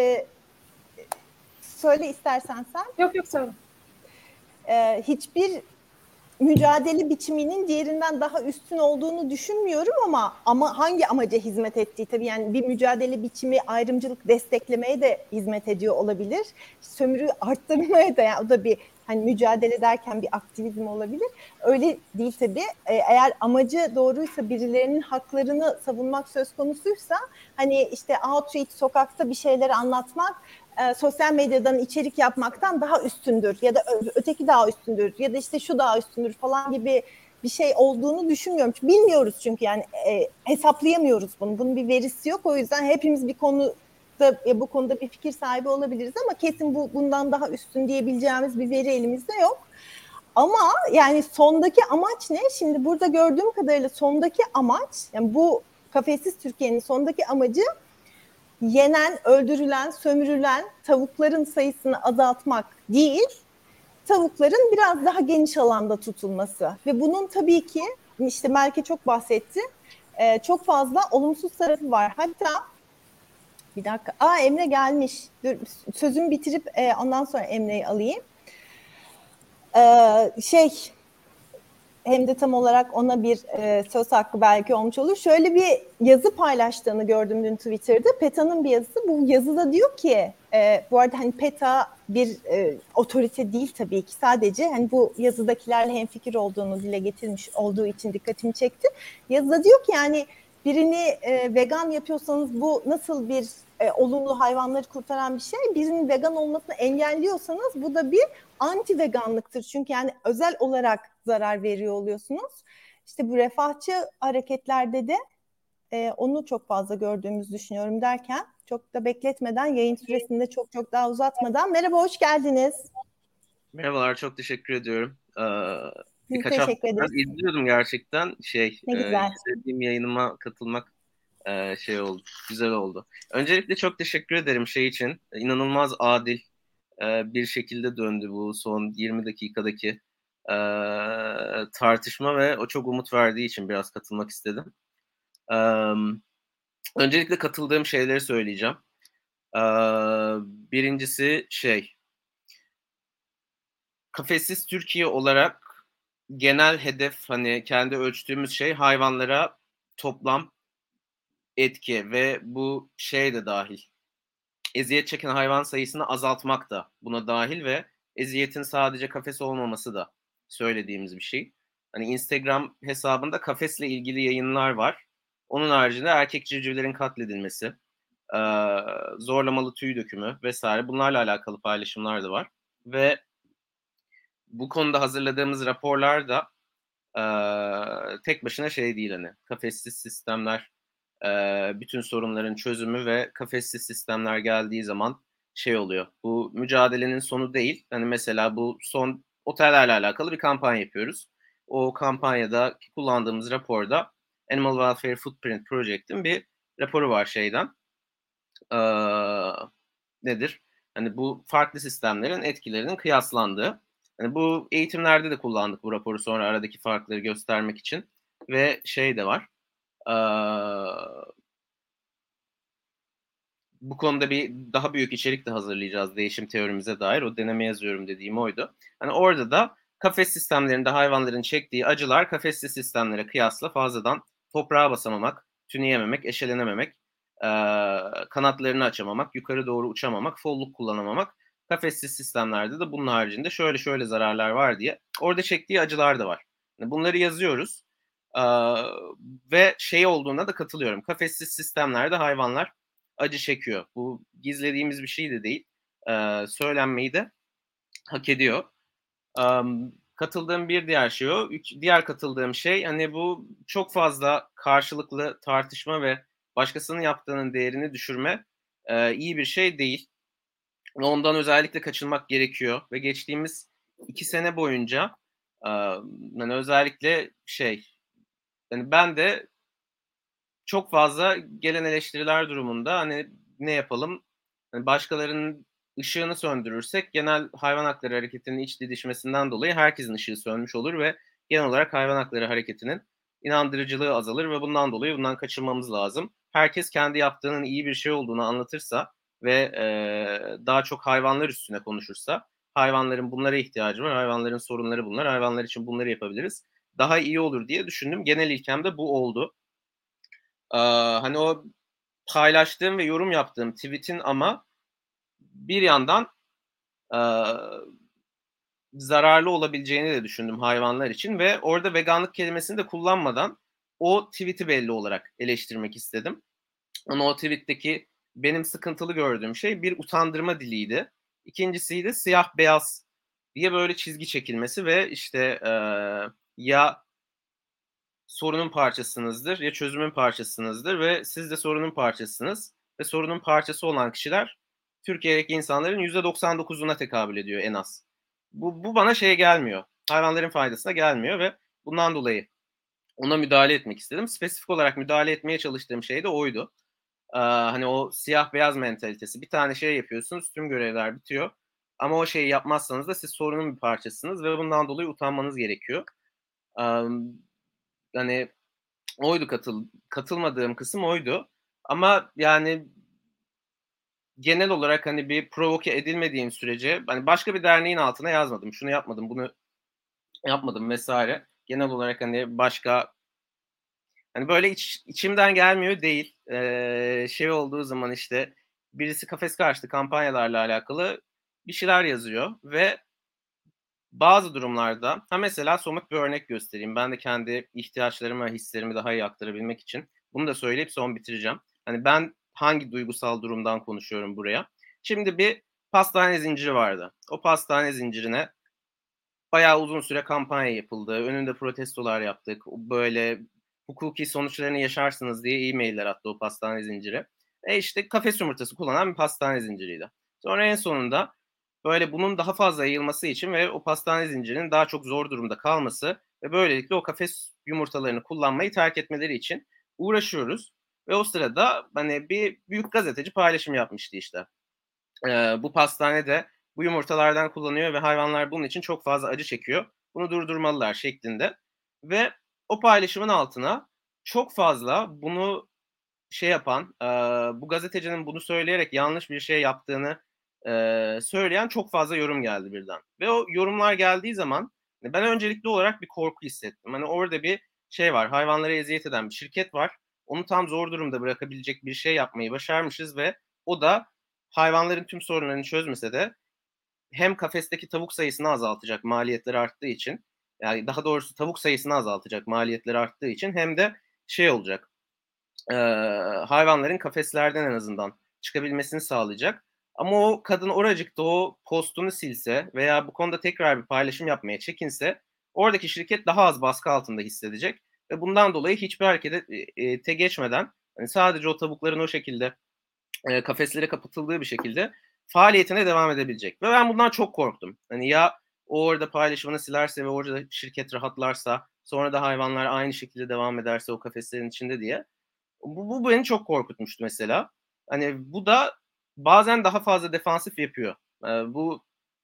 Speaker 1: söyle istersen sen.
Speaker 2: Yok söyle.
Speaker 1: Hiçbir mücadele biçiminin diğerinden daha üstün olduğunu düşünmüyorum ama hangi amaca hizmet ettiği tabii, yani bir mücadele biçimi ayrımcılık desteklemeye de hizmet ediyor olabilir. Sömürü arttırmaya da, yani o da bir hani mücadele derken bir aktivizm olabilir. Öyle değil tabii. Eğer amacı doğruysa, birilerinin haklarını savunmak söz konusuysa, hani işte outreach, sokakta bir şeyleri anlatmak sosyal medyadan içerik yapmaktan daha üstündür ya da öteki daha üstündür ya da işte şu daha üstündür falan gibi bir şey olduğunu düşünmüyorum. Bilmiyoruz çünkü, yani hesaplayamıyoruz bunu. Bunun bir verisi yok. O yüzden hepimiz bu konuda bir fikir sahibi olabiliriz ama kesin bundan daha üstün diyebileceğimiz bir veri elimizde yok. Ama yani sondaki amaç ne? Şimdi burada gördüğüm kadarıyla sondaki amaç, yani bu Kafessiz Türkiye'nin sondaki amacı yenen, öldürülen, sömürülen tavukların sayısını azaltmak değil, tavukların biraz daha geniş alanda tutulması. Ve bunun tabii ki işte Melke çok bahsetti, çok fazla olumsuz tarafı var. Hatta bir dakika, Emre gelmiş. Dur, sözümü bitirip ondan sonra Emre'yi alayım. Hem de tam olarak ona bir söz hakkı belki olmuş olur. Şöyle bir yazı paylaştığını gördüm dün Twitter'da. PETA'nın bir yazısı. Bu yazıda diyor ki, bu arada hani PETA bir otorite değil tabii ki. Sadece hani bu yazıdakilerle hemfikir olduğunu dile getirmiş olduğu için dikkatimi çekti. Yazıda diyor ki, yani birini vegan yapıyorsanız bu nasıl bir olumlu, hayvanları kurtaran bir şey. Birinin vegan olmasını engelliyorsanız bu da bir anti veganlıktır. Çünkü yani özel olarak zarar veriyor oluyorsunuz. İşte bu refahçı hareketlerde de onu çok fazla gördüğümüzü düşünüyorum derken, çok da bekletmeden, yayın süresinde çok daha uzatmadan, merhaba, hoş geldiniz.
Speaker 5: Merhabalar, çok teşekkür ediyorum. Birkaç
Speaker 1: teşekkür
Speaker 5: haftadır
Speaker 1: ederiz.
Speaker 5: izliyordum gerçekten.
Speaker 1: Ne güzel.
Speaker 5: İstediğim yayınıma katılmak oldu, güzel oldu. Öncelikle çok teşekkür ederim için. İnanılmaz adil bir şekilde döndü bu son 20 dakikadaki tartışma ve o çok umut verdiği için biraz katılmak istedim. Öncelikle katıldığım şeyleri söyleyeceğim. Birincisi Kafessiz Türkiye olarak genel hedef, hani kendi ölçtüğümüz şey hayvanlara toplam etki ve bu de dahil. Eziyet çeken hayvan sayısını azaltmak da buna dahil ve eziyetin sadece kafes olmaması da söylediğimiz bir şey. Hani Instagram hesabında kafesle ilgili yayınlar var. Onun haricinde erkek civcivlerin katledilmesi, zorlamalı tüy dökümü vesaire, bunlarla alakalı paylaşımlar da var. Ve bu konuda hazırladığımız raporlar da tek başına değil, hani kafessiz sistemler bütün sorunların çözümü ve kafessiz sistemler geldiği zaman oluyor. Bu mücadelenin sonu değil. Hani mesela bu son otellerle alakalı bir kampanya yapıyoruz. O kampanyada kullandığımız raporda Animal Welfare Footprint Project'in bir raporu var nedir? Hani bu farklı sistemlerin etkilerinin kıyaslandığı. Hani bu eğitimlerde de kullandık bu raporu, sonra aradaki farkları göstermek için. Ve de var. Bu konuda bir daha büyük içerik de hazırlayacağız değişim teorimize dair. O deneme yazıyorum dediğim oydu. Hani orada da kafes sistemlerinde hayvanların çektiği acılar kafessiz sistemlere kıyasla fazladan toprağa basamamak, tüneyememek, eşelenememek, kanatlarını açamamak, yukarı doğru uçamamak, folluk kullanamamak. Kafessiz sistemlerde de bunun haricinde şöyle zararlar var diye orada çektiği acılar da var. Yani bunları yazıyoruz. Ve olduğuna da katılıyorum. Kafessiz sistemlerde hayvanlar acı çekiyor. Bu gizlediğimiz bir şey de değil. Söylenmeyi de hak ediyor. Katıldığım bir diğer şey o. Diğer katıldığım şey, hani bu çok fazla karşılıklı tartışma ve başkasının yaptığının değerini düşürme iyi bir şey değil. Ondan özellikle kaçınmak gerekiyor ve geçtiğimiz 2 sene boyunca hani özellikle yani ben de çok fazla gelen eleştiriler durumunda hani ne yapalım? Hani başkalarının ışığını söndürürsek genel hayvan hakları hareketinin iç didişmesinden dolayı herkesin ışığı sönmüş olur ve genel olarak hayvan hakları hareketinin inandırıcılığı azalır ve bundan dolayı bundan kaçınmamız lazım. herkes kendi yaptığının iyi bir şey olduğunu anlatırsa ve daha çok hayvanlar üstüne konuşursa, hayvanların bunlara ihtiyacı var, hayvanların sorunları bunlar, hayvanlar için bunları yapabiliriz, daha iyi olur diye düşündüm. Genel ilkem de bu oldu. Hani o paylaştığım ve yorum yaptığım tweet'in ama bir yandan zararlı olabileceğini de düşündüm hayvanlar için ve orada veganlık kelimesini de kullanmadan o tweet'i belli olarak eleştirmek istedim. Ama o tweet'teki benim sıkıntılı gördüğüm şey bir utandırma diliydi. İkincisi de siyah beyaz diye böyle çizgi çekilmesi ve işte ya sorunun parçasınızdır ya çözümün parçasınızdır ve siz de sorunun parçasısınız ve sorunun parçası olan kişiler Türkiye'deki insanların %99'una tekabül ediyor en az. Bu bana şeye gelmiyor. Hayvanların faydasına gelmiyor ve bundan dolayı ona müdahale etmek istedim. Spesifik olarak müdahale etmeye çalıştığım şey de oydu. Hani o siyah beyaz mentalitesi. Bir tane şey yapıyorsunuz, tüm görevler bitiyor. Ama o şeyi yapmazsanız da siz sorunun bir parçasısınız ve bundan dolayı utanmanız gerekiyor. Hani oydu katılmadığım kısım oydu. Ama yani genel olarak hani bir provoke edilmediğim sürece hani başka bir derneğin altına yazmadım. Şunu yapmadım, bunu yapmadım vesaire. Genel olarak hani başka hani böyle içimden gelmiyor değil. Şey olduğu zaman işte birisi kafes karşıtı kampanyalarla alakalı bir şeyler yazıyor ve bazı durumlarda mesela somut bir örnek göstereyim. Ben de kendi ihtiyaçlarımı ve hislerimi daha iyi aktarabilmek için bunu da söyleyip son bitireceğim. Hani ben hangi duygusal durumdan konuşuyorum buraya? Şimdi bir pastane zinciri vardı. O pastane zincirine bayağı uzun süre kampanya yapıldı. Önünde protestolar yaptık. Böyle hukuki sonuçlarını yaşarsınız diye e-mailler attı o pastane zinciri. İşte kafes yumurtası kullanan bir pastane zinciriydi. Sonra en sonunda böyle bunun daha fazla yayılması için ve o pastane zincirinin daha çok zor durumda kalması ve böylelikle o kafes yumurtalarını kullanmayı terk etmeleri için uğraşıyoruz. Ve o sırada hani bir büyük gazeteci paylaşım yapmıştı işte. Bu pastanede bu yumurtalardan kullanıyor ve hayvanlar bunun için çok fazla acı çekiyor. Bunu durdurmalılar şeklinde. Ve o paylaşımın altına çok fazla bunu şey yapan, bu gazetecinin bunu söyleyerek yanlış bir şey yaptığını söyleyen çok fazla yorum geldi birden. Ve o yorumlar geldiği zaman ben öncelikli olarak bir korku hissettim. Hani orada bir şey var, hayvanlara eziyet eden bir şirket var. Onu tam zor durumda bırakabilecek bir şey yapmayı başarmışız ve o da hayvanların tüm sorunlarını çözmese de hem kafesteki tavuk sayısını azaltacak maliyetleri arttığı için, yani daha doğrusu tavuk sayısını azaltacak maliyetleri arttığı için hem de şey olacak, hayvanların kafeslerden en azından çıkabilmesini sağlayacak. Ama o kadın oracıkta o postunu silse veya bu konuda tekrar bir paylaşım yapmaya çekinse oradaki şirket daha az baskı altında hissedecek ve bundan dolayı hiçbir harekete geçmeden hani sadece o tavukların o şekilde kafeslere kapatıldığı bir şekilde faaliyetine devam edebilecek. Ve ben bundan çok korktum. Hani ya o orada paylaşımını silerse ve orada şirket rahatlarsa sonra da hayvanlar aynı şekilde devam ederse o kafeslerin içinde diye. Bu beni çok korkutmuştu mesela. Hani bu da bazen daha fazla defansif yapıyor. Bu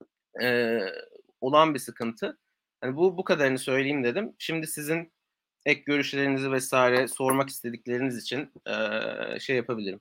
Speaker 5: olan bir sıkıntı. Hani bu kadarını söyleyeyim dedim. Şimdi sizin ek görüşlerinizi vesaire sormak istedikleriniz için şey yapabilirim.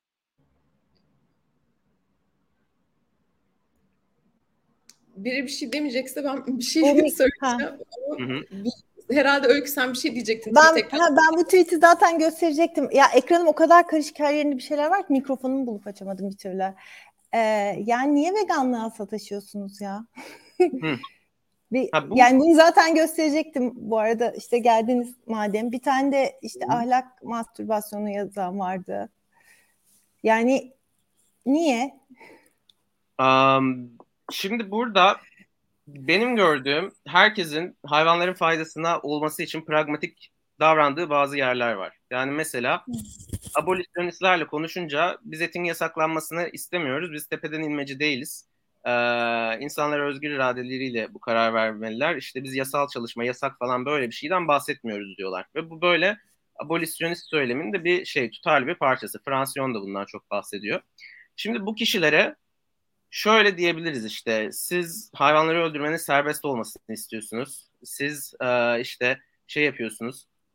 Speaker 3: Biri bir şey demeyecekse ben bir şey söyleyeceğim. Herhalde Öykü sen bir şey diyecektin.
Speaker 1: Ben bu tweet'i zaten gösterecektim. Ya ekranım o kadar karışık, her yerinde bir şeyler var ki mikrofonumu bulup açamadım bir türlü. Yani niye veganlığa sataşıyorsunuz ya? Yani bunu zaten gösterecektim bu arada, işte geldiniz madem. Bir tane de işte ahlak mastürbasyonu yazan vardı. Yani niye?
Speaker 5: Şimdi burada benim gördüğüm herkesin hayvanların faydasına olması için pragmatik davrandığı bazı yerler var. Yani mesela abolisyonistlerle konuşunca biz etin yasaklanmasını istemiyoruz. Biz tepeden inmeci değiliz. İnsanlar özgür iradeleriyle bu karar vermeliler. İşte biz yasal çalışma, yasak falan böyle bir şeyden bahsetmiyoruz diyorlar. Ve bu böyle abolisyonist söylemin de bir tutarlı bir parçası. Fransiyon da bundan çok bahsediyor. Şimdi bu kişilere şöyle diyebiliriz işte siz hayvanları öldürmenin serbest olmasını istiyorsunuz. Siz işte şey yapıyorsunuz.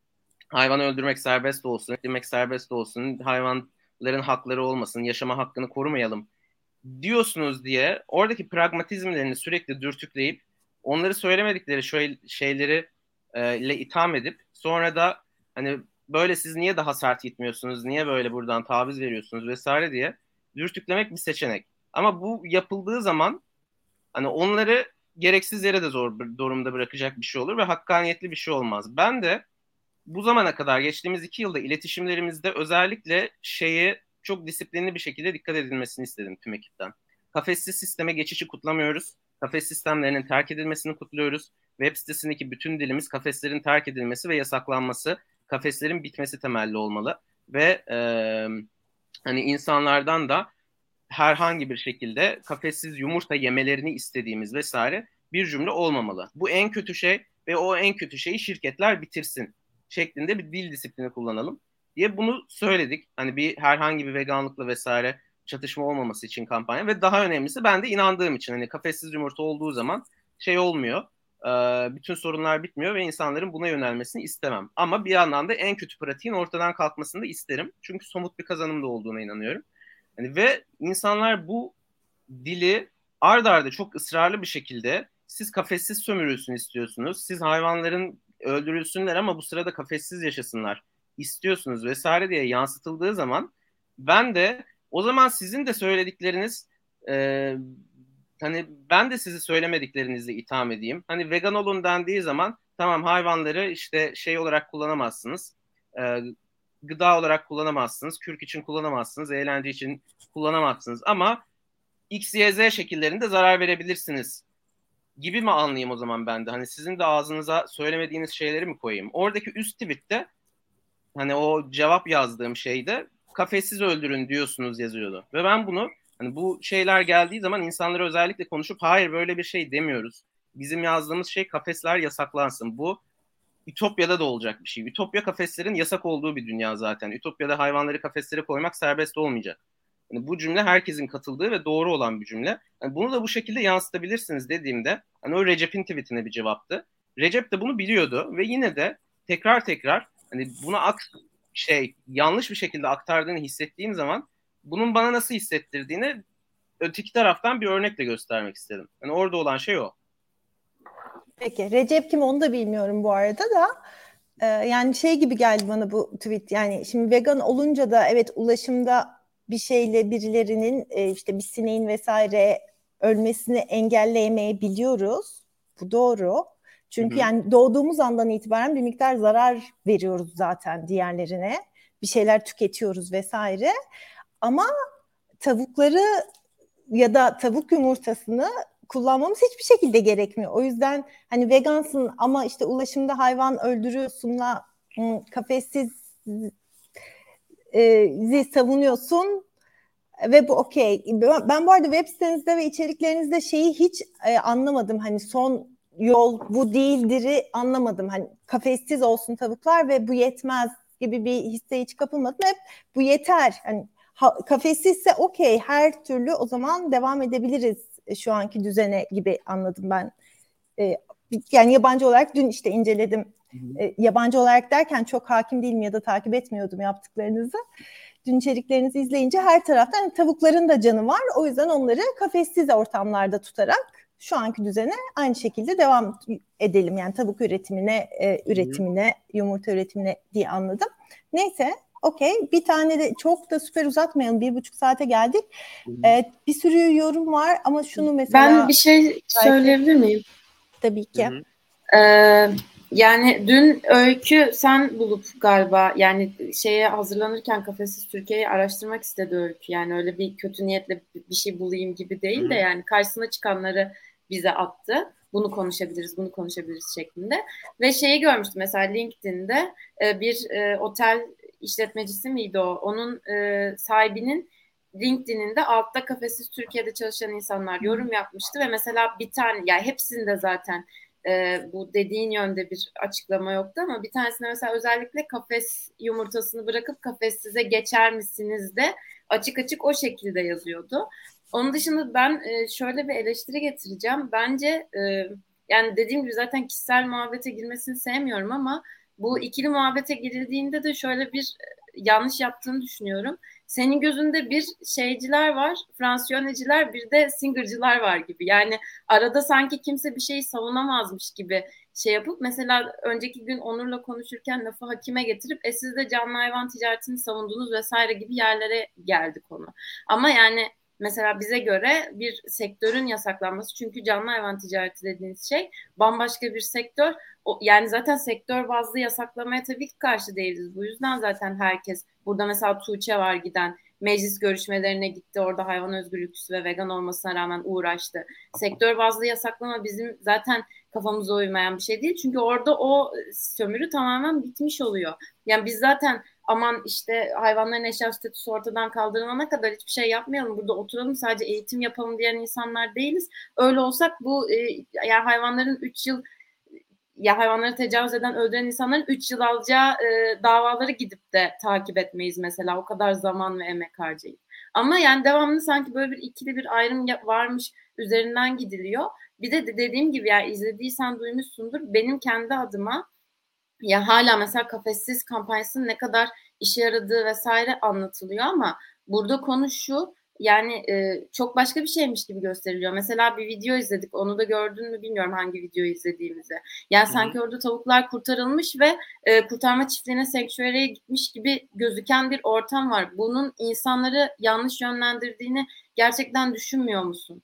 Speaker 5: hayvan öldürmek serbest olsun, öldürmek serbest olsun, hayvanların hakları olmasın, yaşama hakkını korumayalım diyorsunuz diye oradaki pragmatizmlerini sürekli dürtükleyip onları söylemedikleri şeyleri ile itham edip sonra da hani böyle siz niye daha sert gitmiyorsunuz, niye böyle buradan taviz veriyorsunuz vesaire diye dürtüklemek bir seçenek. Ama bu yapıldığı zaman hani onları gereksiz yere de zor durumda bırakacak bir şey olur ve hakkaniyetli bir şey olmaz. Ben de bu zamana kadar geçtiğimiz 2 yılda iletişimlerimizde özellikle çok disiplinli bir şekilde dikkat edilmesini istedim tüm ekipten. Kafessiz sisteme geçişi kutlamıyoruz. Kafes sistemlerinin terk edilmesini kutluyoruz. Web sitesindeki bütün dilimiz kafeslerin terk edilmesi ve yasaklanması, kafeslerin bitmesi temelli olmalı. Ve hani insanlardan da herhangi bir şekilde kafessiz yumurta yemelerini istediğimiz vesaire bir cümle olmamalı. Bu en kötü şey ve o en kötü şeyi şirketler bitirsin şeklinde bir dil disiplini kullanalım diye bunu söyledik. Hani herhangi bir veganlıkla vesaire çatışma olmaması için kampanya ve daha önemlisi ben de inandığım için hani kafessiz yumurta olduğu zaman olmuyor. Bütün sorunlar bitmiyor ve insanların buna yönelmesini istemem. Ama bir yandan da en kötü pratiğin ortadan kalkmasını da isterim. Çünkü somut bir kazanım da olduğuna inanıyorum. Yani ve insanlar bu dili ard arda çok ısrarlı bir şekilde siz kafessiz sömürülsün istiyorsunuz. Siz hayvanların öldürülsünler ama bu sırada kafessiz yaşasınlar istiyorsunuz vesaire diye yansıtıldığı zaman ben de o zaman sizin de söyledikleriniz hani ben de sizi söylemediklerinizle itham edeyim. Hani vegan olun dendiği zaman tamam hayvanları işte olarak kullanamazsınız. Gıda olarak kullanamazsınız. Kürk için kullanamazsınız. Eğlence için kullanamazsınız. Ama X, Y, Z şekillerinde zarar verebilirsiniz gibi mi anlayayım o zaman ben de? Hani sizin de ağzınıza söylemediğiniz şeyleri mi koyayım? Oradaki üst tweette hani o cevap yazdığım şeyde kafessiz öldürün diyorsunuz yazıyordu. Ve ben bunu hani bu şeyler geldiği zaman insanlara özellikle konuşup hayır böyle bir şey demiyoruz. Bizim yazdığımız şey kafesler yasaklansın. Bu Ütopya'da da olacak bir şey. Ütopya kafeslerin yasak olduğu bir dünya zaten. Ütopya'da hayvanları kafeslere koymak serbest olmayacak. Yani bu cümle herkesin katıldığı ve doğru olan bir cümle. Yani bunu da bu şekilde yansıtabilirsiniz dediğimde hani o Recep'in tweetine bir cevaptı. Recep de bunu biliyordu ve yine de tekrar hani buna yanlış bir şekilde aktardığını hissettiğim zaman bunun bana nasıl hissettirdiğini öteki taraftan bir örnekle göstermek istedim. Yani orada olan şey o.
Speaker 1: Peki Recep kim onu da bilmiyorum bu arada da. Yani gibi geldi bana bu tweet. Yani şimdi vegan olunca da evet ulaşımda bir şeyle birilerinin işte bir sineğin vesaire ölmesini engelleyemeyebiliyoruz. Bu doğru. Çünkü yani doğduğumuz andan itibaren bir miktar zarar veriyoruz zaten diğerlerine. Bir şeyler tüketiyoruz vesaire. Ama tavukları ya da tavuk yumurtasını kullanmamız hiçbir şekilde gerekmiyor. O yüzden hani vegansın ama işte ulaşımda hayvan öldürüyorsunla kafessiz savunuyorsun ve bu okey. Ben bu arada web sitenizde ve içeriklerinizde hiç anlamadım. Hani son yol bu değildir'i anlamadım. Hani kafessiz olsun tavuklar ve bu yetmez gibi bir hisse hiç kapılmadım. Hep bu yeter. Hani kafessizse okey her türlü o zaman devam edebiliriz şu anki düzene gibi anladım ben. Yani yabancı olarak dün işte inceledim. Yabancı olarak derken çok hakim değilim ya da takip etmiyordum yaptıklarınızı. Dün içeriklerinizi izleyince her taraftan tavukların da canı var. O yüzden onları kafessiz ortamlarda tutarak şu anki düzene aynı şekilde devam edelim. Yani tavuk üretimine, yumurta üretimine diye anladım. Neyse, okey. Bir tane de çok da süper uzatmayalım. 1,5 saate geldik. Bir sürü yorum var ama şunu mesela...
Speaker 4: Ben bir şey söyleyebilir miyim?
Speaker 1: Tabii ki.
Speaker 4: Yani dün Öykü sen bulup galiba yani hazırlanırken Kafessiz Türkiye'yi araştırmak istedi Öykü. Yani öyle bir kötü niyetle bir şey bulayım gibi değil de yani karşısına çıkanları bize attı. Bunu konuşabiliriz şeklinde. Ve görmüştüm mesela LinkedIn'de bir otel işletmecisi miydi o? Onun sahibinin LinkedIn'inde altta Kafessiz Türkiye'de çalışan insanlar yorum yapmıştı ve mesela bir tane yani hepsinde zaten bu dediğin yönde bir açıklama yoktu ama bir tanesinde mesela özellikle kafes yumurtasını bırakıp kafessize geçer misiniz de açık açık o şekilde yazıyordu. Onun dışında ben şöyle bir eleştiri getireceğim. Bence yani dediğim gibi zaten kişisel muhabbete girmesini sevmiyorum ama bu ikili muhabbete girildiğinde de şöyle bir yanlış yaptığını düşünüyorum. Senin gözünde bir şeyciler var, fransiyoneciler, bir de singerciler var gibi. Yani arada sanki kimse bir şeyi savunamazmış gibi şey yapıp mesela önceki gün Onur'la konuşurken lafı Hakim'e getirip siz de canlı hayvan ticaretini savundunuz vesaire gibi yerlere geldi konu. Ama yani mesela bize göre bir sektörün yasaklanması, çünkü canlı hayvan ticareti dediğiniz şey bambaşka bir sektör. Yani zaten sektör bazlı yasaklamaya tabii ki karşı değiliz. Bu yüzden zaten herkes, burada mesela Tuğçe var giden, meclis görüşmelerine gitti. Orada hayvan özgürlükçüsü ve vegan olmasına rağmen uğraştı. Sektör bazlı yasaklama bizim zaten kafamıza uymayan bir şey değil. Çünkü orada o sömürü tamamen bitmiş oluyor. Yani biz zaten aman işte hayvanların eşya statüsü ortadan kaldırılana kadar hiçbir şey yapmayalım, burada oturalım sadece eğitim yapalım diyen insanlar değiliz. Öyle olsak bu yani hayvanların 3 yıl, ya hayvanları tecavüz eden, öldüren insanların 3 yıl alacağı davaları gidip de takip etmeyiz mesela, o kadar zaman ve emek harcayıp. Ama yani devamlı sanki böyle bir ikili bir ayrım varmış üzerinden gidiliyor. Bir de dediğim gibi, yani izlediysen duymuşsundur, benim kendi adıma ya hala mesela kafessiz kampanyasının ne kadar işe yaradığı vesaire anlatılıyor ama burada konu şu, yani çok başka bir şeymiş gibi gösteriliyor. Mesela bir video izledik, onu da gördün mü bilmiyorum hangi videoyu izlediğimizi. Yani sanki orada tavuklar kurtarılmış ve kurtarma çiftliğine, sanctuary'e gitmiş gibi gözüken bir ortam var. Bunun insanları yanlış yönlendirdiğini gerçekten düşünmüyor musun?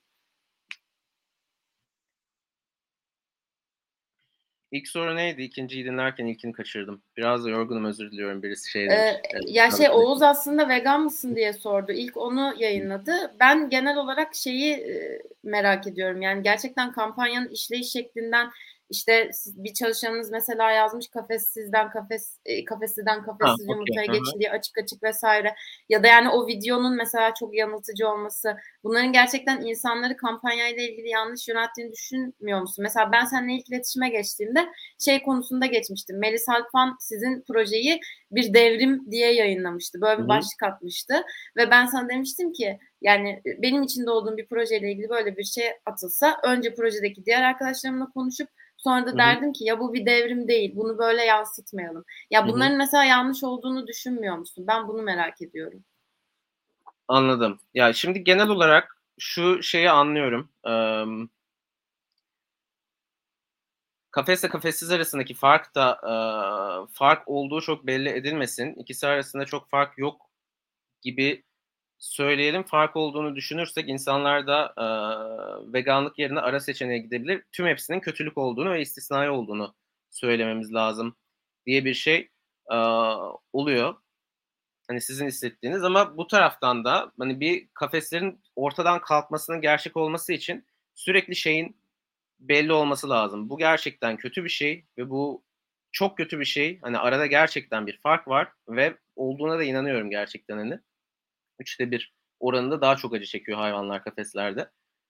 Speaker 5: İlk soru neydi? İkinciyi dinlerken ilkini kaçırdım. Biraz da yorgunum, özür diliyorum. Birisi şey demiş.
Speaker 4: Ya Oğuz aslında vegan mısın diye sordu. İlk onu yayınladı. Ben genel olarak şeyi merak ediyorum. Yani gerçekten kampanyanın işleyiş şeklinden, işte bir çalışanınız mesela yazmış kafessizden kafessiz yumurtaya geçin diye açık açık vesaire. Ya da yani o videonun mesela çok yanıltıcı olması. Bunların gerçekten insanları kampanyayla ilgili yanlış yönelttiğini düşünmüyor musun? Mesela ben seninle ilk iletişime geçtiğimde şey konusunda geçmiştim. Melis Alpan sizin projeyi bir devrim diye yayınlamıştı. Böyle bir başlık atmıştı. Ve ben sana demiştim ki yani benim içinde olduğum bir projeyle ilgili böyle bir şey atılsa önce projedeki diğer arkadaşlarımla konuşup sonra da derdim ki ya bu bir devrim değil. Bunu böyle yansıtmayalım. Ya bunların mesela yanlış olduğunu düşünmüyor musun? Ben bunu merak ediyorum.
Speaker 5: Anladım. Ya şimdi genel olarak şu şeyi anlıyorum. Kafesle kafessiz arasındaki fark da fark olduğu çok belli edilmesin. İkisi arasında çok fark yok gibi söyleyelim. Fark olduğunu düşünürsek insanlar da veganlık yerine ara seçeneğe gidebilir. Tüm hepsinin kötülük olduğunu ve istisnai olduğunu söylememiz lazım diye bir şey oluyor. Hani sizin hissettiğiniz, ama bu taraftan da hani bir kafeslerin ortadan kalkmasının gerçek olması için sürekli şeyin belli olması lazım. Bu gerçekten kötü bir şey ve bu çok kötü bir şey. Hani arada gerçekten bir fark var ve olduğuna da inanıyorum gerçekten hani. 1/3 oranında daha çok acı çekiyor hayvanlar kafeslerde.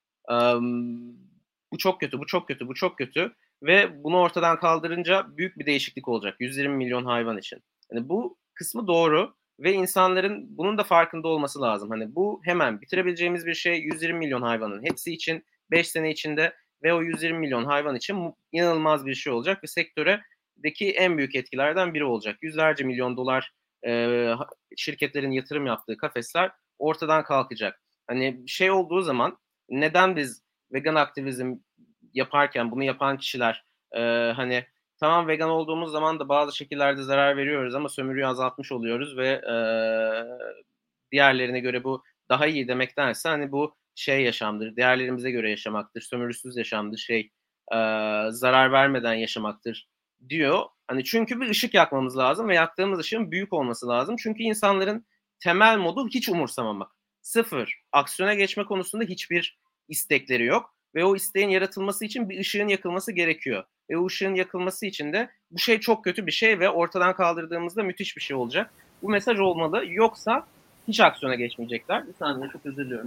Speaker 5: Bu çok kötü, bu çok kötü, bu çok kötü ve bunu ortadan kaldırınca büyük bir değişiklik olacak 120 milyon hayvan için. Hani bu kısmı doğru ve insanların bunun da farkında olması lazım. Hani bu hemen bitirebileceğimiz bir şey, 120 milyon hayvanın hepsi için 5 sene içinde ve o 120 milyon hayvan için inanılmaz bir şey olacak ve sektöredeki en büyük etkilerden biri olacak. Yüzlerce milyon dolar şirketlerin yatırım yaptığı kafesler ortadan kalkacak. Hani şey olduğu zaman neden biz vegan aktivizm yaparken bunu yapan kişiler hani tamam vegan olduğumuz zaman da bazı şekillerde zarar veriyoruz ama sömürüyü azaltmış oluyoruz ve diğerlerine göre bu daha iyi demektense hani bu şey yaşamdır, diğerlerimize göre yaşamaktır, sömürüsüz yaşamdır, zarar vermeden yaşamaktır diyor. Hani çünkü bir ışık yakmamız lazım ve yaktığımız ışığın büyük olması lazım. Çünkü insanların temel modu hiç umursamamak. Sıfır. Aksiyona geçme konusunda hiçbir istekleri yok. Ve o isteğin yaratılması için bir ışığın yakılması gerekiyor. Ve o ışığın yakılması için de bu şey çok kötü bir şey ve ortadan kaldırdığımızda müthiş bir şey olacak. Bu mesaj olmalı. Yoksa hiç aksiyona geçmeyecekler. Bir saniye, çok özür diliyorum.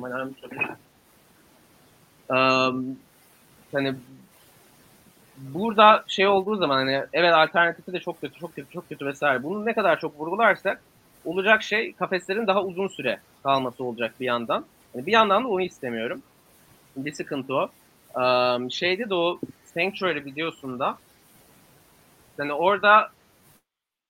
Speaker 5: Hani burada şey olduğu zaman hani evet alternatifi de çok kötü, çok kötü, çok kötü vesaire. Bunu ne kadar çok vurgularsak olacak şey kafeslerin daha uzun süre kalması olacak bir yandan. Yani bir yandan da onu istemiyorum. Bir sıkıntı o. Şeyde de o Sanctuary videosunda hani orada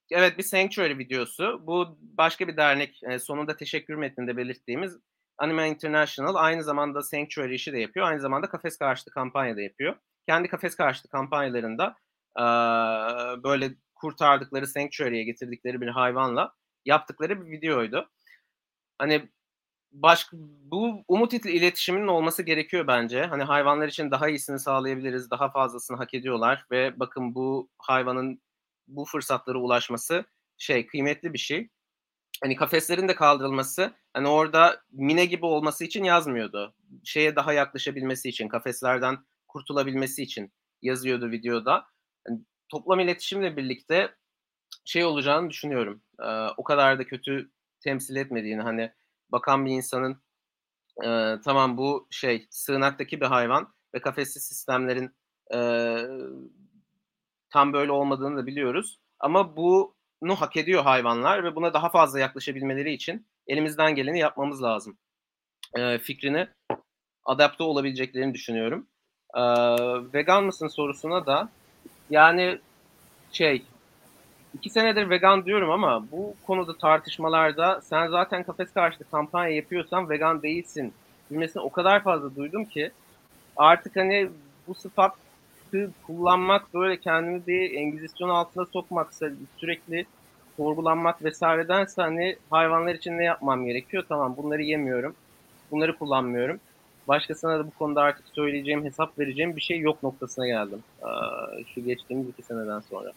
Speaker 5: Evet, bir Sanctuary videosu. Bu başka bir dernek, sonunda teşekkür metninde belirttiğimiz Animal International aynı zamanda Sanctuary işi de yapıyor. Aynı zamanda kafes karşıtı kampanya da yapıyor. Kendi kafes karşıtı kampanyalarında böyle kurtardıkları Sanctuary'ye getirdikleri bir hayvanla yaptıkları bir videoydu. Hani bu umut iletişiminin olması gerekiyor bence. Hani hayvanlar için daha iyisini sağlayabiliriz, daha fazlasını hak ediyorlar ve bakın bu hayvanın bu fırsatlara ulaşması kıymetli bir şey. Hani kafeslerin de kaldırılması, hani orada Mine gibi olması için yazmıyordu. Şeye daha yaklaşabilmesi için, kafeslerden kurtulabilmesi için yazıyordu videoda. Yani toplam iletişimle birlikte olacağını düşünüyorum. O kadar da kötü temsil etmediğini, hani bakan bir insanın tamam bu sığınaktaki bir hayvan ve kafesli sistemlerin tam böyle olmadığını da biliyoruz. Ama bunu hak ediyor hayvanlar ve buna daha fazla yaklaşabilmeleri için elimizden geleni yapmamız lazım. Fikrine adapte olabileceklerini düşünüyorum. Vegan mısın sorusuna da yani 2 senedir vegan diyorum ama bu konuda tartışmalarda sen zaten kafes karşıtı kampanya yapıyorsan vegan değilsin cümlesini o kadar fazla duydum ki artık hani bu sıfatı kullanmak böyle kendini bir engizisyon altına sokmak, sürekli sorgulanmak vesairedense hani hayvanlar için ne yapmam gerekiyor? Tamam bunları yemiyorum, bunları kullanmıyorum. Başkasına da bu konuda artık söyleyeceğim, hesap vereceğim bir şey yok noktasına geldim. Şu geçtiğimiz 2 seneden sonra.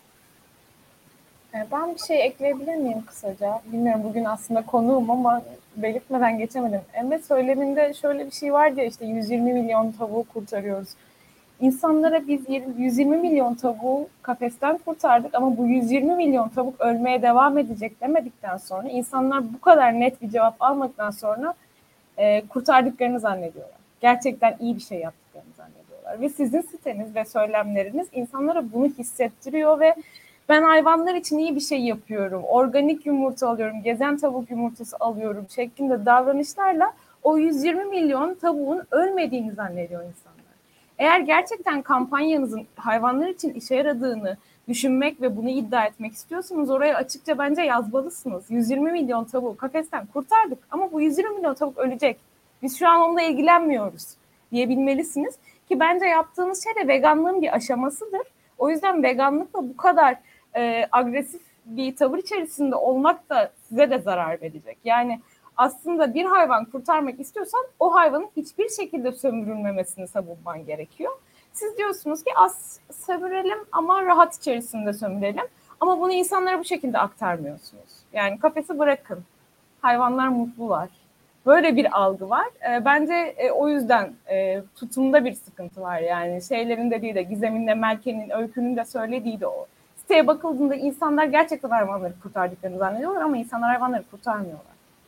Speaker 2: Ben bir şey ekleyebilir miyim kısaca? Bilmiyorum bugün aslında konuğum ama belirtmeden geçemedim. Emre söyleminde şöyle bir şey var ya işte 120 milyon tavuğu kurtarıyoruz. İnsanlara biz 120 milyon tavuğu kafesten kurtardık ama bu 120 milyon tavuk ölmeye devam edecek demedikten sonra insanlar bu kadar net bir cevap almadıktan sonra kurtardıklarını zannediyorlar. Gerçekten iyi bir şey yaptıklarını zannediyorlar. Ve sizin siteniz ve söylemleriniz insanlara bunu hissettiriyor ve ben hayvanlar için iyi bir şey yapıyorum, organik yumurta alıyorum, gezen tavuk yumurtası alıyorum şeklinde davranışlarla o 120 milyon tavuğun ölmediğini zannediyor insanlar. Eğer gerçekten kampanyanızın hayvanlar için işe yaradığını düşünmek ve bunu iddia etmek istiyorsanız oraya açıkça bence yazmalısınız. 120 milyon tavuğu kafesten kurtardık ama bu 120 milyon tavuk ölecek. Biz şu an onunla ilgilenmiyoruz diyebilmelisiniz. Ki bence yaptığınız şey de veganlığın bir aşamasıdır. O yüzden veganlıkla bu kadar agresif bir tavır içerisinde olmak da size de zarar verecek. Yani aslında bir hayvan kurtarmak istiyorsan o hayvanın hiçbir şekilde sömürülmemesini savunman gerekiyor. Siz diyorsunuz ki az sömürelim ama rahat içerisinde sömürelim. Ama bunu insanlara bu şekilde aktarmıyorsunuz. Yani kafesi bırakın. Hayvanlar mutlular. Böyle bir algı var. Bence o yüzden tutumda bir sıkıntı var. Yani şeylerin dediği de Gizem'in de Melke'nin, Öykü'nün de söylediği de o. Siteye bakıldığında insanlar gerçekten hayvanları kurtardıklarını zannediyorlar ama insanlar hayvanları kurtarmıyorlar.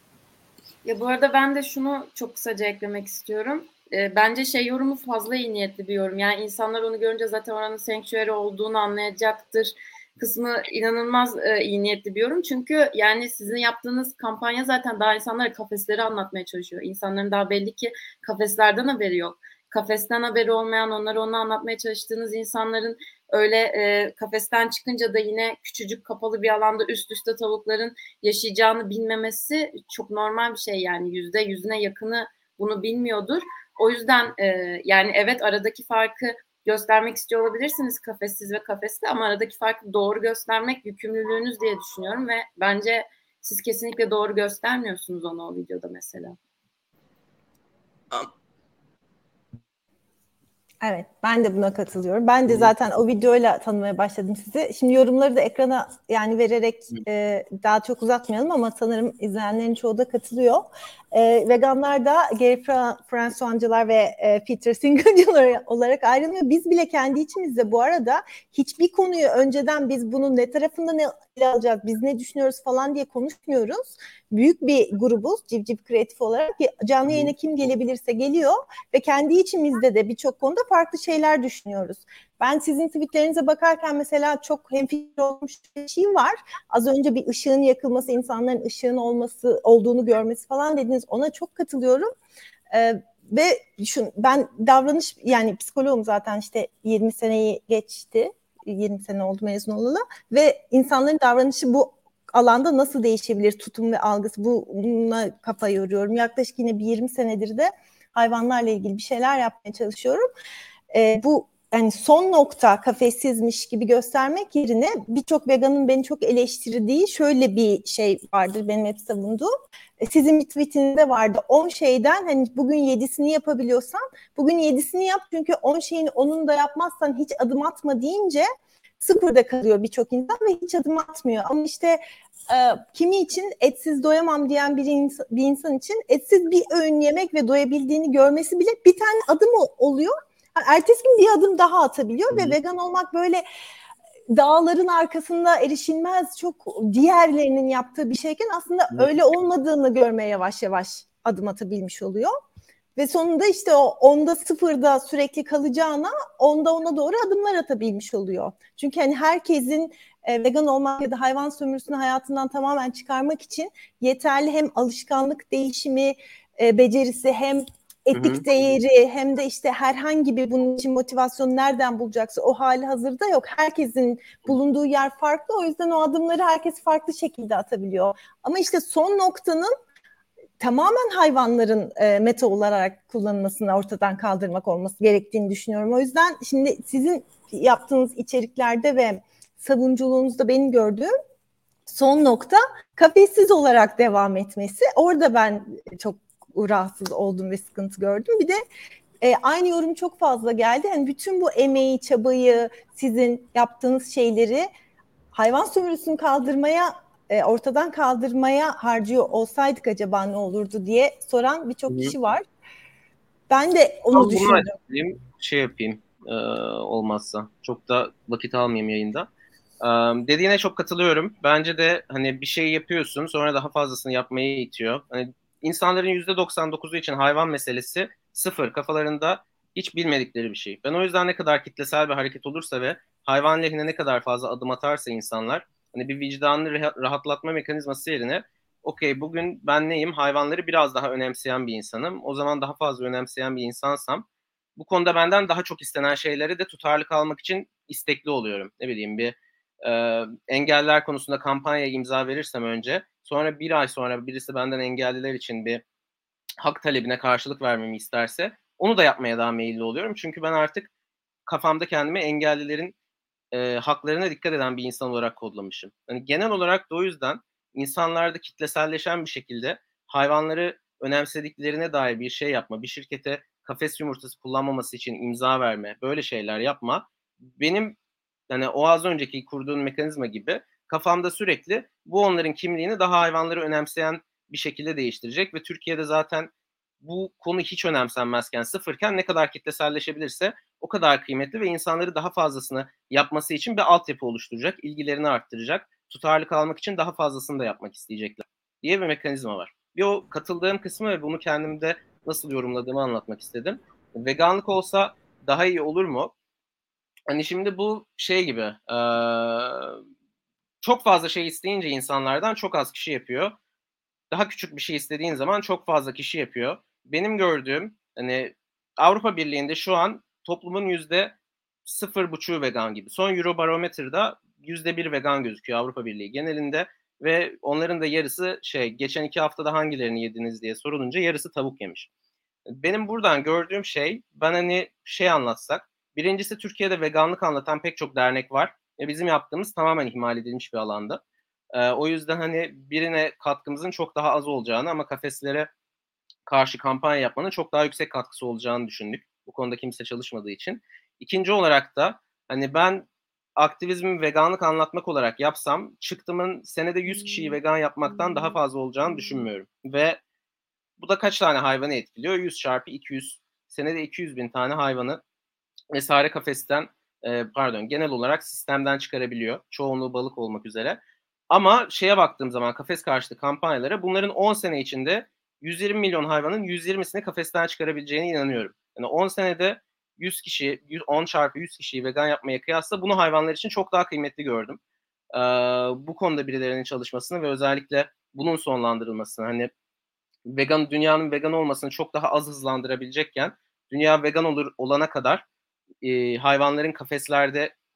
Speaker 4: Ya bu arada ben de şunu çok kısaca eklemek istiyorum. Bence yorumu fazla iyi niyetli bir yorum. Yani insanlar onu görünce zaten oranın sanctuary olduğunu anlayacaktır kısmı inanılmaz iyi niyetli bir yorum. Çünkü yani sizin yaptığınız kampanya zaten daha insanlara kafesleri anlatmaya çalışıyor. İnsanların daha belli ki kafeslerden haberi yok. Kafesten haberi olmayan, onlara onu anlatmaya çalıştığınız insanların öyle kafesten çıkınca da yine küçücük kapalı bir alanda üst üste tavukların yaşayacağını bilmemesi çok normal bir şey. Yani %100'üne yakını bunu bilmiyordur. O yüzden yani evet aradaki farkı göstermek istiyor olabilirsiniz kafessiz ve kafesli ama aradaki farkı doğru göstermek yükümlülüğünüz diye düşünüyorum ve bence siz kesinlikle doğru göstermiyorsunuz onu o videoda mesela.
Speaker 1: Evet, ben de buna katılıyorum. Ben de zaten o videoyla tanımaya başladım sizi. Şimdi yorumları da ekrana yani vererek daha çok uzatmayalım ama sanırım izleyenlerin çoğu da katılıyor. Veganlar da Gary Francois'cılar ve Peter Singer'cılar olarak ayrılmıyor. Biz bile kendi içimizde bu arada hiçbir konuyu önceden biz bunun ne tarafında ne ele alacağız, biz ne düşünüyoruz falan diye konuşmuyoruz. Büyük bir grubuz Civciv Kreatif olarak. Canlı yayına kim gelebilirse geliyor ve kendi içimizde de birçok konuda farklı şeyler düşünüyoruz. Ben sizin tweetlerinize bakarken mesela çok hemfikir olmuş bir şey var. Az önce bir ışığın yakılması, insanların ışığın olduğunu görmesi falan dediniz. Ona çok katılıyorum. Ve ben davranış yani psikoloğum zaten işte 20 seneyi geçti. 20 sene oldu mezun olalı ve insanların davranışı bu alanda nasıl değişebilir, tutum ve algısı, buna kafa yoruyorum. Yaklaşık yine bir 20 senedir de hayvanlarla ilgili bir şeyler yapmaya çalışıyorum. Bu yani son nokta kafessizmiş gibi göstermek yerine birçok veganın beni çok eleştirdiği şöyle bir şey vardır benim hep savunduğum. Sizin bir tweetinde vardı 10 şeyden hani bugün 7'sini yapabiliyorsan bugün 7'sini yap çünkü 10 şeyin 10'unu da yapmazsan hiç adım atma deyince sıfırda kalıyor birçok insan ve hiç adım atmıyor. Ama işte kimi için etsiz doyamam diyen bir insan için etsiz bir öğün yemek ve doyabildiğini görmesi bile bir tane adım oluyor. Ertesi gün bir adım daha atabiliyor ve vegan olmak böyle dağların arkasında erişilmez çok diğerlerinin yaptığı bir şeyken aslında öyle olmadığını görmeye yavaş yavaş adım atabilmiş oluyor. Ve sonunda işte o 10'da 0'da sürekli kalacağına 10'da 10'a doğru adımlar atabilmiş oluyor. Çünkü hani herkesin vegan olmak ya da hayvan sömürüsünü hayatından tamamen çıkarmak için yeterli hem alışkanlık değişimi becerisi hem etik değeri hem de işte herhangi bir bunun için motivasyonu nereden bulacaksa o hali hazırda yok. Herkesin bulunduğu yer farklı. O yüzden o adımları herkes farklı şekilde atabiliyor. Ama işte son noktanın tamamen hayvanların meta olarak kullanılmasını ortadan kaldırmak olması gerektiğini düşünüyorum. O yüzden şimdi sizin yaptığınız içeriklerde ve savunuculuğunuzda benim gördüğüm son nokta kafessiz olarak devam etmesi. Orada ben çok rahatsız oldum ve sıkıntı gördüm. Bir de aynı yorum çok fazla geldi. Yani bütün bu emeği, çabayı, sizin yaptığınız şeyleri hayvan sömürüsünü kaldırmaya, ortadan kaldırmaya harcıyor olsaydık acaba ne olurdu diye soran birçok kişi var. Ben de onu düşündüm.
Speaker 5: Şey yapayım olmazsa. Çok da vakit almayayım yayında. Dediğine çok katılıyorum. Bence de hani bir şey yapıyorsun sonra daha fazlasını yapmaya itiyor. Hani insanların %99'u için hayvan meselesi sıfır. Kafalarında hiç bilmedikleri bir şey. Ben o yüzden ne kadar kitlesel bir hareket olursa ve hayvan lehine ne kadar fazla adım atarsa insanlar hani bir vicdanını rahatlatma mekanizması yerine okey bugün ben neyim? Hayvanları biraz daha önemseyen bir insanım. O zaman daha fazla önemseyen bir insansam bu konuda benden daha çok istenen şeyleri de tutarlı kalmak için istekli oluyorum. Ne bileyim bir engeller konusunda kampanyaya imza verirsem önce sonra bir ay sonra birisi benden engelliler için bir hak talebine karşılık vermemi isterse onu da yapmaya daha meyilli oluyorum. Çünkü ben artık kafamda kendimi engellilerin haklarına dikkat eden bir insan olarak kodlamışım. Yani genel olarak da o yüzden insanlarda kitleselleşen bir şekilde hayvanları önemsediklerine dair bir şey yapma, bir şirkete kafes yumurtası kullanmaması için imza verme, böyle şeyler yapma. Benim yani o az önceki kurduğun mekanizma gibi kafamda sürekli bu onların kimliğini daha hayvanları önemseyen bir şekilde değiştirecek ve Türkiye'de zaten bu konu hiç önemsenmezken sıfırken ne kadar kitleselleşebilirse o kadar kıymetli ve insanları daha fazlasını yapması için bir altyapı oluşturacak, ilgilerini arttıracak, tutarlı kalmak için daha fazlasını da yapmak isteyecekler diye bir mekanizma var. Bir o katıldığım kısmı ve bunu kendimde nasıl yorumladığımı anlatmak istedim. Veganlık olsa daha iyi olur mu? Hani şimdi bu şey gibi çok fazla şey isteyince insanlardan çok az kişi yapıyor. Daha küçük bir şey istediğin zaman çok fazla kişi yapıyor. Benim gördüğüm hani Avrupa Birliği'nde şu an toplumun %0,5'u vegan gibi. Son Eurobarometer'da %1 vegan gözüküyor Avrupa Birliği genelinde ve onların da yarısı geçen 2 haftada hangilerini yediniz diye sorulunca yarısı tavuk yemiş. Benim buradan gördüğüm şey ben hani anlatsak. Birincisi Türkiye'de veganlık anlatan pek çok dernek var. Bizim yaptığımız tamamen ihmal edilmiş bir alanda. O yüzden hani birine katkımızın çok daha az olacağını ama kafeslere karşı kampanya yapmanın çok daha yüksek katkısı olacağını düşündük. Bu konuda kimse çalışmadığı için. İkinci olarak da hani ben aktivizmi veganlık anlatmak olarak yapsam çıktımın senede 100 kişiyi vegan yapmaktan daha fazla olacağını düşünmüyorum. Ve bu da kaç tane hayvanı etkiliyor? 100 çarpı 200. Senede 200 bin tane hayvanı vesaire kafesten genel olarak sistemden çıkarabiliyor. Çoğunluğu balık olmak üzere. Ama baktığım zaman kafes karşıtı kampanyalara bunların 10 sene içinde 120 milyon hayvanın 120'sini kafesten çıkarabileceğine inanıyorum. Yani 10 senede 100 kişi, 10 çarpı 100 kişiyi vegan yapmaya kıyasla bunu hayvanlar için çok daha kıymetli gördüm. Bu konuda birilerinin çalışmasını ve özellikle bunun sonlandırılmasını hani dünyanın vegan olmasını çok daha az hızlandırabilecekken dünya vegan olana kadar hayvanların kafeslerde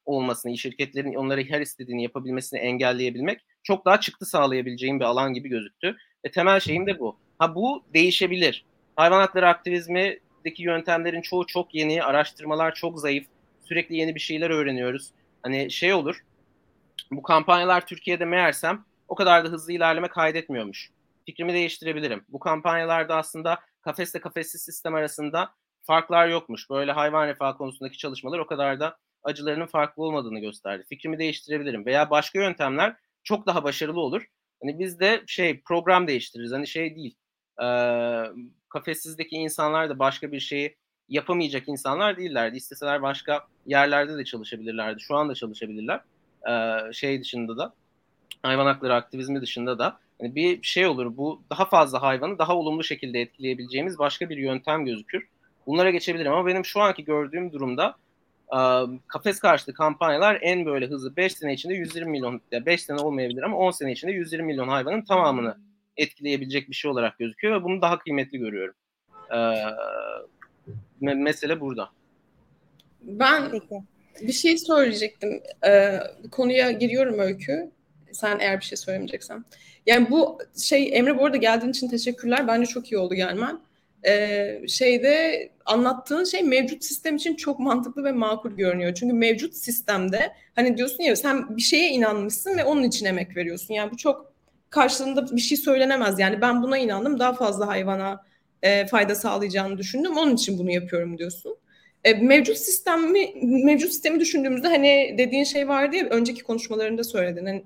Speaker 5: olmasını, şirketlerin onlara her istediğini yapabilmesini engelleyebilmek çok daha çıktı sağlayabileceğim bir alan gibi gözüktü. Temel şeyim de bu. Bu değişebilir. Hayvan hakları aktivizmindeki yöntemlerin çoğu çok yeni, araştırmalar çok zayıf. Sürekli yeni bir şeyler öğreniyoruz. Hani şey olur, bu kampanyalar Türkiye'de meğersem o kadar da hızlı ilerleme kaydetmiyormuş. Fikrimi değiştirebilirim. Bu kampanyalarda aslında kafesle kafessiz sistem arasında farklar yokmuş. Böyle hayvan refahı konusundaki çalışmalar o kadar da acılarının farklı olmadığını gösterdi. Fikrimi değiştirebilirim. Veya başka yöntemler çok daha başarılı olur. Hani biz de program değiştiririz. Hani değil. Kafessizdeki insanlar da başka bir şeyi yapamayacak insanlar değillerdi. İsteseler başka yerlerde de çalışabilirlerdi. Şu anda çalışabilirler. Dışında da, hayvan hakları aktivizmi dışında da hani bir şey olur. Bu daha fazla hayvanı daha olumlu şekilde etkileyebileceğimiz başka bir yöntem gözükür. Bunlara geçebilirim ama benim şu anki gördüğüm durumda kafes karşıtı kampanyalar en böyle hızlı 5 sene içinde 120 milyon, 5 sene olmayabilir ama 10 sene içinde 120 milyon hayvanın tamamını etkileyebilecek bir şey olarak gözüküyor ve bunu daha kıymetli görüyorum. Mesele burada.
Speaker 3: Ben bir şey söyleyecektim. Konuya giriyorum Öykü. Sen eğer bir şey söylemeyeceksen. Yani bu Emre bu arada geldiğin için teşekkürler. Bence çok iyi oldu gelmen. Anlattığın şey mevcut sistem için çok mantıklı ve makul görünüyor. Çünkü mevcut sistemde hani diyorsun ya sen bir şeye inanmışsın ve onun için emek veriyorsun. Yani bu çok karşılığında bir şey söylenemez. Yani ben buna inandım, daha fazla hayvana fayda sağlayacağını düşündüm. Onun için bunu yapıyorum diyorsun. Mevcut sistemi düşündüğümüzde hani dediğin şey vardı ya, önceki konuşmalarında söyledin. Hani,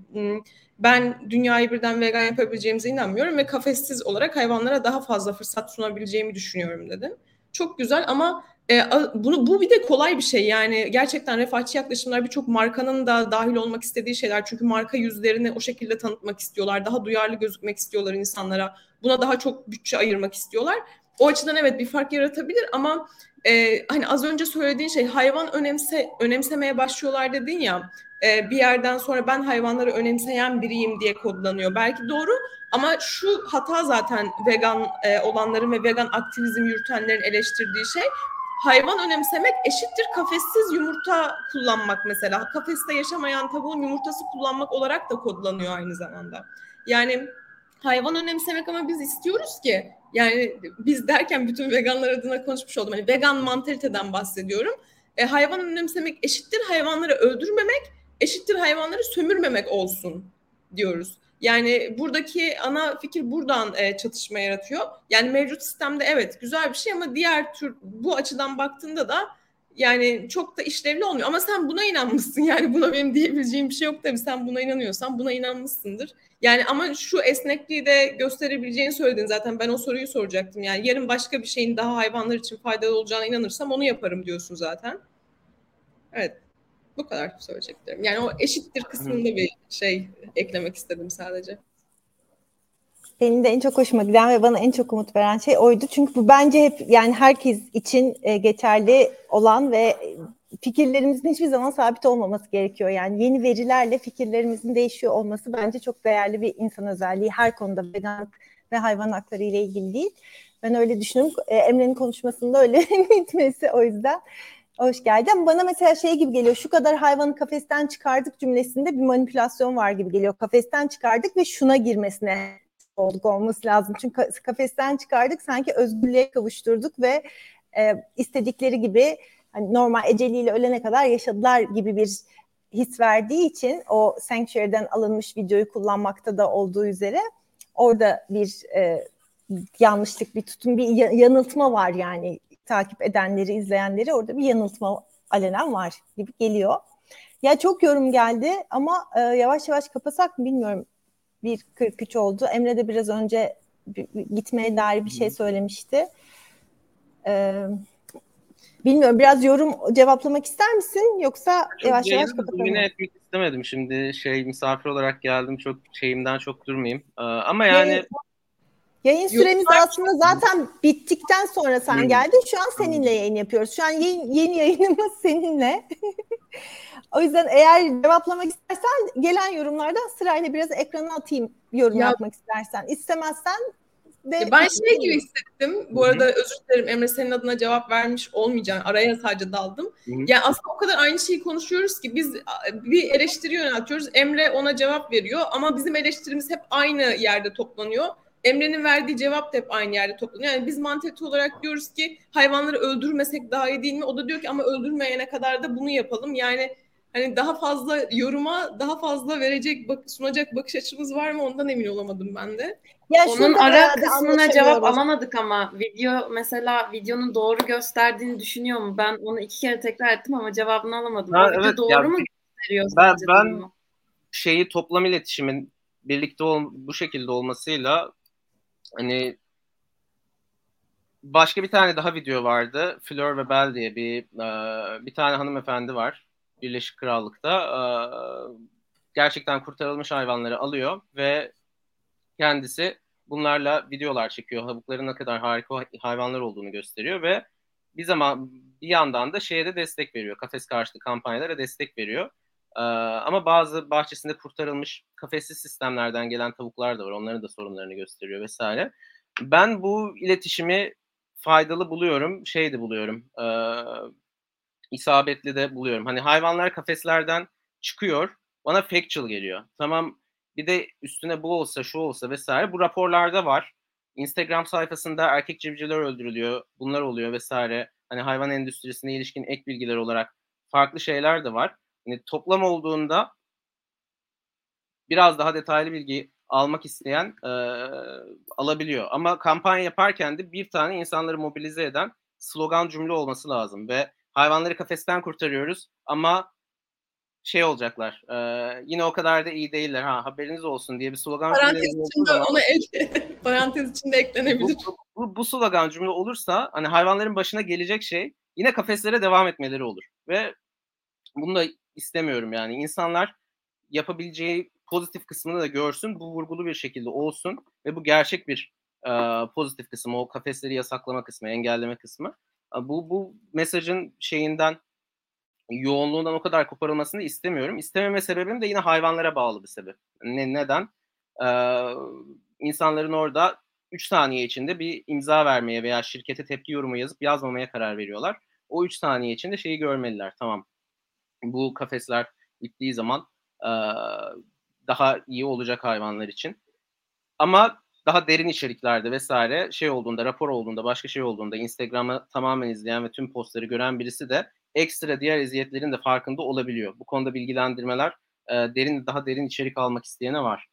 Speaker 3: ben dünyayı birden vegan yapabileceğimize inanmıyorum ve kafessiz olarak hayvanlara daha fazla fırsat sunabileceğimi düşünüyorum dedin. Çok güzel ama bu bir de kolay bir şey. Yani gerçekten refahçı yaklaşımlar birçok markanın da dahil olmak istediği şeyler. Çünkü marka yüzlerini o şekilde tanıtmak istiyorlar. Daha duyarlı gözükmek istiyorlar insanlara. Buna daha çok bütçe ayırmak istiyorlar. O açıdan evet bir fark yaratabilir ama hani az önce söylediğin şey hayvan önemsemeye başlıyorlar dedin ya, bir yerden sonra ben hayvanları önemseyen biriyim diye kodlanıyor. Belki doğru ama şu hata zaten vegan olanların ve vegan aktivizm yürütenlerin eleştirdiği şey, hayvan önemsemek eşittir kafessiz yumurta kullanmak mesela. Kafeste yaşamayan tavuğun yumurtası kullanmak olarak da kodlanıyor aynı zamanda. Yani hayvan önemsemek ama biz istiyoruz ki, yani biz derken bütün veganlar adına konuşmuş oldum. Hani vegan mantaliteden bahsediyorum. Hayvan önemsemek eşittir hayvanları öldürmemek, eşittir hayvanları sömürmemek olsun diyoruz. Yani buradaki ana fikir buradan çatışma yaratıyor. Yani mevcut sistemde evet güzel bir şey ama diğer tür bu açıdan baktığında da yani çok da işlevli olmuyor. Ama sen buna inanmışsın. Yani buna benim diyebileceğim bir şey yok tabii. Sen buna inanıyorsan buna inanmışsındır. Yani ama şu esnekliği de gösterebileceğini söyledin zaten. Ben o soruyu soracaktım. Yani yarın başka bir şeyin daha hayvanlar için faydalı olacağına inanırsam onu yaparım diyorsun zaten. Evet. Bu kadar söyleyeceklerim. Yani o eşittir kısmında bir şey eklemek istedim sadece.
Speaker 1: Benim de en çok hoşuma giden ve bana en çok umut veren şey oydu. Çünkü bu bence hep yani herkes için geçerli olan ve fikirlerimizin hiçbir zaman sabit olmaması gerekiyor. Yani yeni verilerle fikirlerimizin değişiyor olması bence çok değerli bir insan özelliği. Her konuda veganlık ve hayvan hakları ile ilgili değil. Ben öyle düşünüyorum. Emre'nin konuşmasında öyle bitmesi o yüzden hoş geldi. Ama bana mesela şey gibi geliyor. Şu kadar hayvanı kafesten çıkardık cümlesinde bir manipülasyon var gibi geliyor. Kafesten çıkardık ve şuna girmesine olması lazım. Çünkü kafesten çıkardık, sanki özgürlüğe kavuşturduk ve istedikleri gibi hani normal eceliyle ölene kadar yaşadılar gibi bir his verdiği için o Sanctuary'den alınmış videoyu kullanmakta da olduğu üzere orada bir yanlışlık, bir tutum, bir yanıltma var yani takip edenleri, izleyenleri orada bir yanıltma alenen var gibi geliyor. Ya çok yorum geldi ama yavaş yavaş kapasak mı bilmiyorum. 1.43 oldu. Emre de biraz önce gitmeye dair bir şey söylemişti. Bilmiyorum, biraz yorum cevaplamak ister misin? Yoksa yavaş yavaş kapatalım.
Speaker 5: Yine etmek istemedim. Şimdi misafir olarak geldim. Çok şeyimden çok durmayayım. Ama yani
Speaker 1: yayın süremiz aslında zaten bittikten sonra sen geldin. Şu an seninle yayın yapıyoruz. Şu an yeni yayınımız seninle. O yüzden eğer cevaplamak istersen gelen yorumlardan sırayla biraz ekrana atayım yorum yapmak istersen. İstemezsen
Speaker 3: Ben şey gibi hissettim. Bu arada özür dilerim Emre, senin adına cevap vermiş olmayacağım. Araya sadece daldım. Yani aslında o kadar aynı şeyi konuşuyoruz ki biz bir eleştiri yöneltiyoruz. Emre ona cevap veriyor ama bizim eleştirimiz hep aynı yerde toplanıyor. Emre'nin verdiği cevap da hep aynı yerde toplanıyor. Yani biz mantıklı olarak diyoruz ki hayvanları öldürmesek daha iyi değil mi? O da diyor ki ama öldürmeyene kadar da bunu yapalım. Yani hani daha fazla yoruma daha fazla sunacak bakış açımız var mı ondan emin olamadım ben de.
Speaker 4: Ya onun ara kısmına cevap alamadık ama videonun doğru gösterdiğini düşünüyor mu? Ben onu 2 kere tekrar ettim ama cevabını alamadım. O video doğru mu gösteriyor?
Speaker 5: Ben şeyi toplam iletişimin birlikte bu şekilde olmasıyla hani başka bir tane daha video vardı. Fleur ve Bell diye bir tane hanımefendi var Birleşik Krallık'ta. Gerçekten kurtarılmış hayvanları alıyor ve kendisi bunlarla videolar çekiyor. Tavukların ne kadar harika hayvanlar olduğunu gösteriyor ve bir yandan da şeye de destek veriyor. Kafes karşıtı kampanyalara destek veriyor. Ama bazı bahçesinde kurtarılmış kafessiz sistemlerden gelen tavuklar da var. Onların da sorunlarını gösteriyor vesaire. Ben bu iletişimi faydalı buluyorum. Buluyorum. İsabetli de buluyorum. Hani hayvanlar kafeslerden çıkıyor. Bana factual geliyor. Tamam, bir de üstüne bu olsa şu olsa vesaire. Bu raporlarda var. Instagram sayfasında erkek civcivler öldürülüyor. Bunlar oluyor vesaire. Hani hayvan endüstrisine ilişkin ek bilgiler olarak farklı şeyler de var. Hani toplam olduğunda biraz daha detaylı bilgi almak isteyen alabiliyor. Ama kampanya yaparken de bir tane insanları mobilize eden slogan cümle olması lazım ve hayvanları kafesten kurtarıyoruz ama olacaklar. Yine o kadar da iyi değiller. Haberiniz olsun diye bir slogan
Speaker 3: parantez içinde eklenebilir.
Speaker 5: Bu slogan cümle olursa hani hayvanların başına gelecek şey yine kafeslere devam etmeleri olur. Ve bunu da istemiyorum yani. İnsanlar yapabileceği pozitif kısmını da görsün. Bu vurgulu bir şekilde olsun ve bu gerçek bir pozitif kısmı. O kafesleri yasaklama kısmı, engelleme kısmı. Bu mesajın yoğunluğundan o kadar koparılmasını istemiyorum. İstememe sebebim de yine hayvanlara bağlı bir sebep. Neden? İnsanların orada 3 saniye içinde bir imza vermeye veya şirkete tepki yorumu yazıp yazmamaya karar veriyorlar. O 3 saniye içinde şeyi görmeliler. Tamam, bu kafesler bittiği zaman daha iyi olacak hayvanlar için. Ama daha derin içeriklerde vesaire olduğunda, rapor olduğunda, başka şey olduğunda Instagram'ı tamamen izleyen ve tüm postları gören birisi de ekstra diğer eziyetlerin de farkında olabiliyor. Bu konuda bilgilendirmeler daha derin içerik almak isteyene var.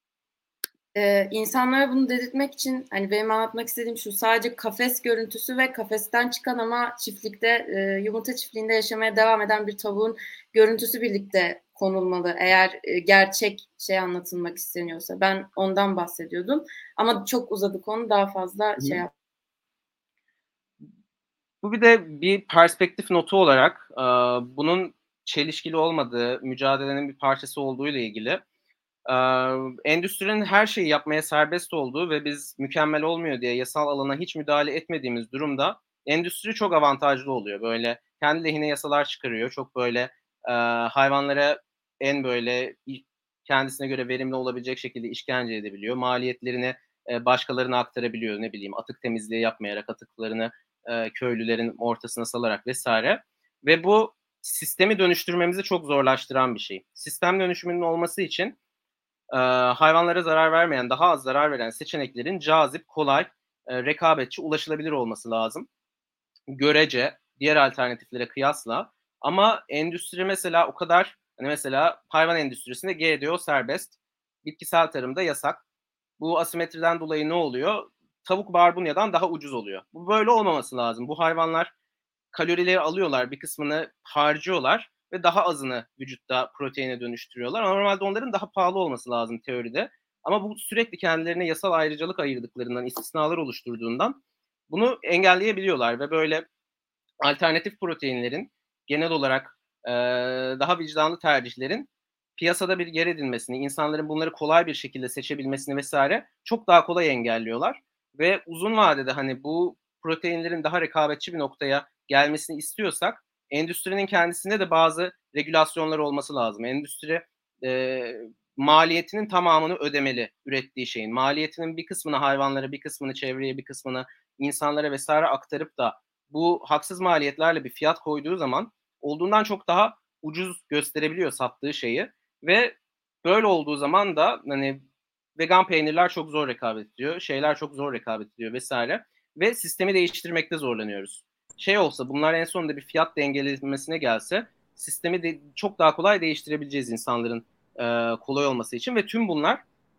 Speaker 4: İnsanlara bunu dedirtmek için hani benim anlatmak istediğim şu: sadece kafes görüntüsü ve kafesten çıkan ama çiftlikte yumurta çiftliğinde yaşamaya devam eden bir tavuğun görüntüsü birlikte konulmalı eğer gerçek anlatılmak isteniyorsa. Ben ondan bahsediyordum ama çok uzadı konu, daha fazla yap.
Speaker 5: Bu bir de bir perspektif notu olarak bunun çelişkili olmadığı, mücadelenin bir parçası olduğu ile ilgili endüstrinin her şeyi yapmaya serbest olduğu ve biz mükemmel olmuyor diye yasal alana hiç müdahale etmediğimiz durumda endüstri çok avantajlı oluyor. Böyle kendi lehine yasalar çıkarıyor. Çok böyle hayvanlara en böyle kendisine göre verimli olabilecek şekilde işkence edebiliyor. Maliyetlerini başkalarına aktarabiliyor. Ne bileyim, atık temizliği yapmayarak atıklarını köylülerin ortasına salarak vesaire. Ve bu sistemi dönüştürmemizi çok zorlaştıran bir şey. Sistem dönüşümünün olması için hayvanlara zarar vermeyen, daha az zarar veren seçeneklerin cazip, kolay, rekabetçi, ulaşılabilir olması lazım. Görece diğer alternatiflere kıyasla. Ama endüstri mesela o kadar, hani mesela hayvan endüstrisinde GDO serbest, bitkisel tarımda yasak. Bu asimetriden dolayı ne oluyor? Tavuk barbunyadan daha ucuz oluyor. Bu böyle olmaması lazım. Bu hayvanlar kalorileri alıyorlar, bir kısmını harcıyorlar ve daha azını vücutta proteine dönüştürüyorlar. Normalde onların daha pahalı olması lazım teoride. Ama bu sürekli kendilerine yasal ayrıcalık ayırdıklarından, istisnalar oluşturduğundan bunu engelleyebiliyorlar ve böyle alternatif proteinlerin genel olarak daha vicdanlı tercihlerin piyasada bir yer edinmesini, insanların bunları kolay bir şekilde seçebilmesini vesaire çok daha kolay engelliyorlar. Ve uzun vadede hani bu proteinlerin daha rekabetçi bir noktaya gelmesini istiyorsak endüstrinin kendisinde de bazı regülasyonlar olması lazım. Endüstri maliyetinin tamamını ödemeli ürettiği şeyin. Maliyetinin bir kısmını hayvanlara, bir kısmını çevreye, bir kısmını insanlara vesaire aktarıp da bu haksız maliyetlerle bir fiyat koyduğu zaman olduğundan çok daha ucuz gösterebiliyor sattığı şeyi ve böyle olduğu zaman da hani vegan peynirler çok zor rekabet ediyor, şeyler çok zor rekabet ediyor vesaire ve sistemi değiştirmekte zorlanıyoruz. Şey olsa bunlar en sonunda bir fiyat dengelemesine gelse sistemi de çok daha kolay değiştirebileceğiz insanların kolay olması için ve tüm bunlar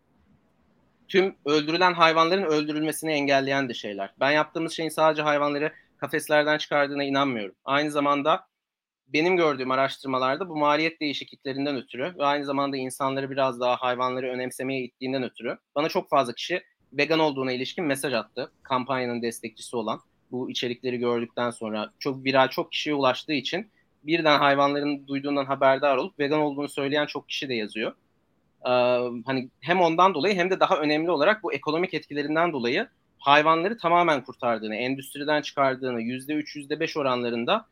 Speaker 5: tüm öldürülen hayvanların öldürülmesini engelleyen de şeyler. Ben yaptığımız şeyin sadece hayvanları kafeslerden çıkardığına inanmıyorum. Aynı zamanda benim gördüğüm araştırmalarda bu maliyet değişikliklerinden ötürü ve aynı zamanda insanları biraz daha hayvanları önemsemeye ittiğinden ötürü bana çok fazla kişi vegan olduğuna ilişkin mesaj attı. Kampanyanın destekçisi olan bu içerikleri gördükten sonra çok viral, çok kişiye ulaştığı için birden hayvanların duyduğundan haberdar olup vegan olduğunu söyleyen çok kişi de yazıyor. Hani hem ondan dolayı hem de daha önemli olarak bu ekonomik etkilerinden dolayı hayvanları tamamen kurtardığını, endüstriden çıkardığını, %3, %5 oranlarında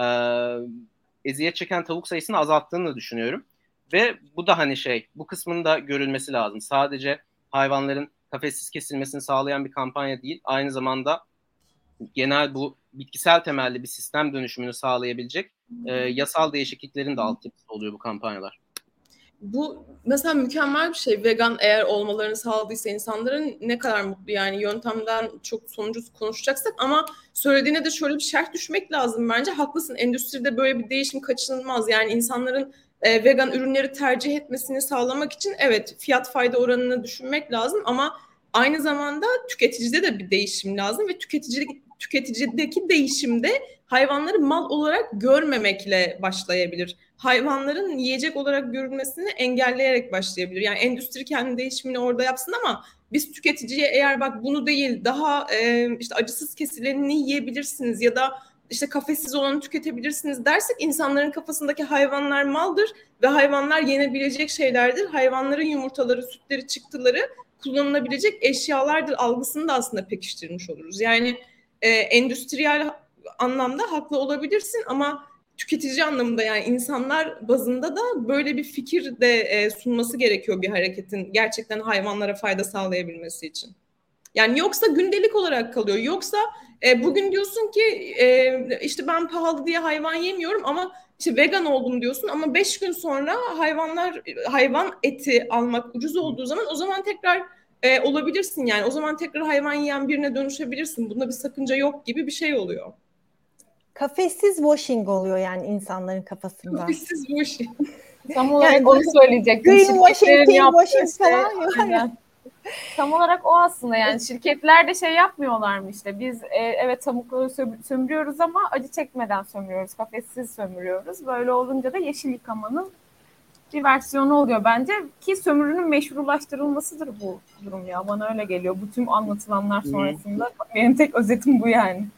Speaker 5: eziyet çeken tavuk sayısını azalttığını da düşünüyorum. Ve bu da hani bu kısmının da görülmesi lazım. Sadece hayvanların kafessiz kesilmesini sağlayan bir kampanya değil, aynı zamanda genel bu bitkisel temelli bir sistem dönüşümünü sağlayabilecek yasal değişikliklerin de altyapısı oluyor bu kampanyalar.
Speaker 3: Bu mesela mükemmel bir şey. Vegan eğer olmalarını sağladıysa insanların ne kadar mutlu yani yöntemden çok sonucu konuşacaksak ama söylediğine de şöyle bir şerh düşmek lazım bence. Haklısın, endüstride böyle bir değişim kaçınılmaz. Yani insanların vegan ürünleri tercih etmesini sağlamak için evet fiyat fayda oranını düşünmek lazım ama aynı zamanda tüketicide de bir değişim lazım ve tüketicideki değişimde hayvanları mal olarak görmemekle başlayabilir. Hayvanların yiyecek olarak görülmesini engelleyerek başlayabilir. Yani endüstri kendi değişimini orada yapsın ama biz tüketiciye eğer bak bunu değil daha işte acısız kesilenini yiyebilirsiniz ya da işte kafessiz olanı tüketebilirsiniz dersek insanların kafasındaki hayvanlar maldır ve hayvanlar yenebilecek şeylerdir. Hayvanların yumurtaları, sütleri, çıktıları kullanılabilecek eşyalardır algısını da aslında pekiştirmiş oluruz. Yani endüstriyel anlamda haklı olabilirsin ama tüketici anlamında yani insanlar bazında da böyle bir fikir de sunması gerekiyor bir hareketin gerçekten hayvanlara fayda sağlayabilmesi için. Yani yoksa gündelik olarak kalıyor. Yoksa bugün diyorsun ki işte ben pahalı diye hayvan yemiyorum ama işte vegan oldum diyorsun ama 5 gün sonra hayvan eti almak ucuz olduğu zaman o zaman tekrar olabilirsin yani. O zaman tekrar hayvan yiyen birine dönüşebilirsin. Bunda bir sakınca yok gibi bir şey oluyor.
Speaker 1: Kafessiz washing oluyor yani insanların kafasında.
Speaker 3: Kafessiz washing.
Speaker 2: Tam olarak yani, onu söyleyecektim.
Speaker 1: Greenwashing, pinkwashing falan yok.
Speaker 2: Tam olarak o aslında yani şirketler de şey yapmıyorlar mı işte biz evet tavukları sömürüyoruz ama acı çekmeden sömürüyoruz, kafessiz sömürüyoruz. Böyle olunca da yeşil yıkamanın bir versiyonu oluyor bence ki sömürünün meşrulaştırılmasıdır bu durum ya. Bana öyle geliyor. Bu tüm anlatılanlar sonrasında benim tek özetim bu yani.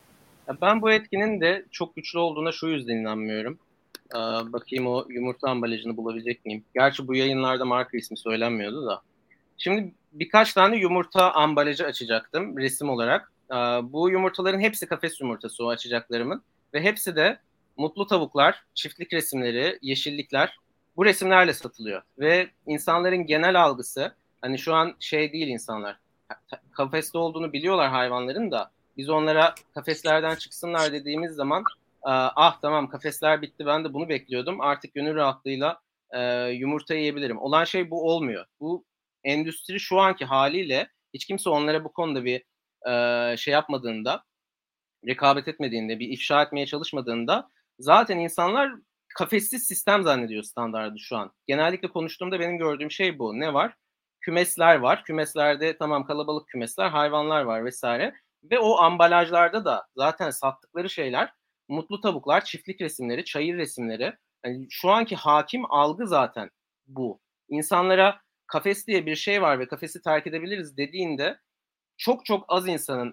Speaker 5: Ben bu etkinin de çok güçlü olduğuna şu yüzden inanmıyorum. Bakayım o yumurta ambalajını bulabilecek miyim? Gerçi bu yayınlarda marka ismi söylenmiyordu da. Şimdi birkaç tane yumurta ambalajı açacaktım resim olarak. Bu yumurtaların hepsi kafes yumurtası o açacaklarımın. Ve hepsi de mutlu tavuklar, çiftlik resimleri, yeşillikler bu resimlerle satılıyor. Ve insanların genel algısı hani şu an değil insanlar. Kafeste olduğunu biliyorlar hayvanların da. Biz onlara kafeslerden çıksınlar dediğimiz zaman tamam kafesler bitti ben de bunu bekliyordum. Artık gönül rahatlığıyla yumurta yiyebilirim. Olan şey bu olmuyor. Bu endüstri şu anki haliyle hiç kimse onlara bu konuda bir yapmadığında, rekabet etmediğinde, bir ifşa etmeye çalışmadığında zaten insanlar kafessiz sistem zannediyor standardı şu an. Genellikle konuştuğumda benim gördüğüm şey bu. Ne var? Kümesler var. Kümeslerde tamam kalabalık kümesler, hayvanlar var vesaire. Ve o ambalajlarda da zaten sattıkları şeyler mutlu tavuklar, çiftlik resimleri, çayır resimleri. Yani şu anki hakim algı zaten bu. İnsanlara kafes diye bir şey var ve kafesi terk edebiliriz dediğinde çok çok az insanın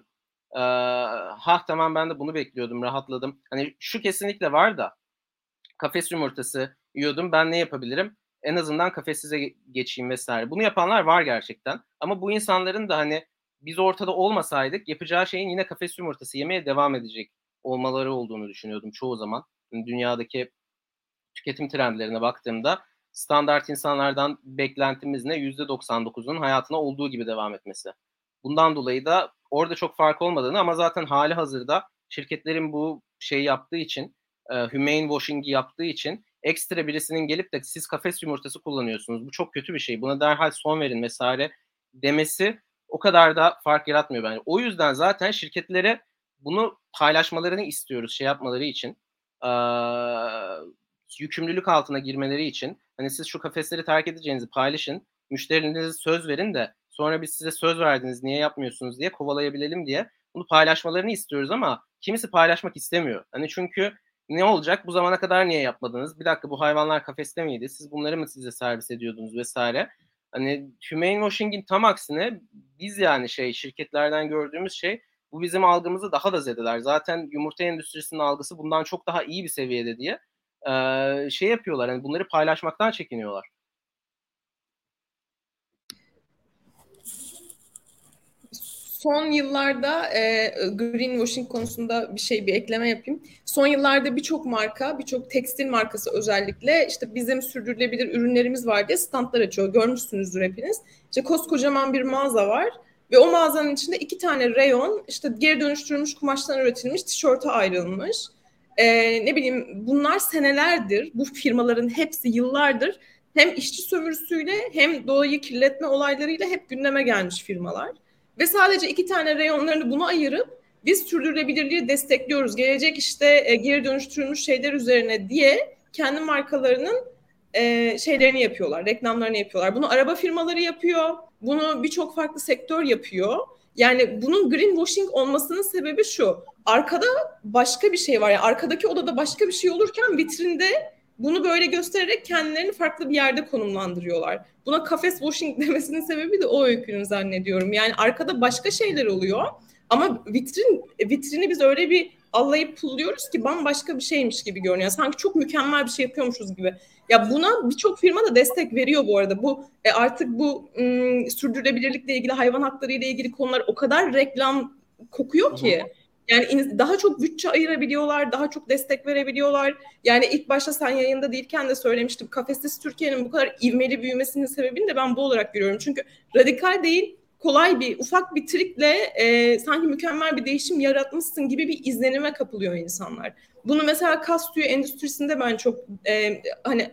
Speaker 5: tamam ben de bunu bekliyordum, rahatladım. Hani şu kesinlikle var da kafes yumurtası yiyordum ben ne yapabilirim? En azından kafessize geçeyim vesaire. Bunu yapanlar var gerçekten. Ama bu insanların da hani biz ortada olmasaydık yapacağı şeyin yine kafes yumurtası yemeye devam edecek olmaları olduğunu düşünüyordum çoğu zaman. Yani dünyadaki tüketim trendlerine baktığımda standart insanlardan beklentimiz ne? %99'un hayatına olduğu gibi devam etmesi. Bundan dolayı da orada çok fark olmadığını ama zaten hali hazırda şirketlerin bu şeyi yaptığı için, humane washing'i yaptığı için ekstra birisinin gelip de siz kafes yumurtası kullanıyorsunuz, bu çok kötü bir şey, buna derhal son verin vesaire demesi o kadar da fark yaratmıyor bence. O yüzden zaten şirketlere bunu paylaşmalarını istiyoruz şey yapmaları için. Yükümlülük altına girmeleri için. Hani siz şu kafesleri terk edeceğinizi paylaşın. Müşterilerinize söz verin de sonra biz size söz verdiniz niye yapmıyorsunuz diye kovalayabilelim diye bunu paylaşmalarını istiyoruz ama kimisi paylaşmak istemiyor. Hani çünkü ne olacak? Bu zamana kadar niye yapmadınız? Bir dakika bu hayvanlar kafeste miydi? Siz bunları mı size servis ediyordunuz vesaire? Hani humane washing'in tam aksine biz yani şirketlerden gördüğümüz şey bu bizim algımızı daha da zedeler. Zaten yumurta endüstrisinin algısı bundan çok daha iyi bir seviyede diye şey yapıyorlar. Yani bunları paylaşmaktan çekiniyorlar.
Speaker 3: Son yıllarda greenwashing konusunda bir ekleme yapayım. Son yıllarda birçok marka, birçok tekstil markası özellikle işte bizim sürdürülebilir ürünlerimiz var diye standlar açıyor. Görmüşsünüzdür hepiniz. İşte koskocaman bir mağaza var ve o mağazanın içinde 2 tane reyon işte geri dönüştürülmüş kumaştan üretilmiş tişörte ayrılmış. Ne bileyim bunlar senelerdir, bu firmaların hepsi yıllardır hem işçi sömürüsüyle hem doğayı kirletme olaylarıyla hep gündeme gelmiş firmalar. Ve sadece 2 tane reyonlarını buna ayırıp biz sürdürülebilirliği destekliyoruz. Gelecek işte geri dönüştürülmüş şeyler üzerine diye kendi markalarının şeylerini yapıyorlar, reklamlarını yapıyorlar. Bunu araba firmaları yapıyor, bunu birçok farklı sektör yapıyor. Yani bunun greenwashing olmasının sebebi şu, arkada başka bir şey var. Yani arkadaki odada başka bir şey olurken vitrinde bunu böyle göstererek kendilerini farklı bir yerde konumlandırıyorlar. Buna kafes washing demesinin sebebi de o öykünün zannediyorum. Yani arkada başka şeyler oluyor ama vitrini biz öyle bir allayıp pulluyoruz ki bambaşka bir şeymiş gibi görünüyor. Sanki çok mükemmel bir şey yapıyormuşuz gibi. Ya buna birçok firma da destek veriyor bu arada. Bu artık bu sürdürülebilirlikle ilgili, hayvan hakları ile ilgili konular o kadar reklam kokuyor ki. Yani daha çok bütçe ayırabiliyorlar, daha çok destek verebiliyorlar. Yani ilk başta sen yayında değilken de söylemiştim. Kafessiz Türkiye'nin bu kadar ivmeli büyümesinin sebebini de ben bu olarak görüyorum. Çünkü radikal değil, kolay bir, ufak bir trikle sanki mükemmel bir değişim yaratmışsın gibi bir izlenime kapılıyor insanlar. Bunu mesela kas tüyü endüstrisinde ben çok hani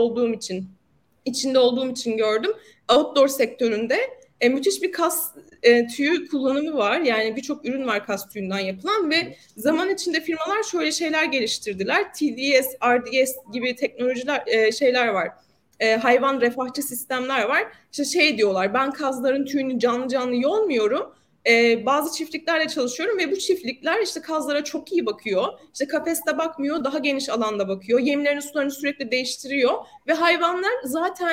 Speaker 3: içinde olduğum için gördüm. Outdoor sektöründe müthiş bir kas tüyü kullanımı var. Yani birçok ürün var kas tüyünden yapılan ve zaman içinde firmalar şöyle şeyler geliştirdiler. TDS, RDS gibi teknolojiler şeyler var. Hayvan refahçı sistemler var. İşte diyorlar, ben kazların tüyünü canlı yolmuyorum. Bazı çiftliklerle çalışıyorum ve bu çiftlikler işte kazlara çok iyi bakıyor. İşte kafeste bakmıyor, daha geniş alanda bakıyor. Yemlerini, sularını sürekli değiştiriyor ve hayvanlar zaten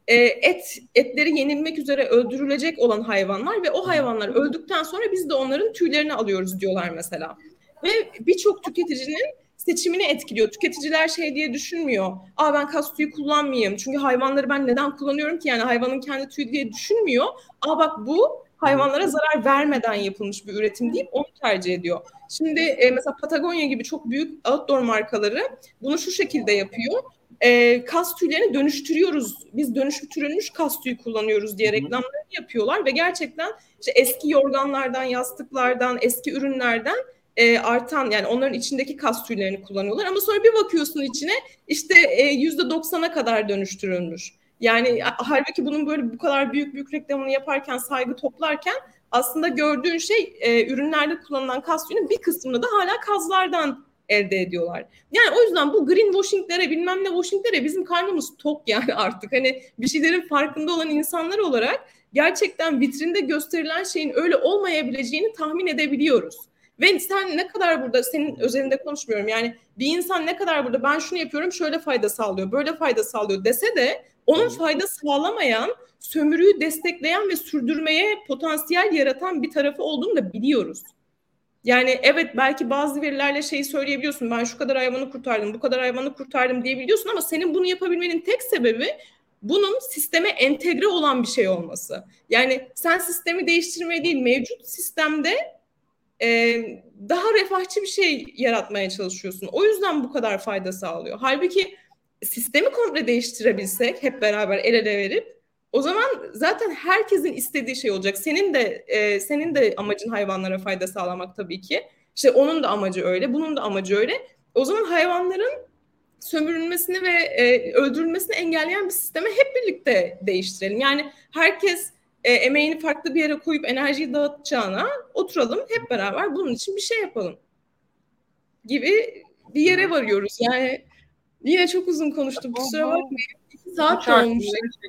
Speaker 3: etleri yenilmek üzere öldürülecek olan hayvanlar ve o hayvanlar öldükten sonra biz de onların tüylerini alıyoruz diyorlar mesela. Ve birçok tüketicinin seçimini etkiliyor. Tüketiciler diye düşünmüyor. Ben kas tüyü kullanmayayım. Çünkü hayvanları ben neden kullanıyorum ki? Yani hayvanın kendi tüyü diye düşünmüyor. Bak bu hayvanlara zarar vermeden yapılmış bir üretim deyip onu tercih ediyor. Şimdi mesela Patagonya gibi çok büyük outdoor markaları bunu şu şekilde yapıyor. Kas tüylerini dönüştürüyoruz. Biz dönüştürülmüş kas tüyü kullanıyoruz diye reklamlarını yapıyorlar ve gerçekten işte eski yorganlardan, yastıklardan, eski ürünlerden artan, yani onların içindeki kas tüylerini kullanıyorlar ama sonra bir bakıyorsun içine işte %90'a kadar dönüştürülmüş. Yani halbuki bunun böyle bu kadar büyük reklamını yaparken, saygı toplarken aslında gördüğün ürünlerde kullanılan kas tüyünün bir kısmını da hala kazlardan elde ediyorlar. Yani o yüzden bu greenwashinglere, bilmem ne washinglere bizim karnımız tok yani artık. Hani bir şeylerin farkında olan insanlar olarak gerçekten vitrinde gösterilen şeyin öyle olmayabileceğini tahmin edebiliyoruz. Ve sen ne kadar burada, senin özelinde konuşmuyorum, yani bir insan ne kadar burada ben şunu yapıyorum şöyle fayda sağlıyor, böyle fayda sağlıyor dese de onun fayda sağlamayan, sömürüyü destekleyen ve sürdürmeye potansiyel yaratan bir tarafı olduğunu da biliyoruz. Yani evet, belki bazı verilerle söyleyebiliyorsun, ben şu kadar hayvanı kurtardım, bu kadar hayvanı kurtardım diyebiliyorsun ama senin bunu yapabilmenin tek sebebi bunun sisteme entegre olan bir şey olması. Yani sen sistemi değiştirmeye değil, mevcut sistemde daha refahçı bir şey yaratmaya çalışıyorsun. O yüzden bu kadar fayda sağlıyor. Halbuki sistemi komple değiştirebilsek hep beraber el ele verip, o zaman zaten herkesin istediği şey olacak. Senin de amacın hayvanlara fayda sağlamak tabii ki. İşte onun da amacı öyle, bunun da amacı öyle. O zaman hayvanların sömürülmesini ve öldürülmesini engelleyen bir sistemi hep birlikte değiştirelim. Yani herkes emeğini farklı bir yere koyup enerjiyi dağıtacağına oturalım hep beraber bunun için bir şey yapalım gibi bir yere varıyoruz. Yani yine çok uzun konuştum. Kusura bakmayın. 2 saat de olmuş.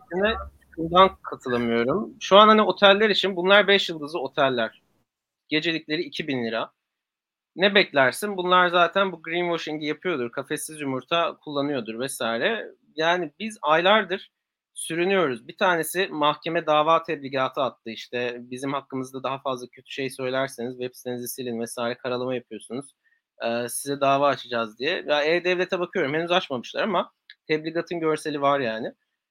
Speaker 5: Şuradan katılamıyorum. Şu an hani oteller için bunlar 5 yıldızlı oteller. Gecelikleri 2.000 lira. Ne beklersin? Bunlar zaten bu greenwashing'i yapıyordur. Kafessiz yumurta kullanıyordur vesaire. Yani biz aylardır sürünüyoruz. Bir tanesi mahkeme dava tebligatı attı işte. Bizim hakkımızda daha fazla kötü şey söylerseniz web sitenizi silin vesaire, karalama yapıyorsunuz. Size dava açacağız diye. Ya E-Devlet'e bakıyorum. Henüz açmamışlar ama tebligatın görseli var yani.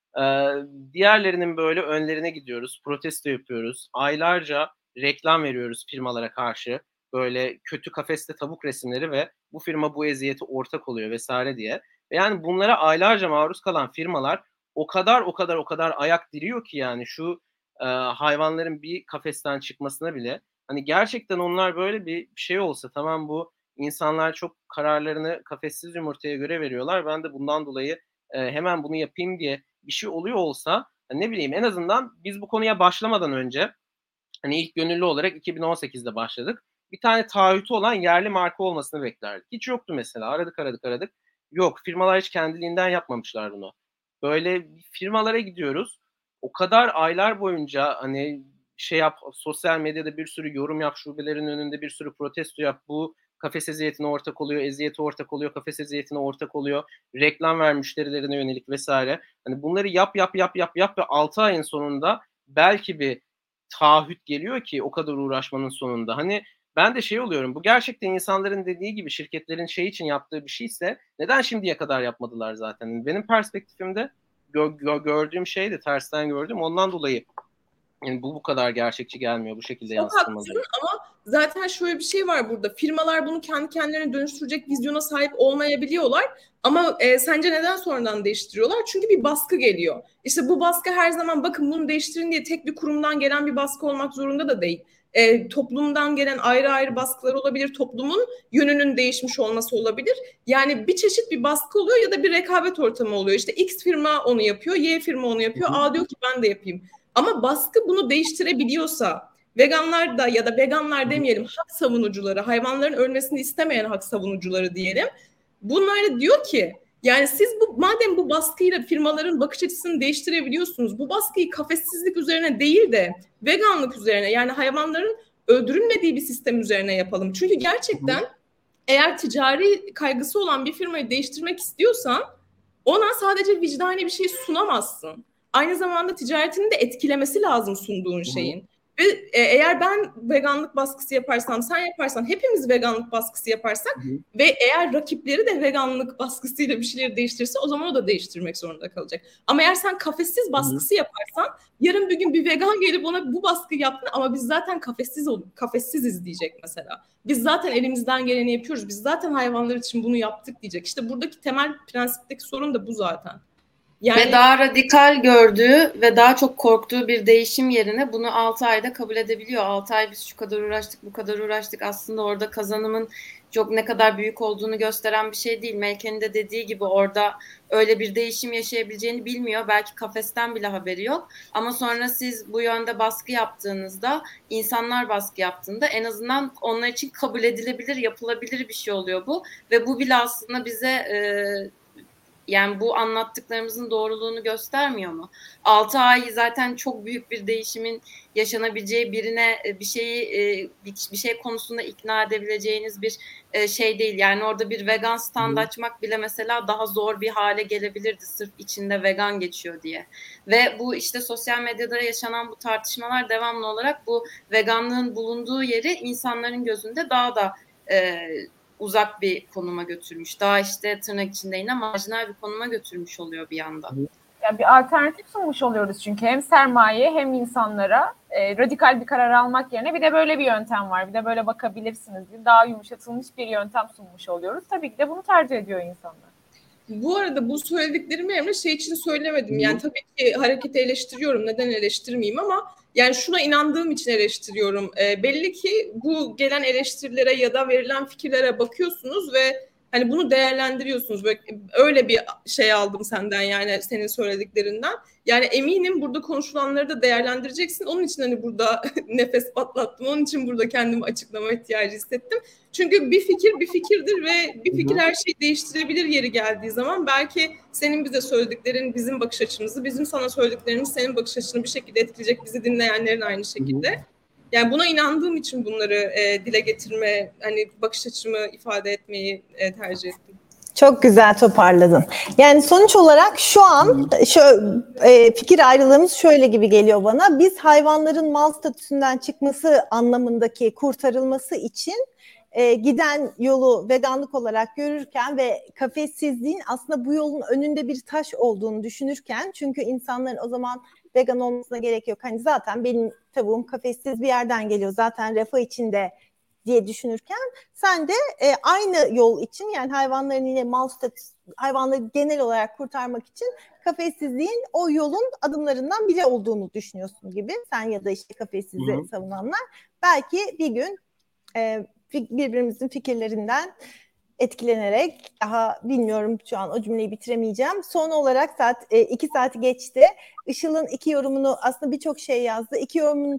Speaker 5: Diğerlerinin böyle önlerine gidiyoruz. Protesto yapıyoruz. Aylarca reklam veriyoruz firmalara karşı. Böyle kötü kafeste tavuk resimleri ve bu firma bu eziyete ortak oluyor vesaire diye. Yani bunlara aylarca maruz kalan firmalar o kadar ayak diriyor ki yani şu hayvanların bir kafesten çıkmasına bile, hani gerçekten onlar böyle bir şey olsa, tamam bu insanlar çok kararlarını kafessiz yumurtaya göre veriyorlar. Ben de bundan dolayı hemen bunu yapayım diye bir şey oluyor olsa, ne bileyim, en azından biz bu konuya başlamadan önce hani ilk gönüllü olarak 2018'de başladık. Bir tane taahhütü olan yerli marka olmasını beklerdik. Hiç yoktu mesela. Aradık. Yok. Firmalar hiç kendiliğinden yapmamışlar bunu. Böyle firmalara gidiyoruz. O kadar aylar boyunca hani şey yap, sosyal medyada bir sürü yorum yap, şubelerin önünde bir sürü protesto yap. Bu kafes eziyetine ortak oluyor, eziyete ortak oluyor, kafes eziyetine ortak oluyor. Reklam ver müşterilerine yönelik vesaire. Hani bunları yap ve 6 ayın sonunda belki bir taahhüt geliyor ki o kadar uğraşmanın sonunda. Hani ben de şey oluyorum. Bu gerçekten insanların dediği gibi şirketlerin şey için yaptığı bir şeyse neden şimdiye kadar yapmadılar zaten? Benim perspektifimde gördüğüm şey de tersten gördüm. Ondan dolayı yani bu kadar gerçekçi gelmiyor bu şekilde yansıtılmaları.
Speaker 3: Çok haklısın ama zaten şöyle bir şey var burada. Firmalar bunu kendi kendilerine dönüştürecek vizyona sahip olmayabiliyorlar. Ama sence neden sonradan değiştiriyorlar? Çünkü bir baskı geliyor. İşte bu baskı her zaman bakın bunu değiştirin diye tek bir kurumdan gelen bir baskı olmak zorunda da değil. Toplumdan gelen ayrı ayrı baskılar olabilir. Toplumun yönünün değişmiş olması olabilir. Yani bir çeşit bir baskı oluyor ya da bir rekabet ortamı oluyor. İşte X firma onu yapıyor, Y firma onu yapıyor. A diyor ki ben de yapayım. Ama baskı bunu değiştirebiliyorsa, veganlar da ya da veganlar demeyelim, hak savunucuları, hayvanların ölmesini istemeyen hak savunucuları diyelim. Bunlar da diyor ki yani siz madem bu baskıyla firmaların bakış açısını değiştirebiliyorsunuz, bu baskıyı kafessizlik üzerine değil de veganlık üzerine, yani hayvanların öldürülmediği bir sistem üzerine yapalım. Çünkü gerçekten eğer ticari kaygısı olan bir firmayı değiştirmek istiyorsan ona sadece vicdani bir şey sunamazsın. Aynı zamanda ticaretini de etkilemesi lazım sunduğun şeyin. Ve eğer ben veganlık baskısı yaparsam, sen yaparsan, hepimiz veganlık baskısı yaparsak ve eğer rakipleri de veganlık baskısıyla bir şeyleri değiştirirse o zaman o da değiştirmek zorunda kalacak. Ama eğer sen kafessiz baskısı yaparsan yarın bir gün bir vegan gelip ona bu baskı yaptı ama biz zaten kafessiziz diyecek mesela. Biz zaten elimizden geleni yapıyoruz. Biz zaten hayvanlar için bunu yaptık diyecek. İşte buradaki temel prensipteki sorun da bu zaten.
Speaker 4: Yani... Ve daha radikal gördüğü ve daha çok korktuğu bir değişim yerine bunu 6 ayda kabul edebiliyor. 6 ay biz şu kadar uğraştık, bu kadar uğraştık. Aslında orada kazanımın çok ne kadar büyük olduğunu gösteren bir şey değil. Melike'nin de dediği gibi orada öyle bir değişim yaşayabileceğini bilmiyor. Belki kafesten bile haberi yok. Ama sonra siz bu yönde baskı yaptığınızda, insanlar baskı yaptığında en azından onlar için kabul edilebilir, yapılabilir bir şey oluyor bu. Ve bu bile aslında bize... Yani bu anlattıklarımızın doğruluğunu göstermiyor mu? 6 ay zaten çok büyük bir değişimin yaşanabileceği, birine bir şey konusunda ikna edebileceğiniz bir şey değil. Yani orada bir vegan stand açmak bile mesela daha zor bir hale gelebilirdi sırf içinde vegan geçiyor diye. Ve bu işte sosyal medyada yaşanan bu tartışmalar devamlı olarak bu veganlığın bulunduğu yeri insanların gözünde daha da uzak bir konuma götürmüş. Daha işte tırnak içinde yine marjinal bir konuma götürmüş oluyor bir yandan.
Speaker 2: Yani bir alternatif sunmuş oluyoruz çünkü hem sermaye hem insanlara radikal bir karar almak yerine bir de böyle bir yöntem var. Bir de böyle bakabilirsiniz diye daha yumuşatılmış bir yöntem sunmuş oluyoruz. Tabii ki de bunu tercih ediyor insanlar.
Speaker 3: Bu arada bu söylediklerimi Emre şey için söylemedim. Yani tabii ki hareketi eleştiriyorum. Neden eleştirmeyeyim ama yani şuna inandığım için eleştiriyorum. Belli ki bu gelen eleştirilere ya da verilen fikirlere bakıyorsunuz ve hani bunu değerlendiriyorsunuz. Böyle, öyle bir şey aldım senden, yani senin söylediklerinden. Yani eminim burada konuşulanları da değerlendireceksin. Onun için hani burada nefes patlattım. Onun için burada kendimi açıklama ihtiyacı hissettim. Çünkü bir fikir bir fikirdir ve bir fikir her şeyi değiştirebilir yeri geldiği zaman. Belki senin bize söylediklerin bizim bakış açımızı, bizim sana söylediklerimiz senin bakış açını bir şekilde etkileyecek, bizi dinleyenlerin aynı şekilde. Yani buna inandığım için bunları dile getirme, hani bakış açımı ifade etmeyi tercih ettim.
Speaker 1: Çok güzel toparladın. Yani sonuç olarak şu an fikir ayrılığımız şöyle gibi geliyor bana. Biz hayvanların mal statüsünden çıkması anlamındaki kurtarılması için giden yolu veganlık olarak görürken ve kafessizliğin aslında bu yolun önünde bir taş olduğunu düşünürken, çünkü insanların o zaman vegan olmasına gerek yok. Hani zaten benim tavuğum kafessiz bir yerden geliyor. Zaten refah içinde diye düşünürken sen de aynı yol için, yani hayvanların yine mal statüsü, hayvanları genel olarak kurtarmak için kafessizliğin o yolun adımlarından biri olduğunu düşünüyorsun gibi. Sen ya da işte kafessizliği savunanlar belki bir gün birbirimizin fikirlerinden etkilenerek, daha bilmiyorum şu an o cümleyi bitiremeyeceğim. Son olarak 2 saati geçti. Işıl'ın 2 yorumunu, aslında birçok şey yazdı. 2 yorumunu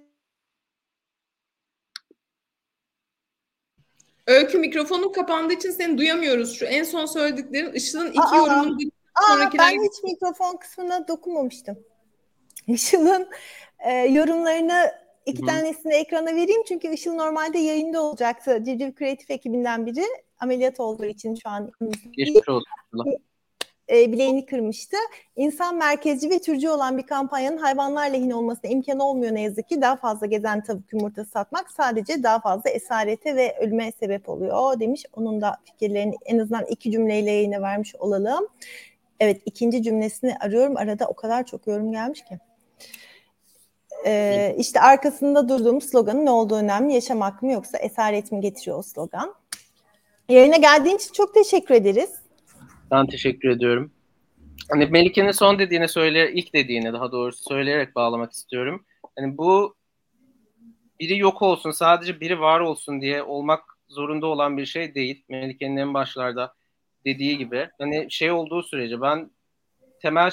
Speaker 3: Öykü, mikrofonun kapandığı için seni duyamıyoruz. Şu en son söylediklerin, Işıl'ın 2 yorumunu sonrakiler...
Speaker 1: Ben hiç mikrofon kısmına dokunmamıştım. Işıl'ın yorumlarını 2 tanesini ekrana vereyim. Çünkü Işıl normalde yayında olacaktı. Civciv Kreatif ekibinden biri. Ameliyat olduğu için şu an
Speaker 5: geçmiş olsun.
Speaker 1: bileğini kırmıştı. İnsan merkezci ve türcü olan bir kampanyanın hayvanlar lehine olmasına imkan olmuyor ne yazık ki. Daha fazla gezen tavuk yumurtası satmak sadece daha fazla esarete ve ölüme sebep oluyor demiş. Onun da fikirlerini en azından 2 cümleyle yayına vermiş olalım. Evet, 2. cümlesini arıyorum. Arada o kadar çok yorum gelmiş ki. İşte arkasında durduğum sloganın ne olduğu önemli. Yaşam hakkı mı yoksa esaret mi getiriyor o slogan. Yayına geldiğin için çok teşekkür ederiz.
Speaker 5: Ben teşekkür ediyorum. Hani Melike'nin son dediğini ilk dediğini daha doğrusu söyleyerek bağlamak istiyorum. Hani bu biri yok olsun, sadece biri var olsun diye olmak zorunda olan bir şey değil. Melike'nin en başlarda dediği gibi. Hani şey olduğu sürece ben temel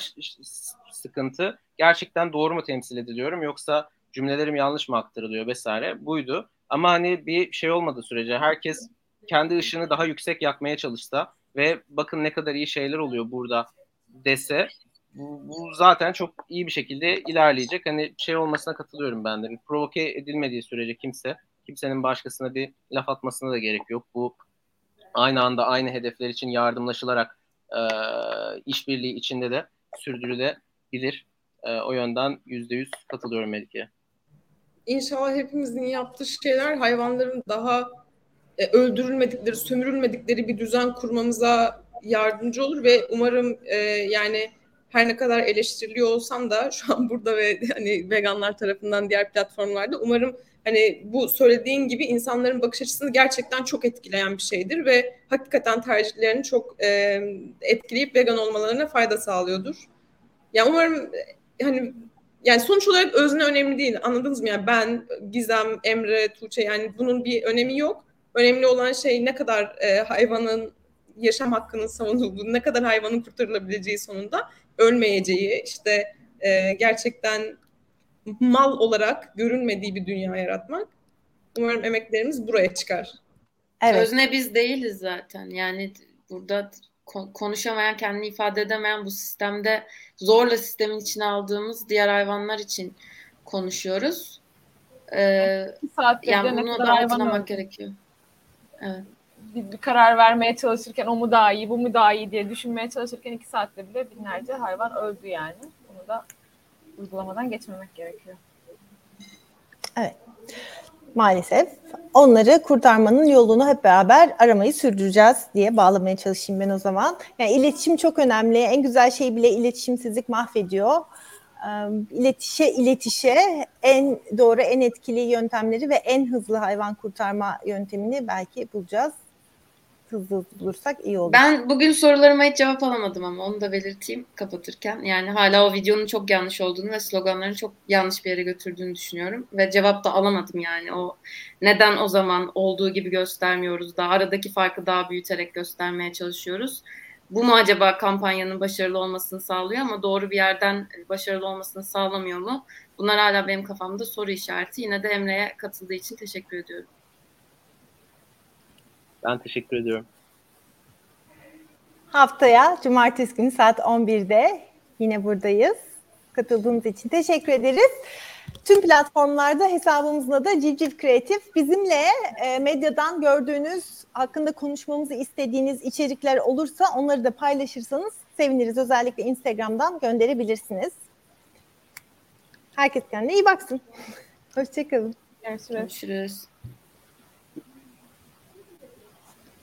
Speaker 5: sıkıntı gerçekten doğru mu temsil ediliyorum yoksa cümlelerim yanlış mı aktarılıyor vesaire buydu. Ama hani bir şey olmadığı sürece herkes kendi ışığını daha yüksek yakmaya çalışsa ve bakın ne kadar iyi şeyler oluyor burada dese bu zaten çok iyi bir şekilde ilerleyecek. Hani şey olmasına katılıyorum ben de. Bir provoke edilmediği sürece kimsenin başkasına bir laf atmasına da gerek yok. Bu aynı anda aynı hedefler için yardımlaşılarak işbirliği içinde de sürdürülebilir. O yönden %100 katılıyorum Melike'ye.
Speaker 3: İnşallah hepimizin yaptığı şeyler hayvanların daha öldürülmedikleri, sömürülmedikleri bir düzen kurmamıza yardımcı olur ve umarım yani her ne kadar eleştiriliyor olsam da şu an burada ve hani veganlar tarafından diğer platformlarda umarım hani bu söylediğin gibi insanların bakış açısını gerçekten çok etkileyen bir şeydir ve hakikaten tercihlerini çok etkileyip vegan olmalarına fayda sağlıyordur. Yani umarım hani yani sonuç olarak özne önemli değil. Anladınız mı? Yani ben, Gizem, Emre, Tuğçe, yani bunun bir önemi yok. Önemli olan şey ne kadar hayvanın yaşam hakkının savunulduğu, ne kadar hayvanın kurtarılabileceği, sonunda ölmeyeceği, işte gerçekten mal olarak görünmediği bir dünya yaratmak. Umarım emeklerimiz buraya çıkar.
Speaker 4: Evet. Özne biz değiliz zaten. Yani burada konuşamayan, kendini ifade edemeyen, bu sistemde zorla sistemin içine aldığımız diğer hayvanlar için konuşuyoruz. Yani bunu da hatırlamak gerekiyor. Evet.
Speaker 2: Bir karar vermeye çalışırken o mu daha iyi, bu mu daha iyi diye düşünmeye çalışırken 2 saatte bile binlerce hayvan öldü yani. Bunu da uygulamadan geçmemek gerekiyor.
Speaker 1: Evet. Maalesef onları kurtarmanın yolunu hep beraber aramayı sürdüreceğiz diye bağlamaya çalışayım ben o zaman. Yani iletişim çok önemli. En güzel şey bile iletişimsizlik mahvediyor. İletişe en doğru, en etkili yöntemleri ve en hızlı hayvan kurtarma yöntemini belki bulacağız. hızlı hızlı bulursak iyi olur.
Speaker 4: Ben bugün sorularıma hiç cevap alamadım ama onu da belirteyim kapatırken. Yani hala o videonun çok yanlış olduğunu ve sloganların çok yanlış bir yere götürdüğünü düşünüyorum. Ve cevap da alamadım yani. O neden o zaman olduğu gibi göstermiyoruz da aradaki farkı daha büyüterek göstermeye çalışıyoruz. Bu mu acaba kampanyanın başarılı olmasını sağlıyor ama doğru bir yerden başarılı olmasını sağlamıyor mu? Bunlar hala benim kafamda soru işareti. Yine de Emre'ye katıldığı için teşekkür ediyorum.
Speaker 5: Ben teşekkür ediyorum.
Speaker 1: Haftaya cumartesi günü saat 11'de yine buradayız. Katıldığınız için teşekkür ederiz. Tüm platformlarda hesabımızın adı Civciv Kreatif. Bizimle medyadan gördüğünüz, hakkında konuşmamızı istediğiniz içerikler olursa onları da paylaşırsanız seviniriz. Özellikle Instagram'dan gönderebilirsiniz. Herkes kendine iyi baksın. Hoşçakalın.
Speaker 2: Görüşürüz.
Speaker 4: Görüşürüz.